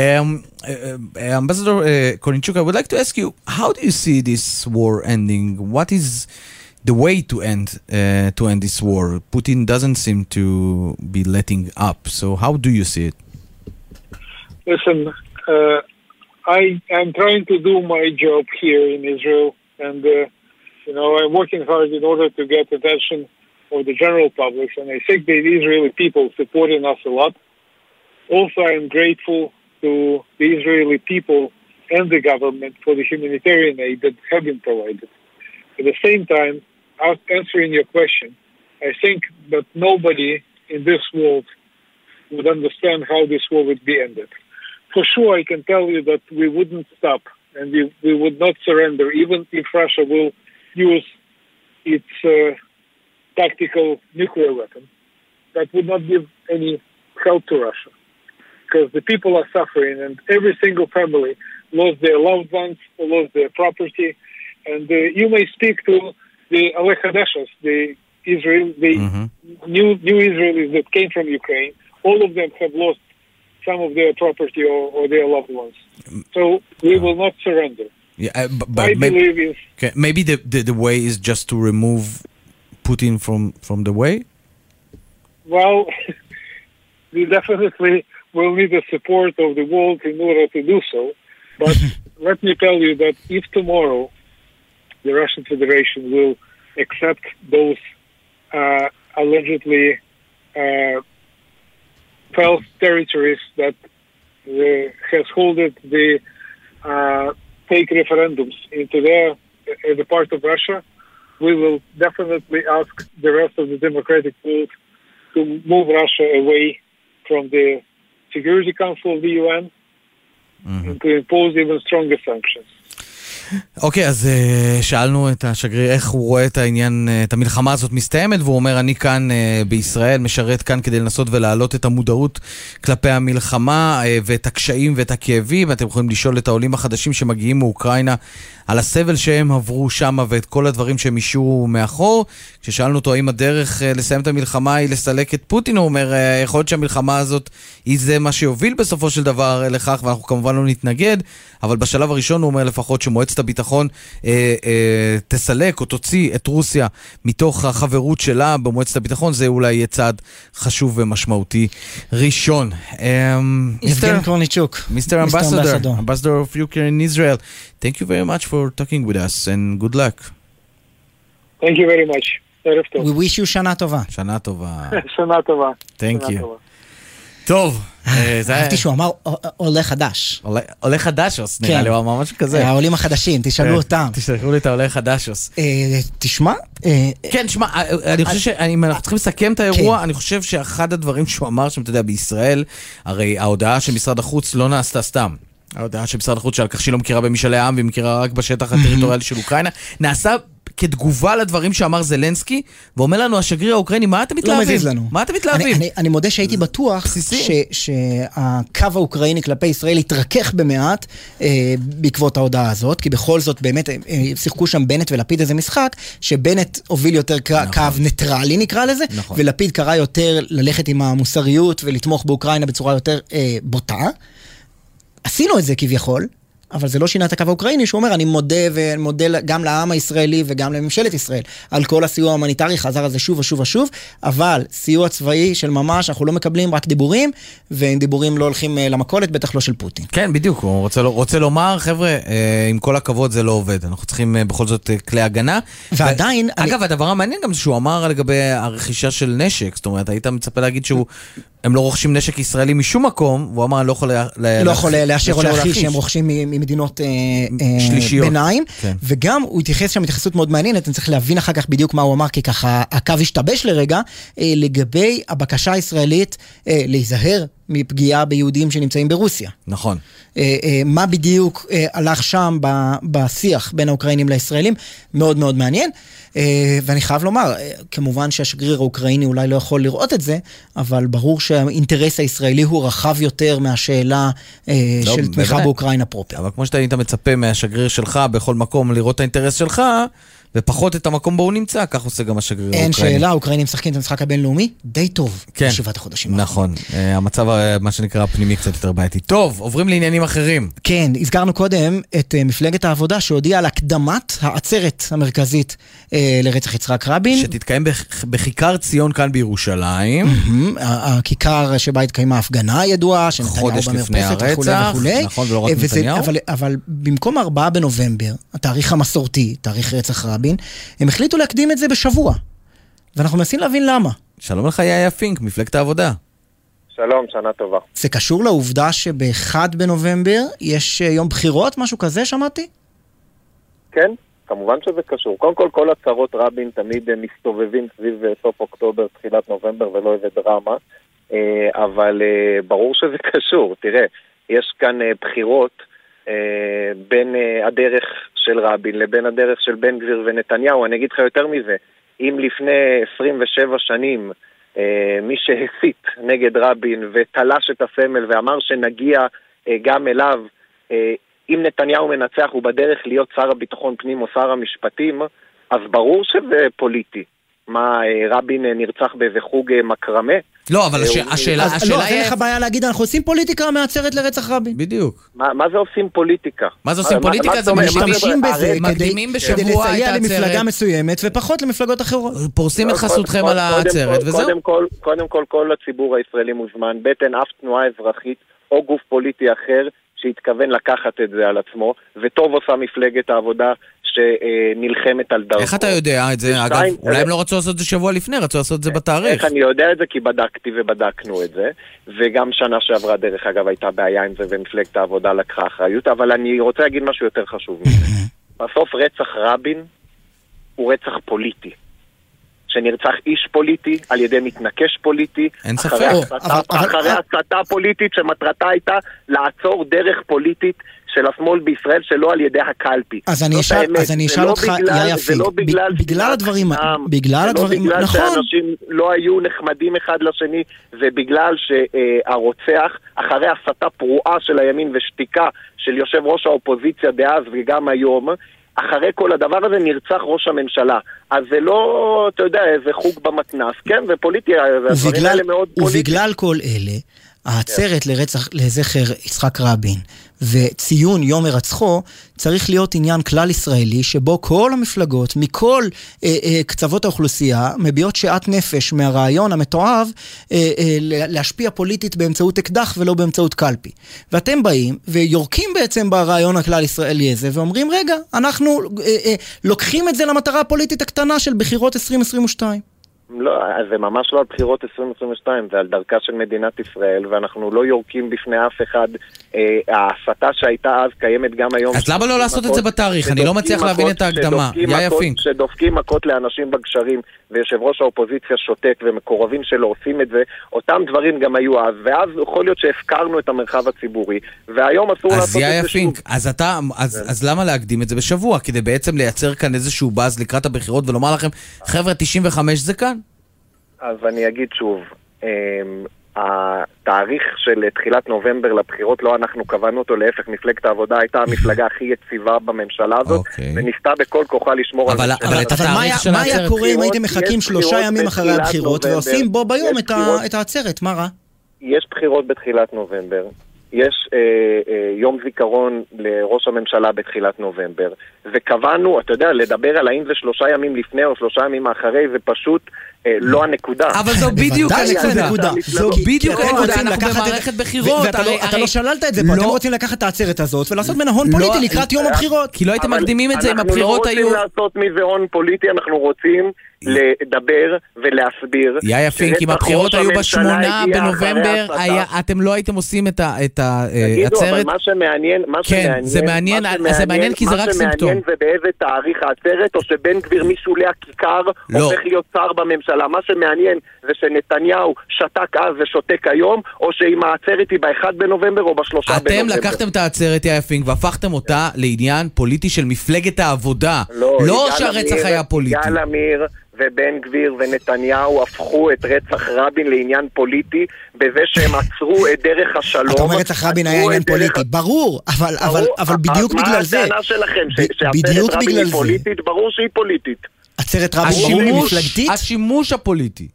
Ambassador Kornichuk, I would like to ask you, how do you see this war ending? What is the way to end uh, to end this war? Putin doesn't seem to be letting up. So how do you see it? Listen, uh, I am trying to do my job here in Israel, and uh, you know I'm working hard in order to get attention of the general public, and I think the Israeli people supporting us a lot. Also, I am grateful to the Israeli people and the government for the humanitarian aid that have been provided. At the same time, answering your question, I think that nobody in this world would understand how this war would be ended. For sure, I can tell you that we wouldn't stop and we, we would not surrender, even if Russia will use its uh, tactical nuclear weapon. That would not give any help to Russia, because the people are suffering, and every single family lost their loved ones, lost their property, and uh, you may speak to the Alei Hadashos, the Israel, the mm-hmm. new new Israelis that came from Ukraine. All of them have lost some of their property or, or their loved ones. So we will not surrender. Yeah, uh, but, but I maybe, believe is okay, maybe the, the the way is just to remove Putin from from the way. Well, we definitely will need the support of the world in order to do so. But let me tell you that if tomorrow the Russian Federation will accept those uh, allegedly uh, false territories that uh, has holded the uh, fake referendums into their uh, the part of Russia, we will definitely ask the rest of the democratic world to move Russia away from the Security Council of the U N mm-hmm. and to impose even stronger sanctions. אוקיי, okay, אז uh, שאלנו את השגריר איך הוא רואה את העניין, את המלחמה הזאת מסתיימת, והוא אומר, אני כאן uh, בישראל, משרת כאן כדי לנסות ולהעלות את המודעות כלפי המלחמה uh, ואת הקשיים ואת הכאבים. אתם יכולים לשאול את העולים החדשים שמגיעים מאוקראינה על הסבל שהם עברו שם ואת כל הדברים שהם אישרו מאחור. כששאלנו אותו האם הדרך uh, לסיים את המלחמה היא לסלק את פוטין, הוא אומר, uh, יכול להיות שהמלחמה הזאת היא זה מה שיוביל בסופו של דבר לכך, ואנחנו כמובן לא נתנגד, אבל בשלב הראשון הוא אומר לפחות שמועצת הביטחון אה, אה, תסלק או תוציא את רוסיה מתוך החברות שלה במועצת הביטחון. זה אולי יהיה צעד חשוב ומשמעותי ראשון. יבגן קורניצ'וק, מיסטר אמבסדור, Ambassador of Ukraine in Israel, thank you very much for talking with us and good luck. Thank you very much. ערב טוב. We wish you שנה טובה. שנה טובה. שנה טובה. Thank you. טוב, אהבתי שהוא אמר עולה חדש. עולה חדשוס, נראה לי, הוא אמר משהו כזה. העולים החדשים, תשאלו אותם. תשלחו לי את העולה חדשוס. תשמע? כן, תשמע, אני חושב שאם אנחנו צריכים לסכם את האירוע, אני חושב שאחד הדברים שהוא אמר שם, אתה יודע, בישראל, הרי ההודעה של משרד החוץ לא נעשתה סתם. ההודעה של משרד החוץ שעל כך שהיא לא מכירה במשאלי העם, והיא מכירה רק בשטח הטריטוריאלי של אוקראינה, נעשה כתגובה לדברים שאמר זלנסקי, ואומר לנו השגריר האוקראיני, מה אתם מתלהבים? לא מזיז לנו. מה אתם מתלהבים? אני, אני, אני מודה שהייתי בטוח ש, שהקו האוקראיני כלפי ישראל התרכך במעט אה, בעקבות ההודעה הזאת, כי בכל זאת באמת אה, שיחקו שם בנט ולפיד איזה משחק, שבנט הוביל יותר נכון. קו ניטרלי נקרא לזה, נכון. ולפיד קרא יותר ללכת עם המוסריות ולתמוך באוקראינה בצורה יותר אה, בוטה. עשינו את זה כביכול, אבל זה לא שינה את הקו האוקראיני, שהוא אומר, אני מודה ומודה גם לעם הישראלי וגם לממשלת ישראל, על כל הסיוע ההומניטרי, חזר על זה שוב ושוב ושוב, אבל סיוע צבאי של ממש, אנחנו לא מקבלים רק דיבורים, ועם דיבורים לא הולכים למכולת, בטח לא של פוטין. כן, בדיוק, הוא רוצה, רוצה לומר, חבר'ה, עם כל הכבוד זה לא עובד, אנחנו צריכים בכל זאת כלי הגנה. ועדיין... ו... אני... אגב, הדבר המעניין גם שהוא אמר לגבי הרכישה של נשק, זאת אומרת, היית מצפה להגיד שהוא... הם לא רוכשים נשק ישראלי משום מקום, והוא אמר, אני לא יכול לא יכול לאשר או להחיש שהם רוכשים ממדינות ביניים, וגם הוא התייחס שם התייחסות מאוד מעניינת, אני צריך להבין אחר כך בדיוק מה הוא אמר, כי ככה הקו השתבש לרגע, לגבי הבקשה הישראלית להיזהר מפגיעה ביהודים שנמצאים ברוסיה. נכון. מה בדיוק הלך שם בשיח בין האוקראינים לישראלים, מאוד מאוד מעניין. ואני חייב לומר, כמובן שהשגריר האוקראיני אולי לא יכול לראות את זה, אבל ברור שהאינטרס הישראלי הוא רחב יותר מהשאלה של תמיכה באוקראינה פרופר. אבל כמו שאתה היית מצפה מהשגריר שלך בכל מקום לראות את האינטרס שלך, ופחות את המקום בו הוא נמצא, כך עושה גם השגריר האוקראיני. אין שאלה, האוקראינים משחקים את המשחק הבינלאומי די טוב בשבעת החודשים. נכון, המצב, מה שנקרא, הפנימי קצת יותר בעייתי. טוב, עוברים לעניינים אחרים. כן, הזכרנו קודם את מפלגת העבודה שהודיעה על הקדמת העצרת המרכזית לרצח יצחק רבין. שתתקיים בכיכר ציון כאן בירושלים. הכיכר שבה התקיימה הפגנה ידועה, חודש לפני הרצח, נכון, ולא רק נתניהו. אבל במקום ארבעה בנובמבר, התאריך המסורתי, תאריך רצח רבין, הם החליטו להקדים את זה בשבוע. ואנחנו מנסים להבין למה. שלום לך יאיה פינק, מפלגת העבודה. שלום, שנה טובה. זה קשור לעובדה שב-אחד בנובמבר יש יום בחירות, משהו כזה, שמעתי? כן, כמובן שזה קשור. קודם כל, כל הצהרות רבין תמיד מסתובבים סביב סוף אוקטובר, תחילת נובמבר, ולא איזה דרמה. אבל ברור שזה קשור. תראה, יש כאן בחירות בין הדרך של רבין לבין הדרך של בן גביר ונתניהו. אני אגיד לך יותר מזה, אם לפני עשרים ושבע שנים מי שהסית נגד רבין ותלש את הסמל ואמר שנגיע גם אליו, אם נתניהו מנצח הוא בדרך להיות שר הביטחון פנים או שר המשפטים, אז ברור שזה פוליטי. מה, רבין נרצח באיזה חוג מקרמה? לא, אבל השאלה... אז לא, אין לך בעיה להגיד, אנחנו עושים פוליטיקה מהעצרת לרצח רבין. בדיוק. מה זה עושים פוליטיקה? מה זה עושים פוליטיקה? זה משתמשים בזה כדי לסייע למפלגה מסוימת, ופחות למפלגות אחרות. פורסים את חסותכם על העצרת, וזהו. קודם כל, כל הציבור הישראלי מוזמן, בטן אף תנועה אזרחית או גוף פוליטי אחר שהתכוון לקחת את זה על עצמו, וטוב עושה מפלגת העבודה שנלחמת על דרכו. איך אתה יודע את זה? אגב, אולי הם לא רצו לעשות את זה שבוע לפני, רצו לעשות את זה בתאריך. איך אני יודע את זה? כי בדקתי ובדקנו את זה, וגם שנה שעברה דרך אגב הייתה בעיה עם זה, ומפלגת העבודה לקחה אחריות, אבל אני רוצה להגיד משהו יותר חשוב מזה. בסוף רצח רבין הוא רצח פוליטי. שנרצח איש פוליטי על ידי מתנקש פוליטי, אין ספק. אחרי הסתה פוליטית שמטרתה הייתה לעצור דרך פוליטית של השמאל בישראל שלא על ידי הקלפי. אז אני אשאל אותך, יאיה פינק, בגלל הדברים, בגלל הדברים, נכון. בגלל שאנשים לא היו נחמדים אחד לשני, ובגלל שהרוצח, אחרי הסתה פרועה של הימין ושתיקה של יושב ראש האופוזיציה דאז וגם היום, אחרי כל הדבר הזה נרצח ראש הממשלה. אז זה לא, אתה יודע, איזה חוג במתנס, כן? זה פוליטי, זה הדברים האלה מאוד פוליטי. ובגלל כל אלה, העצרת לרצח, לזכר יצחק רבין וציון יום הרצחו צריך להיות עניין כלל ישראלי שבו כל המפלגות מכל אה, אה, קצוות האוכלוסייה מביעות שאט נפש מהרעיון המתועב אה, אה, להשפיע פוליטית באמצעות אקדח ולא באמצעות קלפי. ואתם באים ויורקים בעצם ברעיון הכלל ישראלי הזה ואומרים רגע, אנחנו אה, אה, לוקחים את זה למטרה הפוליטית הקטנה של בחירות עשרים עשרים ושתיים. לא, זה ממש לא על בחירות עשרים עשרים ושתיים, זה על דרכה של מדינת ישראל, ואנחנו לא יורקים בפני אף אחד. אה, ההסתה שהייתה אז קיימת גם היום. אז למה לא לעשות את זה בתאריך? אני לא מצליח להבין את ההקדמה. יאיה פינק. שדופקים מכות לאנשים בגשרים, ויושב ראש האופוזיציה שותק, ומקורבים שלו עושים את זה, אותם דברים גם היו אז, ואז יכול להיות שהפקרנו את המרחב הציבורי, והיום אסור לעשות את זה שוב. אז יאיה פינק, אז אתה, אז למה להקדים את זה בשבוע? כדי בעצם לייצר כאן איזשהו באז לקראת הבחירות, ולומר לכם, חבר'ה, תשעים וחמש זה כאן? אז אני אגיד שוב, התאריך של תחילת נובמבר לבחירות לא אנחנו קבענו אותו, להפך, מפלגת העבודה הייתה המפלגה הכי יציבה בממשלה הזאת, וניסתה בכל כוחה לשמור על... אבל מה היה קורה אם הייתם מחכים שלושה ימים אחרי הבחירות ועושים בו ביום את העצרת? מה רע? יש בחירות בתחילת נובמבר, יש אה, אה, יום זיכרון לראש הממשלה בתחילת נובמבר, וקבענו, אתה יודע, לדבר על האם זה שלושה ימים לפני או שלושה ימים אחרי, זה פשוט אה, לא הנקודה. אבל זו בדיוק הנקודה. זו בדיוק הנקודה, אנחנו במערכת בחירות. ואתה לא שללת את זה פה, אתם רוצים לקחת את העצרת הזאת ולעשות ממנה הון פוליטי לקראת יום הבחירות. כי לא הייתם מקדימים את זה אם הבחירות היו... אנחנו לא רוצים לעשות מזה הון פוליטי, אנחנו רוצים לדבר ולהסביר. יאיה פינק, אם הבחירות היו בשמונה בנובמבר, אתם לא הייתם עושים את העצרת? תגידו, אבל מה שמעניין, כן, זה מעניין, זה מעניין כי זה רק סימפטום. מה שמעניין זה באיזה תאריך העצרת, או שבן גביר משולי הכיכר הופך להיות שר בממשלה. מה שמעניין זה שנתניהו שתק אז ושותק היום, או שאם העצרת היא באחד בנובמבר או בשלושה בנובמבר. אתם לקחתם את העצרת, יאיה פינק, והפכתם אותה לעניין פוליטי של מפלגת העבודה. לא שהרצח היה פוליטי. יאללה מיר ובן גביר ונתניהו הפכו את רצח רבין לעניין פוליטי בזה שהם עצרו את דרך השלום. אתה אומר רצח רבין היה עניין פוליטי, ברור, אבל בדיוק בגלל זה. מה הטענה שלכם? שעצרת רבין היא פוליטית? ברור שהיא פוליטית. עצרת רבין היא מפלגתית? השימוש הפוליטי.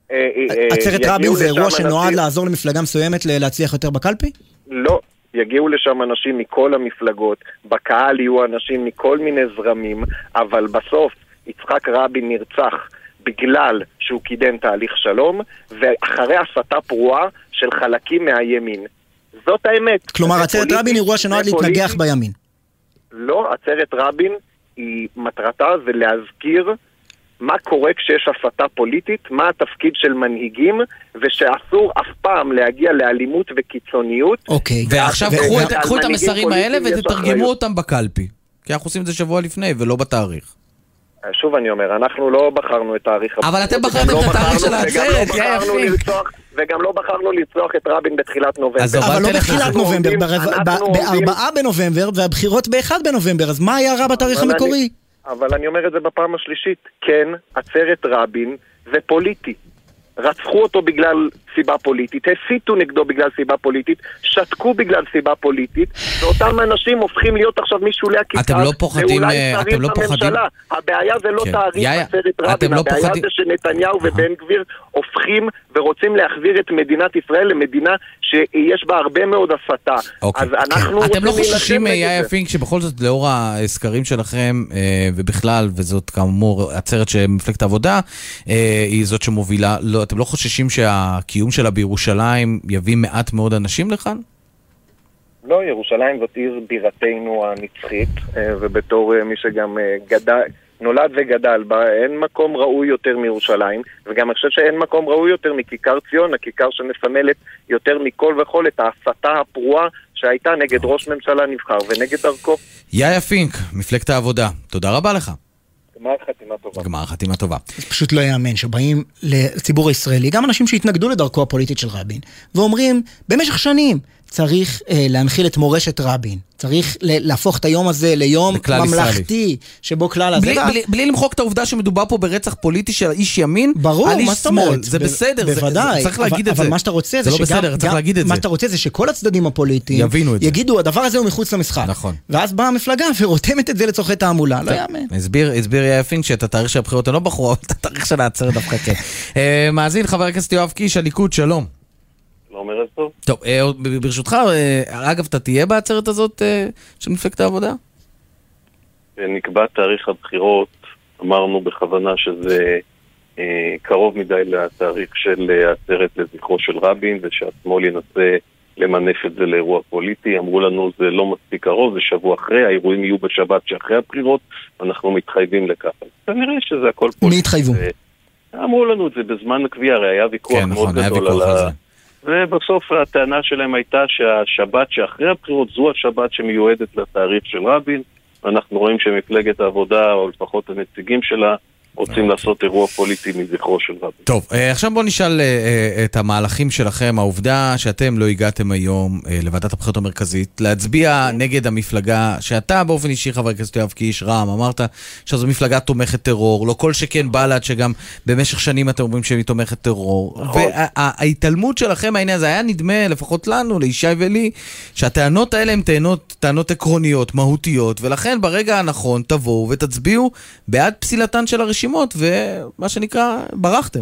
עצרת רבין זה אירוע שנועד לעזור למפלגה מסוימת להצליח יותר בקלפי? לא. יגיעו לשם אנשים מכל המפלגות, בקהל יהיו אנשים מכל מיני זרמים, אבל בסוף יצחק רבין נרצח בגלל שהוא קידם תהליך שלום, ואחרי הסתה פרועה של חלקים מהימין. זאת האמת. כלומר, עצרת רבין אירוע שנועד להתנגח בימין. לא, עצרת רבין היא מטרתה זה להזכיר מה קורה כשיש הסתה פוליטית, מה התפקיד של מנהיגים, ושאסור אף פעם להגיע לאלימות וקיצוניות. אוקיי. ועכשיו קחו את המסרים האלה ותתרגמו אותם בקלפי. כי אנחנו עושים את זה שבוע לפני ולא בתאריך. שוב אני אומר, אנחנו לא בחרנו את תאריך... אבל אתם בחרתם את התאריך של העצרת, יאיה פינק. וגם לא בחרנו לרצוח את רבין בתחילת נובמבר. אבל לא בתחילת נובמבר, בארבעה בנובמבר, והבחירות באחד בנובמבר, אז מה היה רע בתאריך המקורי? אבל אני אומר את זה בפעם השלישית. כן, עצרת רבין זה פוליטי. רצחו אותו בגלל סיבה פוליטית, הסיתו נגדו בגלל סיבה פוליטית, שתקו בגלל סיבה פוליטית, ואותם אנשים הופכים להיות עכשיו משולי הכיכר. אתם לא פוחדים, אתם לא פוחדים. הבעיה זה לא תאריך עצרת רבין, הבעיה זה שנתניהו ובן גביר הופכים ורוצים להחזיר את מדינת ישראל למדינה שיש בה הרבה מאוד הסתה. אז אנחנו... אתם לא חוששים, יאיה פינק, שבכל זאת לאור הסקרים שלכם, ובכלל, וזאת כאמור עצרת שמפלגת העבודה, היא זאת שמובילה, אתם לא חוששים שהקיום שלה בירושלים יביא מעט מאוד אנשים לכאן? לא, ירושלים זאת עיר בירתנו הנצחית, ובתור מי שגם גדל, נולד וגדל בה, אין מקום ראוי יותר מירושלים, וגם אני חושב שאין מקום ראוי יותר מכיכר ציון, הכיכר שמסמלת יותר מכל וכל את ההסתה הפרועה שהייתה נגד ראש ממשלה נבחר ונגד דרכו. יאיה פינק, מפלגת העבודה, תודה רבה לך. גמר חתימה טובה. גמר חתימה טובה. זה פשוט לא יאמן שבאים לציבור הישראלי, גם אנשים שהתנגדו לדרכו הפוליטית של רבין, ואומרים, במשך שנים צריך אה, להנחיל את מורשת רבין. צריך להפוך את היום הזה ליום ממלכתי, שבו כלל הזה... בלי, בלי, בלי למחוק את העובדה שמדובר פה ברצח פוליטי של איש ימין, ברור, על איש שמאל. זה בסדר, בוודאי. זה, צריך להגיד את זה. אבל מה שאתה רוצה זה לא בסדר, צריך להגיד את זה. מה שאתה רוצה זה שכל הצדדים הפוליטיים יגידו, הדבר הזה הוא מחוץ למשחק. נכון. ואז באה המפלגה ורותמת את זה לצורכי תעמולה. לא יאמן. הסביר, הסביר יאיה פינק שאת התאריך של הבחירות הם לא בחרו, אבל את התאריך של העצרת דווקא כן. מאזין, חבר הכנסת יואב קיש, הליכוד, שלום. לא אומר את טוב. טוב, ברשותך, אגב, אתה תהיה בעצרת הזאת של מפלגת העבודה? נקבע תאריך הבחירות, אמרנו בכוונה שזה קרוב מדי לתאריך של העצרת לזכרו של רבין, ושהשמאל ינסה למנף את זה לאירוע פוליטי. אמרו לנו זה לא מספיק קרוב, זה שבוע אחרי, האירועים יהיו בשבת שאחרי הבחירות, אנחנו מתחייבים לכך. כנראה שזה הכל פוליטי. מי התחייבו? אמרו לנו את זה בזמן הקביעה, הרי היה ויכוח כן, מאוד נכון, גדול ויכוח על על ה... ובסוף הטענה שלהם הייתה שהשבת שאחרי הבחירות זו השבת שמיועדת לתאריך של רבין, ואנחנו רואים שמפלגת העבודה, או לפחות הנציגים שלה, רוצים לעשות אירוע פוליטי מזכרו של רבין. טוב, עכשיו בואו נשאל את המהלכים שלכם, העובדה שאתם לא הגעתם היום לוועדת הבחירות המרכזית, להצביע נגד המפלגה שאתה באופן אישי, חבר הכנסת יואב קיש, רע"מ, אמרת שזו מפלגה תומכת טרור, לא כל שכן בל"ד שגם במשך שנים אתם אומרים שהיא תומכת טרור, וההתעלמות שלכם העניין הזה היה נדמה, לפחות לנו, לישי ולי, שהטענות האלה הן טענות, טענות עקרוניות, מהותיות, ולכן ברגע הנכון תבואו ותצביעו בעד פסילתן של הרשימה. ומה שנקרא, ברחתם.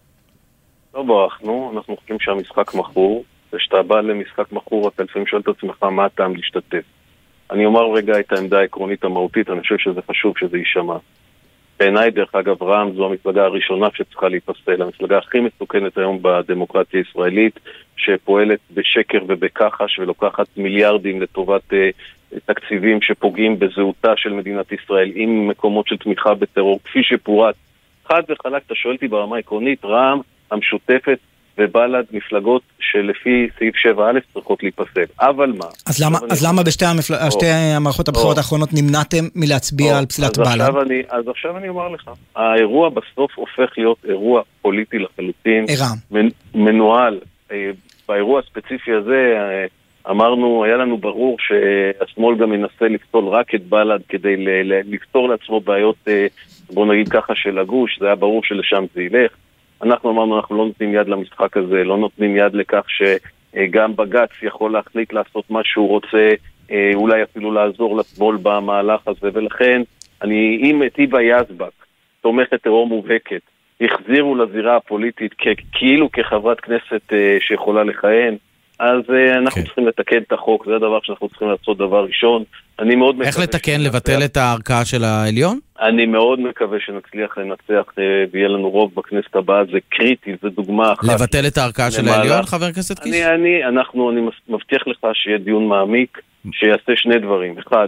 לא ברחנו, אנחנו חושבים שהמשחק מכור, ושאתה בא למשחק מכור, אתה לפעמים שואל את עצמך מה הטעם להשתתף. אני אומר רגע את העמדה העקרונית המהותית, אני חושב שזה חשוב שזה יישמע. בעיניי, דרך אגב, רע"מ זו המפלגה הראשונה שצריכה להיפסל, המפלגה הכי מסוכנת היום בדמוקרטיה הישראלית, שפועלת בשקר ובכחש ולוקחת מיליארדים לטובת uh, תקציבים שפוגעים בזהותה של מדינת ישראל, עם מקומות של תמיכה בטרור, כפי שפורט. חד וחלק, אתה שואלתי ברמה עקרונית, רע"מ, המשותפת ובל"ד, מפלגות שלפי סעיף שבע א' צריכות להיפסל. אבל מה? אז למה, אז למה בשתי המפל... שתי המערכות הבחירות האחרונות נמנעתם מלהצביע על פסילת בל"ד? אז עכשיו אני אומר לך, האירוע בסוף הופך להיות אירוע פוליטי לחלוטין. רע"מ. מנוהל. באירוע הספציפי הזה אמרנו, היה לנו ברור שהשמאל גם ינסה לפסול רק את בל"ד כדי לפתור לעצמו בעיות, בוא נגיד ככה, של הגוש. זה היה ברור שלשם זה ילך. אנחנו אמרנו, אנחנו לא נותנים יד למשחק הזה, לא נותנים יד לכך שגם בג"ץ יכול להחליט לעשות מה שהוא רוצה, אולי אפילו לעזור לסבול במהלך הזה, ולכן אני, אם את היבה יזבק, תומכת טרור מובהקת, החזירו לזירה הפוליטית כאילו כחברת כנסת שיכולה לכהן, אז אנחנו צריכים לתקן את החוק, זה הדבר שאנחנו צריכים לעשות דבר ראשון. אני מאוד מקווה... איך לתקן? לבטל את הערכאה של העליון? אני מאוד מקווה שנצליח לנצח ויהיה לנו רוב בכנסת הבאה, זה קריטי, זה דוגמה אחת. לבטל את הערכאה של העליון, חבר הכנסת קיש? אני, אני, אנחנו, אני מבטיח לך שיהיה דיון מעמיק, שיעשה שני דברים. אחד,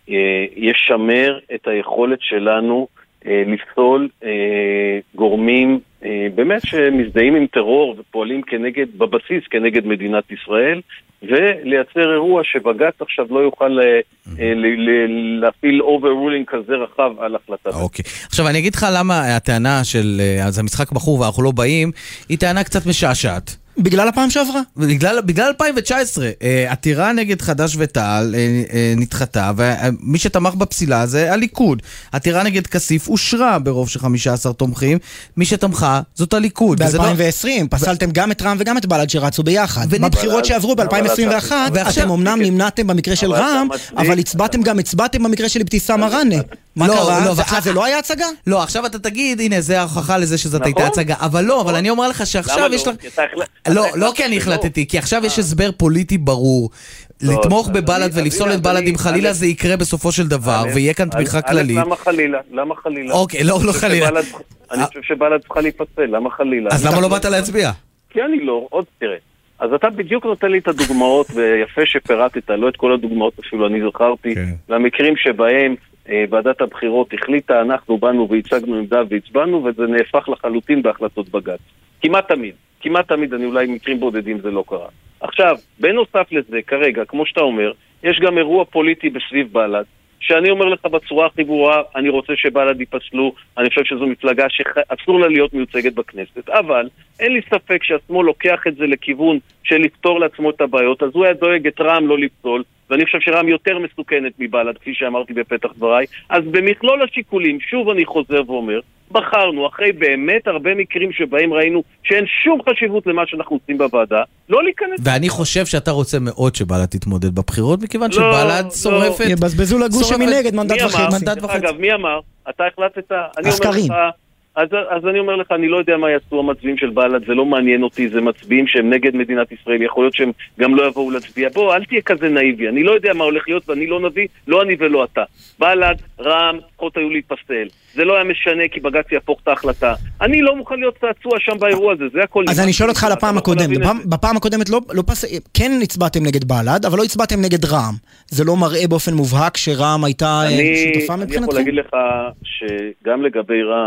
ישמר את היכולת שלנו לפסול גורמים באמת שמזדהים עם טרור ופועלים כנגד, בבסיס כנגד מדינת ישראל, ולייצר אירוע שבג"ץ עכשיו לא יוכל להפעיל overruling כזה רחב על החלטה. אוקיי. עכשיו אני אגיד לך למה הטענה של אז המשחק בחור ואנחנו לא באים, היא טענה קצת משעשעת. בגלל הפעם שעברה? בגלל, בגלל אלפיים תשע עשרה. עתירה נגד חד"ש ותע"ל נדחתה, ומי שתמך בפסילה זה הליכוד. עתירה נגד כסיף אושרה ברוב של חמישה עשר תומכים, מי שתמכה זאת הליכוד. ב-אלפיים ועשרים פסלתם גם את רע"מ וגם את בל"ד שרצו ביחד. בבחירות שעברו ב-אלפיים עשרים ואחת, אתם אמנם נמנעתם במקרה של רע"מ, אבל הצבעתם גם הצבעתם במקרה של אבתיסאם מראענה. מה קרה? זה לא היה הצגה? לא, עכשיו אתה תגיד, הנה, זה ההוכחה לזה שזאת הייתה הצגה. אבל לא, אבל אני אומר לך שעכשיו יש לך... לא, לא כי אני החלטתי, כי עכשיו יש הסבר פוליטי ברור. לתמוך בבל"ד ולפסול את בל"ד אם חלילה זה יקרה בסופו של דבר, ויהיה כאן תמיכה כללית. למה חלילה? למה חלילה? אוקיי, לא, לא חלילה. אני חושב שבל"ד צריכה להיפסל, למה חלילה? אז למה לא באת להצביע? כי אני לא, עוד תראה. אז אתה בדיוק נותן לי את הדוגמאות, ויפה שפירטת, לא את כל הדוגמאות אפילו, אני זכרתי, למקרים שבהם ועדת הבחירות החליטה, אנחנו באנו והצגנו עמדה והצבענו, וזה נהפך לחלוטין בהחלטות בג"ץ. כמעט תמיד. כמעט תמיד, אני אולי מקרים בודדים זה לא קרה. עכשיו, בנוסף לזה, כרגע, כמו שאתה אומר, יש גם אירוע פוליטי בסביב בל"ד, שאני אומר לך בצורה הכי ברורה, אני רוצה שבל"ד ייפסלו, אני חושב שזו מפלגה שאסור לה להיות מיוצגת בכנסת, אבל אין לי ספק שהשמאל לוקח את זה לכיוון של לפתור לעצמו את הבעיות, אז הוא היה דואג את רע"מ לא לפסול, ואני חושב שרע"מ יותר מסוכנת מבל"ד, כפי שאמרתי בפתח דבריי, אז במכלול השיקולים, שוב אני חוזר ואומר, בחרנו, אחרי באמת הרבה מקרים שבהם ראינו שאין שום חשיבות למה שאנחנו עושים בוועדה, לא להיכנס. ואני חושב שאתה רוצה מאוד שבל"ד תתמודד בבחירות, מכיוון שבל"ד שורפת... יבזבזו לגוש שמנגד מנדט וחצי. אגב, מי אמר? אתה החלטת... הסקרים. אז, אז אני אומר לך, אני לא יודע מה יעשו המצביעים של בל"ד, זה לא מעניין אותי, זה מצביעים שהם נגד מדינת ישראל, יכול להיות שהם גם לא יבואו להצביע. בוא, אל תהיה כזה נאיבי, אני לא יודע מה הולך להיות ואני לא נביא, לא אני ולא אתה. בל"ד, רע"מ, צריכות היו להתפסל. זה לא היה משנה כי בג"ץ יהפוך את ההחלטה. אני לא מוכן להיות צעצוע שם באירוע הזה, זה הכל. אז אני שואל אותך על הפעם הקודמת. בפעם הקודמת לא, לא פס... כן הצבעתם נגד בל"ד, אבל לא הצבעתם נגד רע"מ. זה לא מראה באופן מובהק שרע"מ הייתה אני, שותפה מבחינתכם? אני יכול להגיד לך שגם לגבי רע"מ,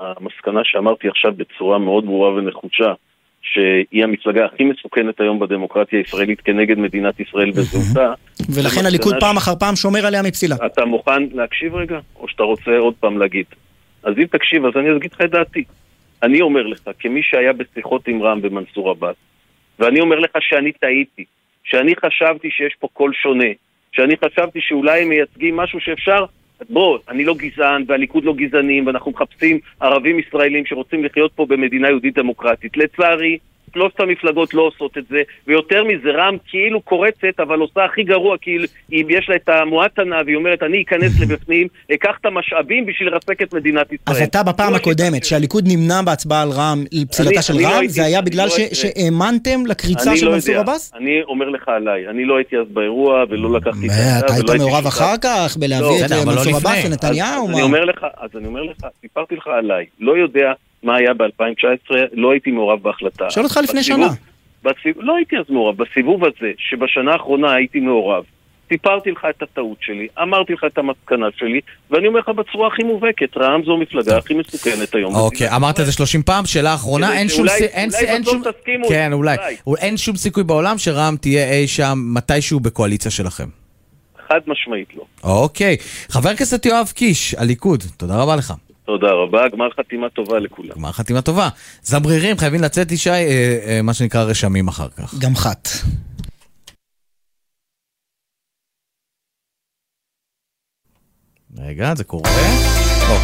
המסקנה שאמרתי עכשיו בצורה מאוד ברורה ונחושה, שהיא המפלגה הכי מסוכנת היום בדמוקרטיה הישראלית כנגד מדינת ישראל וזהותה. ולכן הליכוד פעם אחר פעם שומר עליה מפסילה. אתה מוכן להקשיב רגע? או שאתה רוצה עוד פעם להגיד? אז אם תקשיב, אז אני אגיד לך את דעתי. אני אומר לך, כמי שהיה בשיחות עם רם ומנסור עבאס, ואני אומר לך שאני טעיתי, שאני חשבתי שיש פה קול שונה, שאני חשבתי שאולי הם מייצגים משהו שאפשר, בוא, אני לא גזען, והליכוד לא גזענים, ואנחנו מחפשים ערבים ישראלים שרוצים לחיות פה במדינה יהודית דמוקרטית. לצערי, שלושת המפלגות לא עושות את זה, ויותר מזה, רם כאילו קורצת, אבל עושה הכי גרוע, כי אם יש לה את המועטנה, והיא אומרת, אני אכנס לבפנים, אקח את המשאבים בשביל לרסק את מדינת ישראל. אז אתה בפעם הקודמת, שהליכוד נמנע בהצבעה על רם, לפסילתה של רם, זה היה בגלל שהאמנתם לקריצה של מנסור עבאס? אני אומר לך עליי, אני לא הייתי אז באירוע, ולא לקחתי... אתה היית מעורב אחר כך, בלהביא את מנסור עבאס לנתניהו? אז אני אומר לך, אז אני אומר לך, סיפרתי לך עליי, לא יודע מה היה ב-אלפיים תשע עשרה, לא הייתי מעורב בהחלטה. שואל אותך לפני שנה. בסיבוב, לא הייתי אז מעורב. בסיבוב הזה, שבשנה האחרונה הייתי מעורב, סיפרתי לך את הטעות שלי, אמרתי לך את המסקנה שלי, ואני אומר לך בצורה הכי מובהקת, רע"מ זו המפלגה הכי מסוכנת היום. אוקיי, אמרת את זה שלושים פעם, שאלה אחרונה, אין שום כן, אולי. אין שום סיכוי בעולם שרע"מ תהיה אי שם מתישהו בקואליציה שלכם. חד משמעית לא. אוקיי. חבר הכנסת יואב קיש, הליכוד, תודה רבה לך. תודה רבה, גמר חתימה טובה לכולם. גמר חתימה טובה. זמרירים, חייבים לצאת ישי, אה, אה, מה שנקרא רשמים אחר כך. גם חת. רגע, זה קורה. או.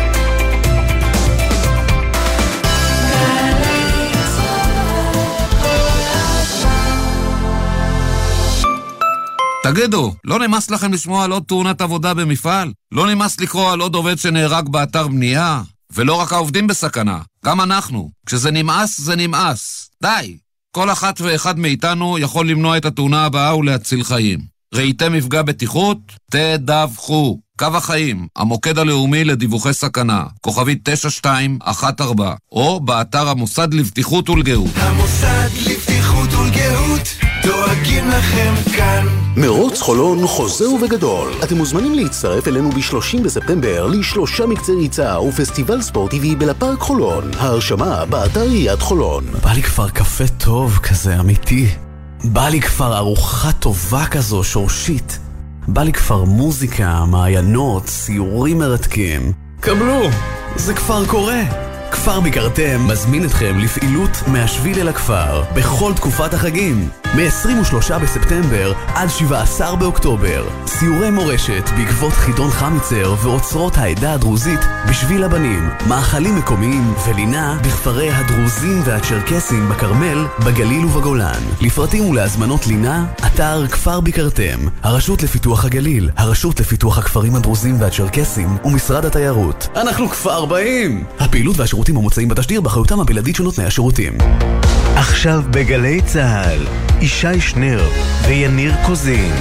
תגידו, לא נמאס לכם לשמוע על עוד תאונת עבודה במפעל? לא נמאס לקרוא על עוד עובד שנהרג באתר בנייה? ולא רק העובדים בסכנה, גם אנחנו. כשזה נמאס, זה נמאס. די! כל אחת ואחד מאיתנו יכול למנוע את התאונה הבאה ולהציל חיים. ראיתם מפגע בטיחות? תדווחו. קו החיים, המוקד הלאומי לדיווחי סכנה, כוכבית תשע שתיים אחת ארבע, או באתר המוסד לבטיחות ולגאות. המוסד לבטיחות ולגאות, דואגים לכם כאן. מרוץ חולון חוזר ובגדול. אתם מוזמנים להצטרף אלינו ב-שלושים בספטמבר לשלושה מקצי ריצה ופסטיבל ספורטיבי בלפארק חולון. ההרשמה באתר עיריית חולון. בא לי כבר קפה טוב כזה אמיתי. בא לי כבר ארוחה טובה כזו שורשית. בא לי כבר מוזיקה, מעיינות, סיורים מרתקים. קבלו, זה כבר קורה. כפר ביקרתם מזמין אתכם לפעילות מהשביל אל הכפר בכל תקופת החגים. מ-עשרים ושלושה בספטמבר עד שבעה עשר באוקטובר. סיורי מורשת בעקבות חידון חמיצר ואוצרות העדה הדרוזית בשביל הבנים. מאכלים מקומיים ולינה בכפרי הדרוזים והצ'רקסים בכרמל, בגליל ובגולן. לפרטים ולהזמנות לינה, אתר כפר ביקרתם, הרשות לפיתוח הגליל, הרשות לפיתוח הכפרים הדרוזים והצ'רקסים ומשרד התיירות. אנחנו כפר באים! הפעילות והשירותים המוצאים בתשדיר באחריותם הבלעדית של נותני השירותים. עכשיו בגלי צהל, ישי שנר ויניר קוזין.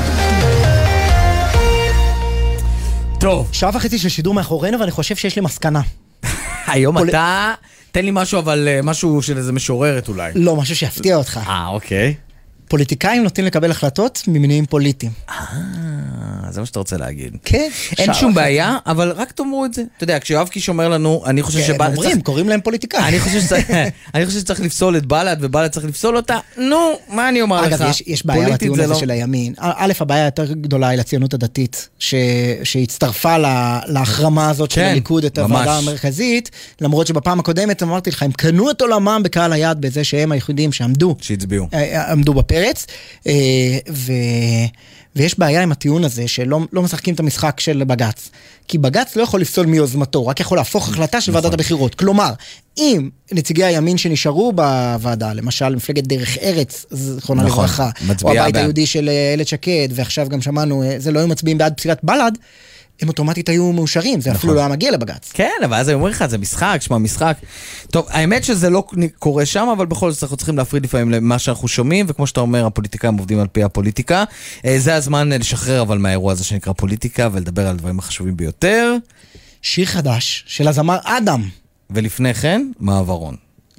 טוב, שעה וחצי של שידור מאחורינו, ואני חושב שיש לי מסקנה. היום אתה... תן לי משהו, אבל משהו של איזה משוררת אולי. לא, משהו שיפתיע אותך. אה, אוקיי. פוליטיקאים נוטים לקבל החלטות ממניעים פוליטיים. אה, זה מה שאתה רוצה להגיד. כן. אין שום בעיה, אבל רק תאמרו את זה. אתה יודע, כשיואב קיש אומר לנו, אני חושב שבא... הם אומרים, קוראים להם פוליטיקאים. אני חושב שצריך לפסול את בל"ד, ובל"ד צריך לפסול אותה. נו, מה אני אומר לך? אגב, יש בעיה בטיעון הזה של הימין. א', הבעיה יותר גדולה היא לציונות הדתית, שהצטרפה להחרמה הזאת של הליכוד את הוועדה המרכזית, למרות שבפעם הקודמת אמרתי לך, הם קנו את עולמם בקהל היד בזה שהם היחידים שעמדו. שהצביעו. עמדו בפרץ, ו... ויש בעיה עם הטיעון הזה שלא לא משחקים את המשחק של בג"ץ. כי בג"ץ לא יכול לפסול מיוזמתו, רק יכול להפוך החלטה של ועדת הבחירות. כלומר, אם נציגי הימין שנשארו בוועדה, למשל מפלגת דרך ארץ, זכרונה לברכה, או הבית היהודי של איילת שקד, ועכשיו גם שמענו, זה לא היו מצביעים בעד פסילת בל"ד, הם אוטומטית היו מאושרים, זה אפילו לא היה מגיע לבג"ץ. כן, אבל אז אני אומר לך, זה משחק, שמה משחק. טוב, האמת שזה לא קורה שם, אבל בכל זאת אנחנו צריכים להפריד לפעמים למה שאנחנו שומעים, וכמו שאתה אומר, הפוליטיקאים עובדים על פי הפוליטיקה. זה הזמן לשחרר אבל מהאירוע הזה שנקרא פוליטיקה, ולדבר על דברים החשובים ביותר. שיר חדש של הזמר אדם. ולפני כן, מעברון.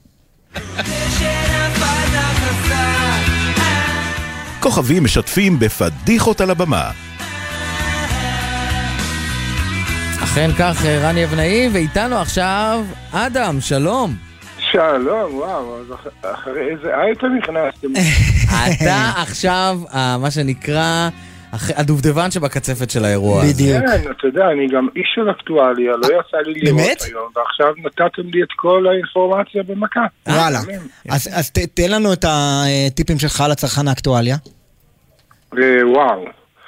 כוכבים משתפים בפדיחות על הבמה. אכן כך, רני אבנאי, ואיתנו עכשיו אדם, שלום. שלום, וואו, אז אחרי איזה אייטם נכנסתם? אתה עכשיו, מה שנקרא, הדובדבן שבקצפת של האירוע הזה. בדיוק. כן, אתה יודע, אני גם איש של אקטואליה, לא יצא לי לראות היום, ועכשיו נתתם לי את כל האינפורמציה במכה. וואלה. אז תן לנו את הטיפים שלך לצרכן האקטואליה. וואו.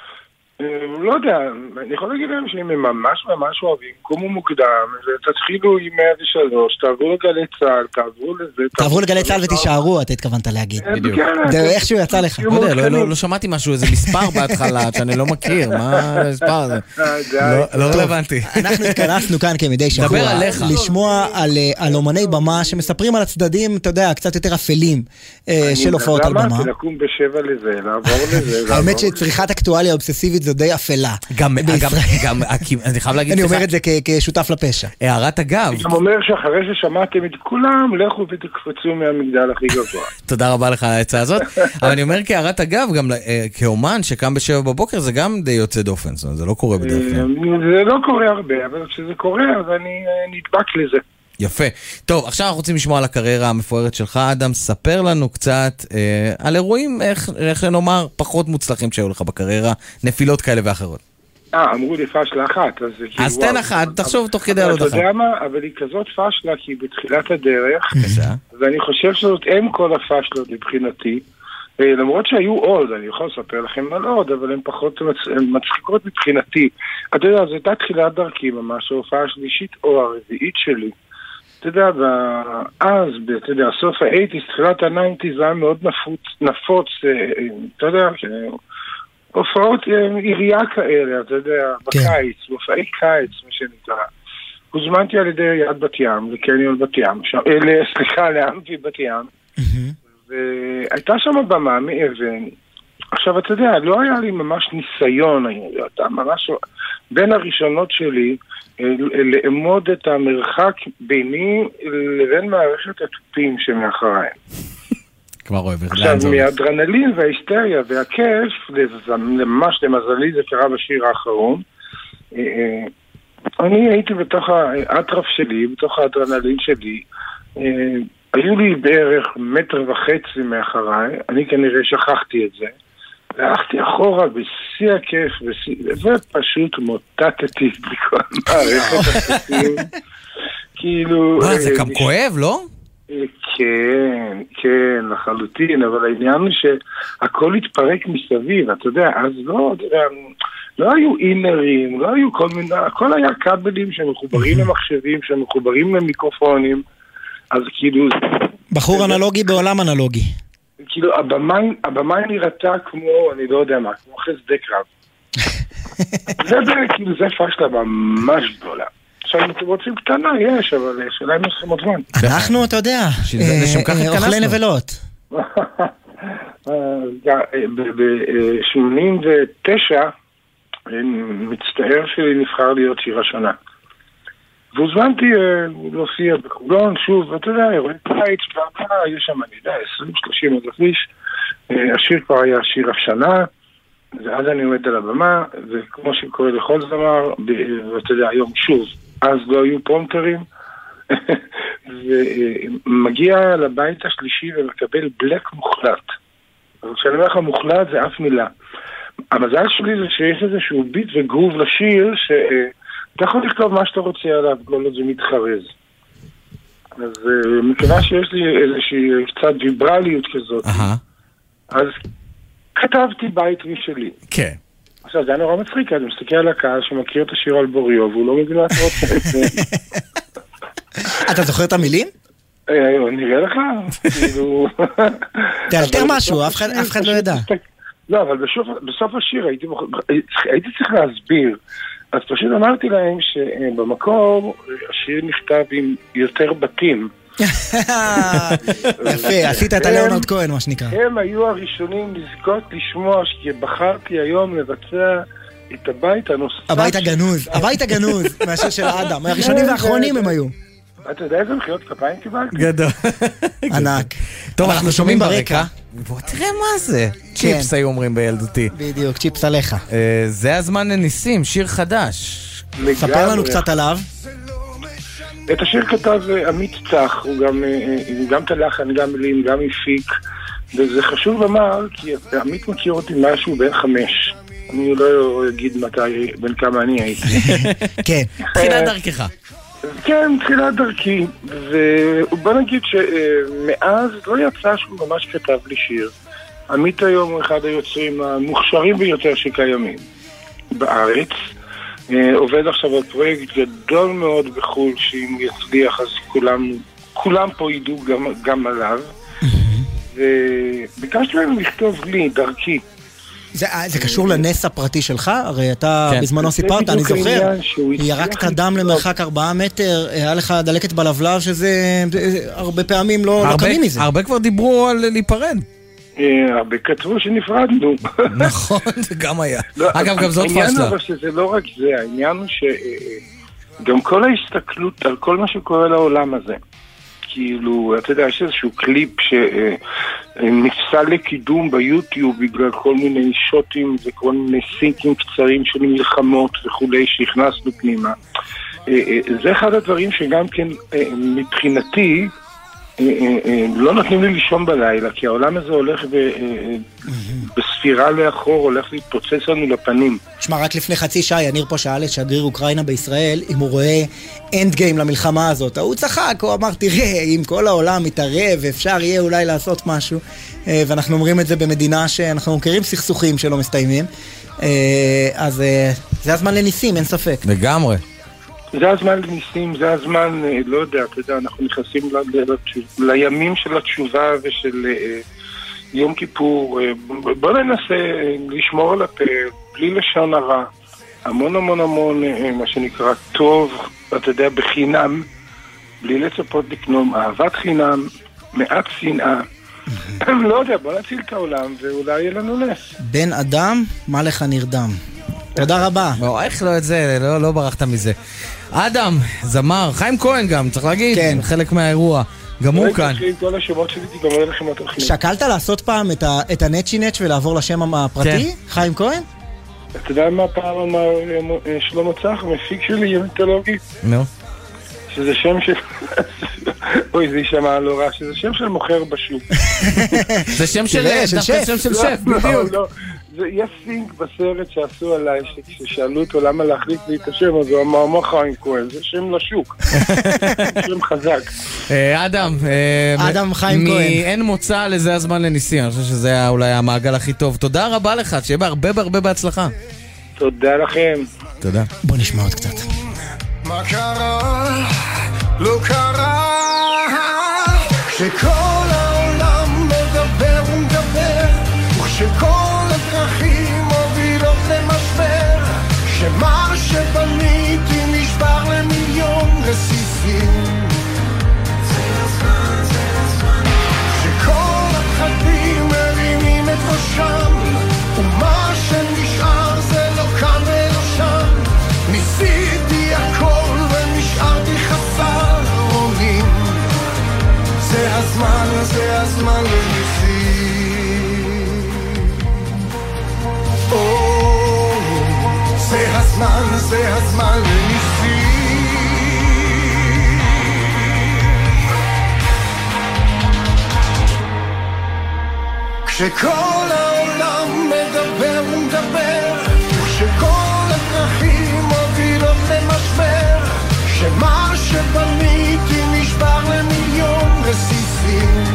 לא יודע, אני יכול להגיד להם שהם ממש ממש אוהבים, קומו מוקדם, ותתחילו עם מאה ושלוש, תעברו לגלי צהל, תעברו לזה... תעברו לגלי צהל ותישארו, אתה התכוונת להגיד. בדיוק. זה איכשהו יצא לך. לא שמעתי משהו, איזה מספר בהתחלה, שאני לא מכיר, מה המספר הזה? לא רלוונטי. אנחנו התכנסנו כאן כמדי שבוע, לשמוע על אומני במה שמספרים על הצדדים, אתה יודע, קצת יותר אפלים של הופעות על במה. אמרתי לקום בשבע לזה, לעבור לזה. האמת שצריכת אקטואליה אובססיבית זו די אפלה. גם, גם, אני חייב להגיד... אני אומר את זה כשותף לפשע. הערת אגב. אני גם אומר שאחרי ששמעתם את כולם, לכו ותקפצו מהמגדל הכי גבוה. תודה רבה לך על העצה הזאת. אבל אני אומר כהערת אגב, גם כאומן שקם בשבע בבוקר, זה גם די יוצא דופן. זה לא קורה בדרך כלל. זה לא קורה הרבה, אבל כשזה קורה, אז אני נדבק לזה. יפה. טוב, עכשיו אנחנו רוצים לשמוע על הקריירה המפוארת שלך, אדם. ספר לנו קצת אה, על אירועים, איך, איך נאמר, פחות מוצלחים שהיו לך בקריירה, נפילות כאלה ואחרות. אה, אמרו לי פשלה אחת, אז זה כאילו... אז תן אחת, תחשוב תוך כדי על עוד אחת. אתה יודע מה? אבל היא כזאת פשלה, כי היא בתחילת הדרך, ואני חושב שזאת אם כל הפשלות מבחינתי, למרות שהיו עוד, אני יכול לספר לכם על עוד, אבל הן פחות מצחיקות מבחינתי. אתה יודע, זו הייתה תחילת דרכי ממש, ההופעה השלישית או הרביעית שלי. אתה יודע, אז, אתה יודע, סוף ה-שמונים, תחילת ה-תשעים, זה היה מאוד נפוץ, נפוץ, אתה יודע, הופעות עירייה כאלה, אתה יודע, בקיץ, הופעי קיץ, מה שנקרא. הוזמנתי על ידי יד בת ים, לקניון בת ים, סליחה, לאמפי בת ים, והייתה שם במה מאבן. עכשיו, אתה יודע, לא היה לי ממש ניסיון, אתה ממש, בין הראשונות שלי, לאמוד את המרחק ביני לבין מערכת התופים שמאחריי. כבר אוהב. עכשיו, מהאדרנלין וההיסטריה והכיף, ממש למזלי זה קרה בשיר האחרון, אני הייתי בתוך האטרף שלי, בתוך האדרנלין שלי, היו לי בערך מטר וחצי מאחריי, אני כנראה שכחתי את זה, והלכתי אחורה בשיא הכיף, ופשוט מוטטתי בכל מערכת התופים. כאילו... זה גם כואב, לא? כן, כן, לחלוטין, אבל העניין הוא שהכל התפרק מסביב, אתה יודע, אז לא, אתה יודע, לא היו אינרים, לא היו כל מיני, הכל היה כבלים שמחוברים למחשבים, שמחוברים למיקרופונים, אז כאילו... בחור אנלוגי בעולם אנלוגי. כאילו, הבמאי נראתה כמו, אני לא יודע מה, כמו חסדי קרב. זה כאילו, זה פשלה ממש גדולה. עכשיו, אם אתם רוצים קטנה, יש, אבל שאלה אם יש לכם עוד זמן. אנחנו, אתה יודע, אוכלי נבלות. ב-שמונים ותשע, מצטער שלי נבחר להיות שיר השנה. והוזמנתי להופיע בחולון, שוב, אתה יודע, אירועי קיץ, והפעה, יש שם, אני יודע, עשרים שלושים אלף איש. השיר כבר היה שיר השנה, ואז אני עומד על הבמה, וכמו שקורה לכל זמר, ואתה יודע, היום שוב, אז לא היו פרומטרים, ומגיע לבית השלישי ומקבל בלק מוחלט. כשאני אומר לך מוחלט זה אף מילה. המזל שלי זה שיש איזשהו ביט וגרוב לשיר, שאתה יכול לכתוב מה שאתה רוצה עליו, כל עוד זה מתחרז. אז מכיוון שיש לי איזושהי קצת ויברליות כזאת, אז כתבתי בית משלי. כן. עכשיו, זה היה נורא מצחיק, אני מסתכל על הקהל שמכיר את השיר על בוריו, והוא לא מבין מה אתה רוצה. אתה זוכר את המילים? נראה לך, כאילו... תאלתר משהו, אף אחד לא ידע. לא, אבל בסוף השיר הייתי צריך להסביר. אז פשוט אמרתי להם שבמקור השיר נכתב עם יותר בתים. יפה, עשית את הלאונרד כהן, מה שנקרא. הם היו הראשונים לזכות לשמוע שבחרתי היום לבצע את הבית הנוסף. הבית הגנוז, הבית הגנוז מהשיר של האדם. הראשונים והאחרונים הם היו. אתה יודע איזה מחיאות כפיים קיבלתי? גדול. ענק. טוב, אנחנו שומעים ברקע. בוא תראה מה זה. צ'יפס היו אומרים בילדותי. בדיוק, צ'יפס עליך. זה הזמן לניסים, שיר חדש. ספר לנו קצת עליו. את השיר כתב עמית צח, הוא גם, גם תלחן, גם מילים, גם הפיק, וזה חשוב לומר, כי עמית מכיר אותי משהו בין חמש. אני לא אגיד מתי, בין כמה אני הייתי. כן, תחילת דרכך. כן, תחילת דרכי, ובוא נגיד שמאז לא יצא שהוא ממש כתב לי שיר. עמית היום הוא אחד היוצרים המוכשרים ביותר שקיימים בארץ. עובד עכשיו על פרויקט גדול מאוד בחול, שאם הוא יצליח אז כולם, כולם פה ידעו גם, גם עליו. וביקשתי להם לכתוב לי, דרכי. זה, זה קשור לנס הפרטי שלך? הרי אתה כן. בזמנו סיפרת, אני זוכר, ירקת דם למרחק ארבעה מטר, היה לך דלקת בלבלב, שזה הרבה פעמים לא, לא קמים מזה. הרבה כבר דיברו על להיפרד. הרבה כתבו שנפרדנו. נכון, זה גם היה. אגב, גם זאת פשלה. העניין אבל שזה לא רק זה, העניין הוא שגם כל ההסתכלות על כל מה שקורה לעולם הזה, כאילו, אתה יודע, יש איזשהו קליפ שנפסל לקידום ביוטיוב בגלל כל מיני שוטים וכל מיני סינקים קצרים של מלחמות וכולי שהכנסנו פנימה. זה אחד הדברים שגם כן מבחינתי לא נותנים לי לישון בלילה, כי העולם הזה הולך בספירה לאחור, הולך להתפוצץ לנו לפנים. תשמע, רק לפני חצי שעה יניר פה שאל את שגריר אוקראינה בישראל אם הוא רואה אנד גיים למלחמה הזאת. הוא צחק, הוא אמר, תראה, אם כל העולם מתערב ואפשר יהיה אולי לעשות משהו, ואנחנו אומרים את זה במדינה שאנחנו מכירים סכסוכים שלא מסתיימים, אז זה הזמן לניסים, אין ספק. לגמרי. זה הזמן לניסים, זה הזמן, לא יודע, אתה יודע, אנחנו נכנסים ל- לימים של התשובה ושל uh, יום כיפור. בוא ננסה לשמור על הפה, בלי לשון הרע, המון המון המון, uh, מה שנקרא, טוב, אתה יודע, בחינם, בלי לצפות לקנום, אהבת חינם, מעט שנאה. לא יודע, בוא נציל את העולם ואולי יהיה לנו נס. בן אדם, מה לך נרדם. תודה רבה. איך לא את זה, לא, לא ברחת מזה. אדם, זמר, חיים כהן גם, צריך להגיד, כן. חלק מהאירוע, גם הוא כאן. כל השמות שלי תגמר לכם התוכנית. שקלת לעשות פעם את, ה, את הנצ'י נץ' ולעבור לשם הפרטי? כן. חיים כהן? אתה יודע מה פעם אמר שלמה צח, המפיק שלי, מיתולוגי? נו. שזה שם של... אוי, זה יישמע לא רע, שזה שם של מוכר בשוק. זה שם של שף, שם של שף, בדיוק. יש סינק בסרט שעשו עליי, ששאלו אותו למה להחליט לי את השם, אז הוא אמר, מה חיים כהן? זה שם לשוק. שם חזק. אדם, אדם חיים כהן. מאין מוצא לזה הזמן לניסים, אני חושב שזה אולי המעגל הכי טוב. תודה רבה לך, שיהיה בהרבה בהרבה בהצלחה. תודה לכם. תודה. בוא נשמע עוד קצת. מה קרה? לא קרה שכל העולם מדבר ומדבר וכשכל הדרכים מובילות למשבר שמה שבניתי נשבר למיליון רסיסים שכל הפחדים מרימים את ראשם ומה שנשאר זה לא כאן ולא שם ניסיתי הכל ונשארתי חסר אונים זה הזמן, זה הזמן לניסים או, זה הזמן, זה הזמן לניסים כשכל העולם מדבר ומדבר כשכל הדרכים מובילות למשבר שמה שבניתי נשבר למיליון רסיסים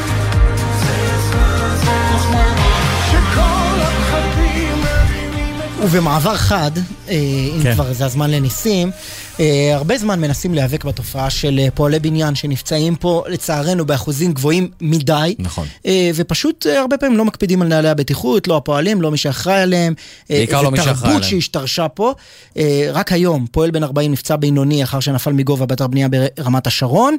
שכל הפחדים מרימים את... ובמעבר חד, אם כן. כבר זה הזמן לניסים, הרבה זמן מנסים להיאבק בתופעה של פועלי בניין שנפצעים פה לצערנו באחוזים גבוהים מדי. נכון. ופשוט הרבה פעמים לא מקפידים על נהלי הבטיחות, לא הפועלים, לא מי שאחראי עליהם. בעיקר לא מי שאחראי עליהם. זה תרבות שהשתרשה פה. רק היום פועל בן ארבעים נפצע בינוני אחר שנפל מגובה באתר בנייה ברמת השרון,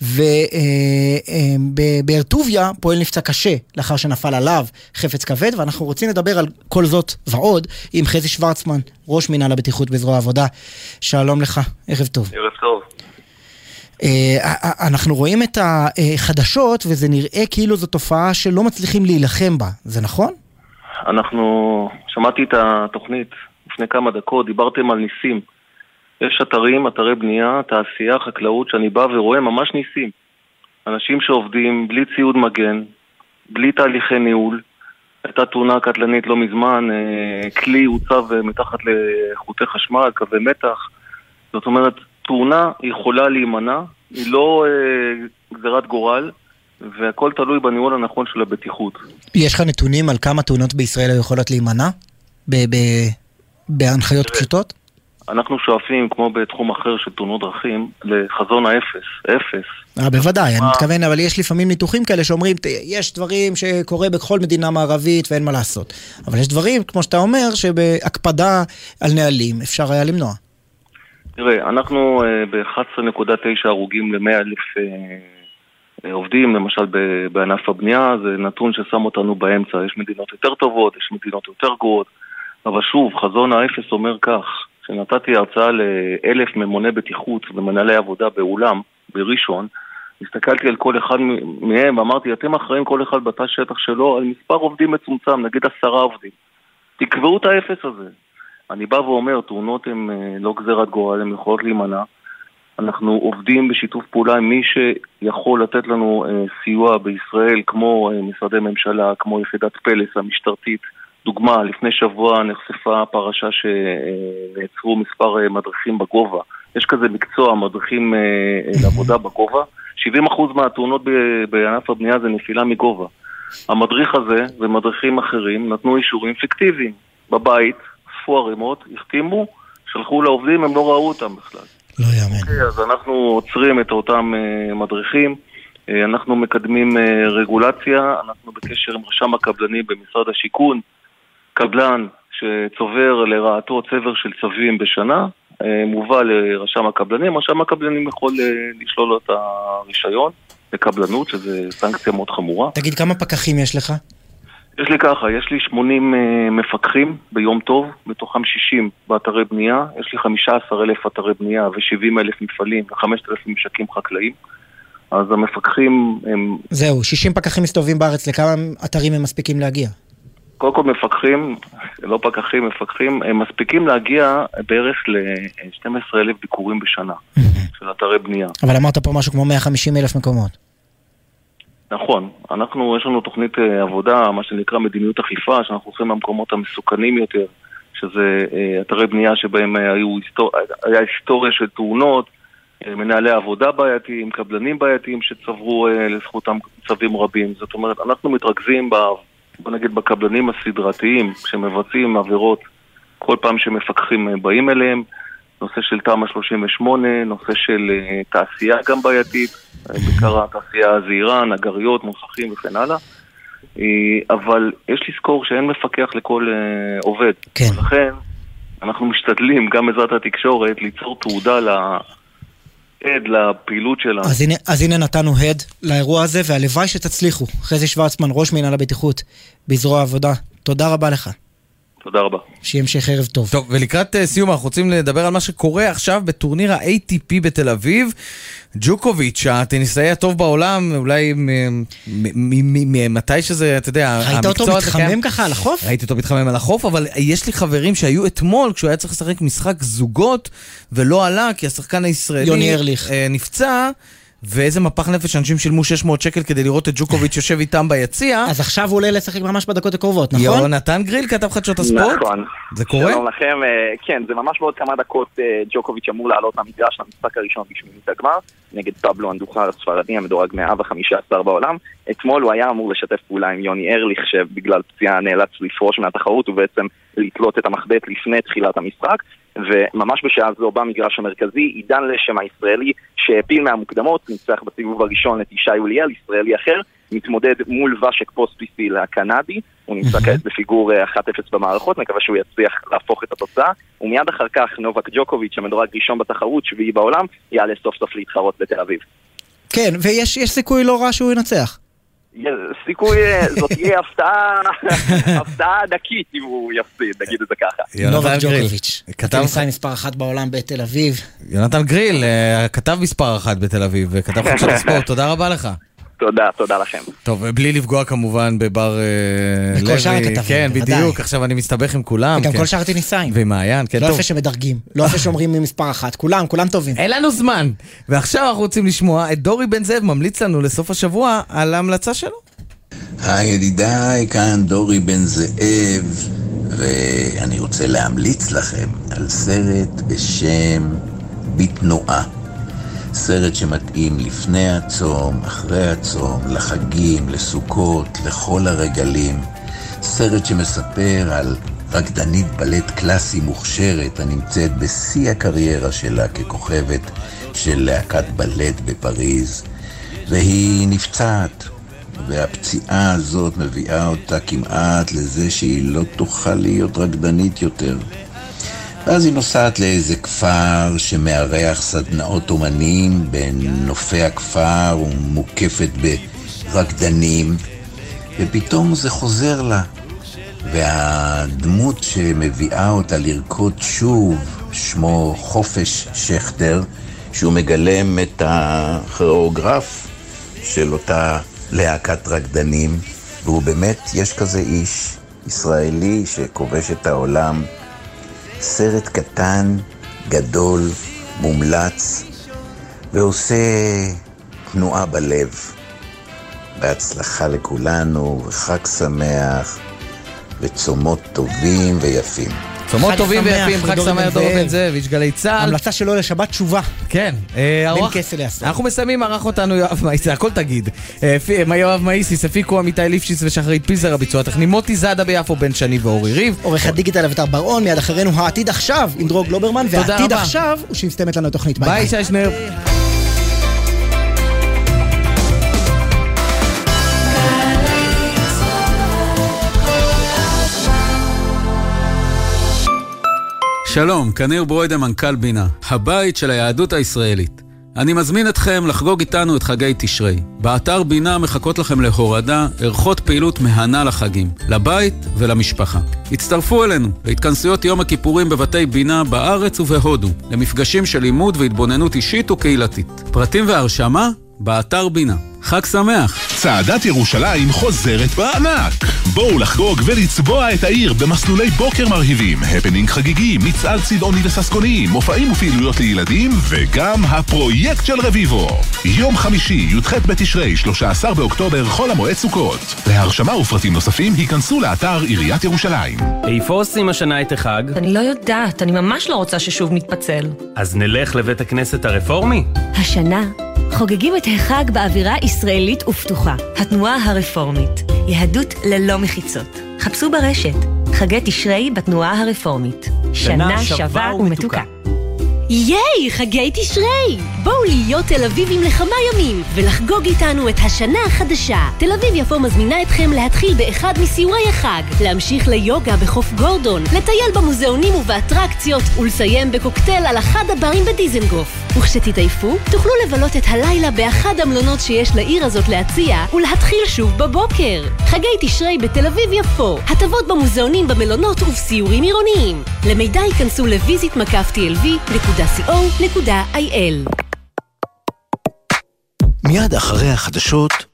ובאר טוביה פועל נפצע קשה לאחר שנפל עליו חפץ כבד, ואנחנו רוצים לדבר על כל זאת ועוד עם חזי שוורצמן, ראש מינהל הבטיחות בזרוע העבודה. שלום לך. ערב טוב. ערב טוב. אנחנו רואים את החדשות וזה נראה כאילו זו תופעה שלא מצליחים להילחם בה, זה נכון? אנחנו, שמעתי את התוכנית לפני כמה דקות, דיברתם על ניסים. יש אתרים, אתרי בנייה, תעשייה, חקלאות, שאני בא ורואה ממש ניסים. אנשים שעובדים בלי ציוד מגן, בלי תהליכי ניהול. הייתה תאונה קטלנית לא מזמן, כלי הוצב מתחת לחוטי חשמל, קווי מתח. זאת אומרת, תאונה יכולה להימנע, היא לא גזירת גורל, והכל תלוי בניהול הנכון של הבטיחות. יש לך נתונים על כמה תאונות בישראל יכולות להימנע? בהנחיות פשוטות? אנחנו שואפים, כמו בתחום אחר של תאונות דרכים, לחזון האפס, אפס. אה, בוודאי, אני מתכוון, אבל יש לפעמים ניתוחים כאלה שאומרים, יש דברים שקורה בכל מדינה מערבית ואין מה לעשות. אבל יש דברים, כמו שאתה אומר, שבהקפדה על נהלים אפשר היה למנוע. תראה, אנחנו ב-אחת עשרה נקודה תשע הרוגים ל-מאה אלף עובדים, למשל בענף הבנייה, זה נתון ששם אותנו באמצע. יש מדינות יותר טובות, יש מדינות יותר גרועות, אבל שוב, חזון האפס אומר כך, שנתתי הרצאה לאלף ממוני בטיחות ומנהלי עבודה באולם, בראשון, הסתכלתי על כל אחד מהם ואמרתי, אתם אחראים כל אחד בתא שטח שלו על מספר עובדים מצומצם, נגיד עשרה עובדים. תקבעו את האפס הזה. אני בא ואומר, תאונות הן לא גזירת גורל, הן יכולות להימנע. אנחנו עובדים בשיתוף פעולה עם מי שיכול לתת לנו סיוע בישראל, כמו משרדי ממשלה, כמו יחידת פלס המשטרתית. דוגמה, לפני שבוע נחשפה פרשה שנעצרו מספר מדריכים בגובה. יש כזה מקצוע, מדריכים לעבודה בגובה. שבעים אחוז מהתאונות בענף הבנייה זה נפילה מגובה. המדריך הזה ומדריכים אחרים נתנו אישורים פיקטיביים. בבית, אספו ערימות, החתימו, שלחו לעובדים, הם לא ראו אותם בכלל. לא יאמן. אוקיי, אז אנחנו עוצרים את אותם מדריכים. אנחנו מקדמים רגולציה, אנחנו בקשר עם רשם הקבלנים במשרד השיכון, קבלן שצובר לרעתו צבר של צווים בשנה, מובא לרשם הקבלנים, רשם הקבלנים יכול לשלול לו את הרישיון לקבלנות, שזה סנקציה מאוד חמורה. תגיד, כמה פקחים יש לך? יש לי ככה, יש לי שמונים מפקחים ביום טוב, מתוכם שישים באתרי בנייה, יש לי חמישה עשר אלף אתרי בנייה ו-שבעים אלף מפעלים ו-חמשת אלפים משקים חקלאיים. אז המפקחים הם... זהו, שישים פקחים מסתובבים בארץ, לכמה אתרים הם מספיקים להגיע? קודם כל מפקחים, לא פקחים, מפקחים, הם מספיקים להגיע בערך ל-שנים עשר אלף ביקורים בשנה של אתרי בנייה. אבל אמרת פה משהו כמו מאה וחמישים אלף מקומות. נכון, אנחנו, יש לנו תוכנית עבודה, מה שנקרא מדיניות אכיפה, שאנחנו הולכים למקומות המסוכנים יותר, שזה אתרי בנייה שבהם היו היסטור... היה היסטוריה של תאונות, מנהלי עבודה בעייתיים, קבלנים בעייתיים שצברו לזכותם צווים רבים. זאת אומרת, אנחנו מתרכזים ב... בוא נגיד בקבלנים הסדרתיים שמבצעים עבירות כל פעם שמפקחים באים אליהם, נושא של תמ"א שלושים ושמונה, נושא של תעשייה גם בעייתית, בעיקר התעשייה הזעירה, נגריות, מוסכים וכן הלאה. אבל יש לזכור שאין מפקח לכל עובד. כן. ולכן אנחנו משתדלים גם בעזרת התקשורת ליצור תעודה ל... עד לפעילות שלנו. אז הנה, אז הנה נתנו הד לאירוע הזה, והלוואי שתצליחו. חזי שוורצמן, ראש מינהל הבטיחות בזרוע העבודה. תודה רבה לך. תודה רבה. שימשך ערב טוב. טוב, ולקראת uh, סיום אנחנו רוצים לדבר על מה שקורה עכשיו בטורניר ה-איי טי פי בתל אביב. ג'וקוביץ', הטניסאי הטוב בעולם, אולי ממתי שזה, אתה יודע, ראית אותו מתחמם ככה על החוף? ראיתי אותו מתחמם על החוף, אבל יש לי חברים שהיו אתמול, כשהוא היה צריך לשחק משחק זוגות, ולא עלה, כי השחקן הישראלי יוני ארליך נפצע, ואיזה מפח נפש, אנשים שילמו שש מאות שקל כדי לראות את ג'וקוביץ' יושב איתם ביציע. אז עכשיו הוא עולה לשחק ממש בדקות הקרובות, נכון? יונתן גריל, כתב חדשות הספורט. נכון. זה קורה? שלום לכם, כן, זה ממש בעוד כמה דקות ג'וקוביץ' אמור לעלות למגרש למשחק הראשון בשמינית הגמר, נגד פבלו אנדוחר הספרדי, המדורג מאה וחמישה עשר בעולם. אתמול הוא היה אמור לשתף פעולה עם יוני ארליך, שבגלל פציעה נאלץ לפרוש מהתחרות ובעצם לתלות את המחבט לפני תחילת המשחק. וממש בשעה זו במגרש המרכזי עידן לשם הישראלי שהפיל מהמוקדמות, ניצח בסיבוב הראשון את ישי אוליאל, ישראלי אחר, מתמודד מול ושק פוספיסיל הקנדי, הוא נמצא כעת בפיגור אחת אפס במערכות, מקווה שהוא יצליח להפוך את התוצאה, ומיד אחר כך נובק ג'וקוביץ' המדורג ראשון בתחרות, שביעי בעולם, יעלה סוף סוף להתחרות בתל אביב. כן, ויש יש סיכוי לא רע שהוא ינצח. סיכוי, זאת תהיה הפתעה, הפתעה ענקית אם הוא יפסיד, נגיד את זה ככה. נובק ג'וקוביץ', הטניסאי מספר אחת בעולם בתל אביב. יונתן גריל, כתב מספר אחת בתל אביב, וכתב חדשות הספורט, תודה רבה לך. תודה, תודה לכם. טוב, בלי לפגוע כמובן בבר לוי. בכל שאר הכתבים, כן, בוודאי. בדיוק, עכשיו אני מסתבך עם כולם. וגם כן. כל שאר הטניסאים. ומעיין, כן, לא טוב. יפה שמדרגים, לא יפה שאומרים ממספר אחת, כולם, כולם טובים. אין לנו זמן. ועכשיו אנחנו רוצים לשמוע את דורי בן זאב ממליץ לנו לסוף השבוע על ההמלצה שלו. היי ידידיי, כאן דורי בן זאב, ואני רוצה להמליץ לכם על סרט בשם בתנועה. סרט שמתאים לפני הצום, אחרי הצום, לחגים, לסוכות, לכל הרגלים. סרט שמספר על רקדנית בלט קלאסי מוכשרת הנמצאת בשיא הקריירה שלה ככוכבת של להקת בלט בפריז, והיא נפצעת, והפציעה הזאת מביאה אותה כמעט לזה שהיא לא תוכל להיות רקדנית יותר. ואז היא נוסעת לאיזה כפר שמארח סדנאות אומנים בין נופי הכפר ומוקפת ברקדנים, ופתאום זה חוזר לה, והדמות שמביאה אותה לרקוד שוב שמו חופש שכטר, שהוא מגלם את הכוריאוגרף של אותה להקת רקדנים, והוא באמת, יש כזה איש ישראלי שכובש את העולם. סרט קטן, גדול, מומלץ, ועושה תנועה בלב. בהצלחה לכולנו, וחג שמח, וצומות טובים ויפים. צומות טובים ויפים, חג שמח דורי בן זאב, איש גלי צה"ל. המלצה שלו לשבת תשובה. כן. בין כסל לעשור. אנחנו מסיימים, ערך אותנו יואב מאיסי, הכל תגיד. יואב מאיסי, הפיקו עמיתי ליפשיץ ושחרית פיזר, הביצוע הטכני מוטי זאדה ביפו, בן שני ואורי ריב. עורך הדיגיטל אביתר ברעון, מיד אחרינו העתיד עכשיו עם דרור גלוברמן, והעתיד עכשיו הוא שמסתיימת לנו התוכנית. ביי שי שנר. שלום, כניר ברוידה מנכ"ל בינה, הבית של היהדות הישראלית. אני מזמין אתכם לחגוג איתנו את חגי תשרי. באתר בינה מחכות לכם להורדה, ערכות פעילות מהנה לחגים, לבית ולמשפחה. הצטרפו אלינו להתכנסויות יום הכיפורים בבתי בינה בארץ ובהודו, למפגשים של לימוד והתבוננות אישית וקהילתית. פרטים והרשמה באתר בינה. חג שמח. צעדת ירושלים חוזרת בענק. בואו לחגוג ולצבוע את העיר במסלולי בוקר מרהיבים, הפנינג חגיגי, מצעד צבעוני וססקוני, מופעים ופעילויות לילדים, וגם הפרויקט של רביבו. יום חמישי, י"ח בתשרי, שלושה עשר באוקטובר, חול המועד סוכות. להרשמה ופרטים נוספים, היכנסו לאתר עיריית ירושלים. איפה עושים השנה את החג? אני לא יודעת, אני ממש לא רוצה ששוב נתפצל. אז נלך לבית הכנסת הרפורמי? השנה חוגגים את החג באווירה ישראלית ופתוחה, התנועה הרפורמית. יהדות ללא מחיצות. חפשו ברשת, חגי תשרי בתנועה הרפורמית. שנה שווה ומתוקה. ייי, חגי תשרי! בואו להיות תל אביבים לכמה ימים ולחגוג איתנו את השנה החדשה. תל אביב יפו מזמינה אתכם להתחיל באחד מסיורי החג, להמשיך ליוגה בחוף גורדון, לטייל במוזיאונים ובאטרקציות ולסיים בקוקטייל על אחד הברים בדיזנגוף. וכשתתעייפו, תוכלו לבלות את הלילה באחד המלונות שיש לעיר הזאת להציע ולהתחיל שוב בבוקר. חגי תשרי בתל אביב יפו, הטבות במוזיאונים, במלונות ובסיורים עירוניים. למידע ייכנסו לויזית מקף טי אל וי נקודה סי או נקודה איי אל. מיד אחרי החדשות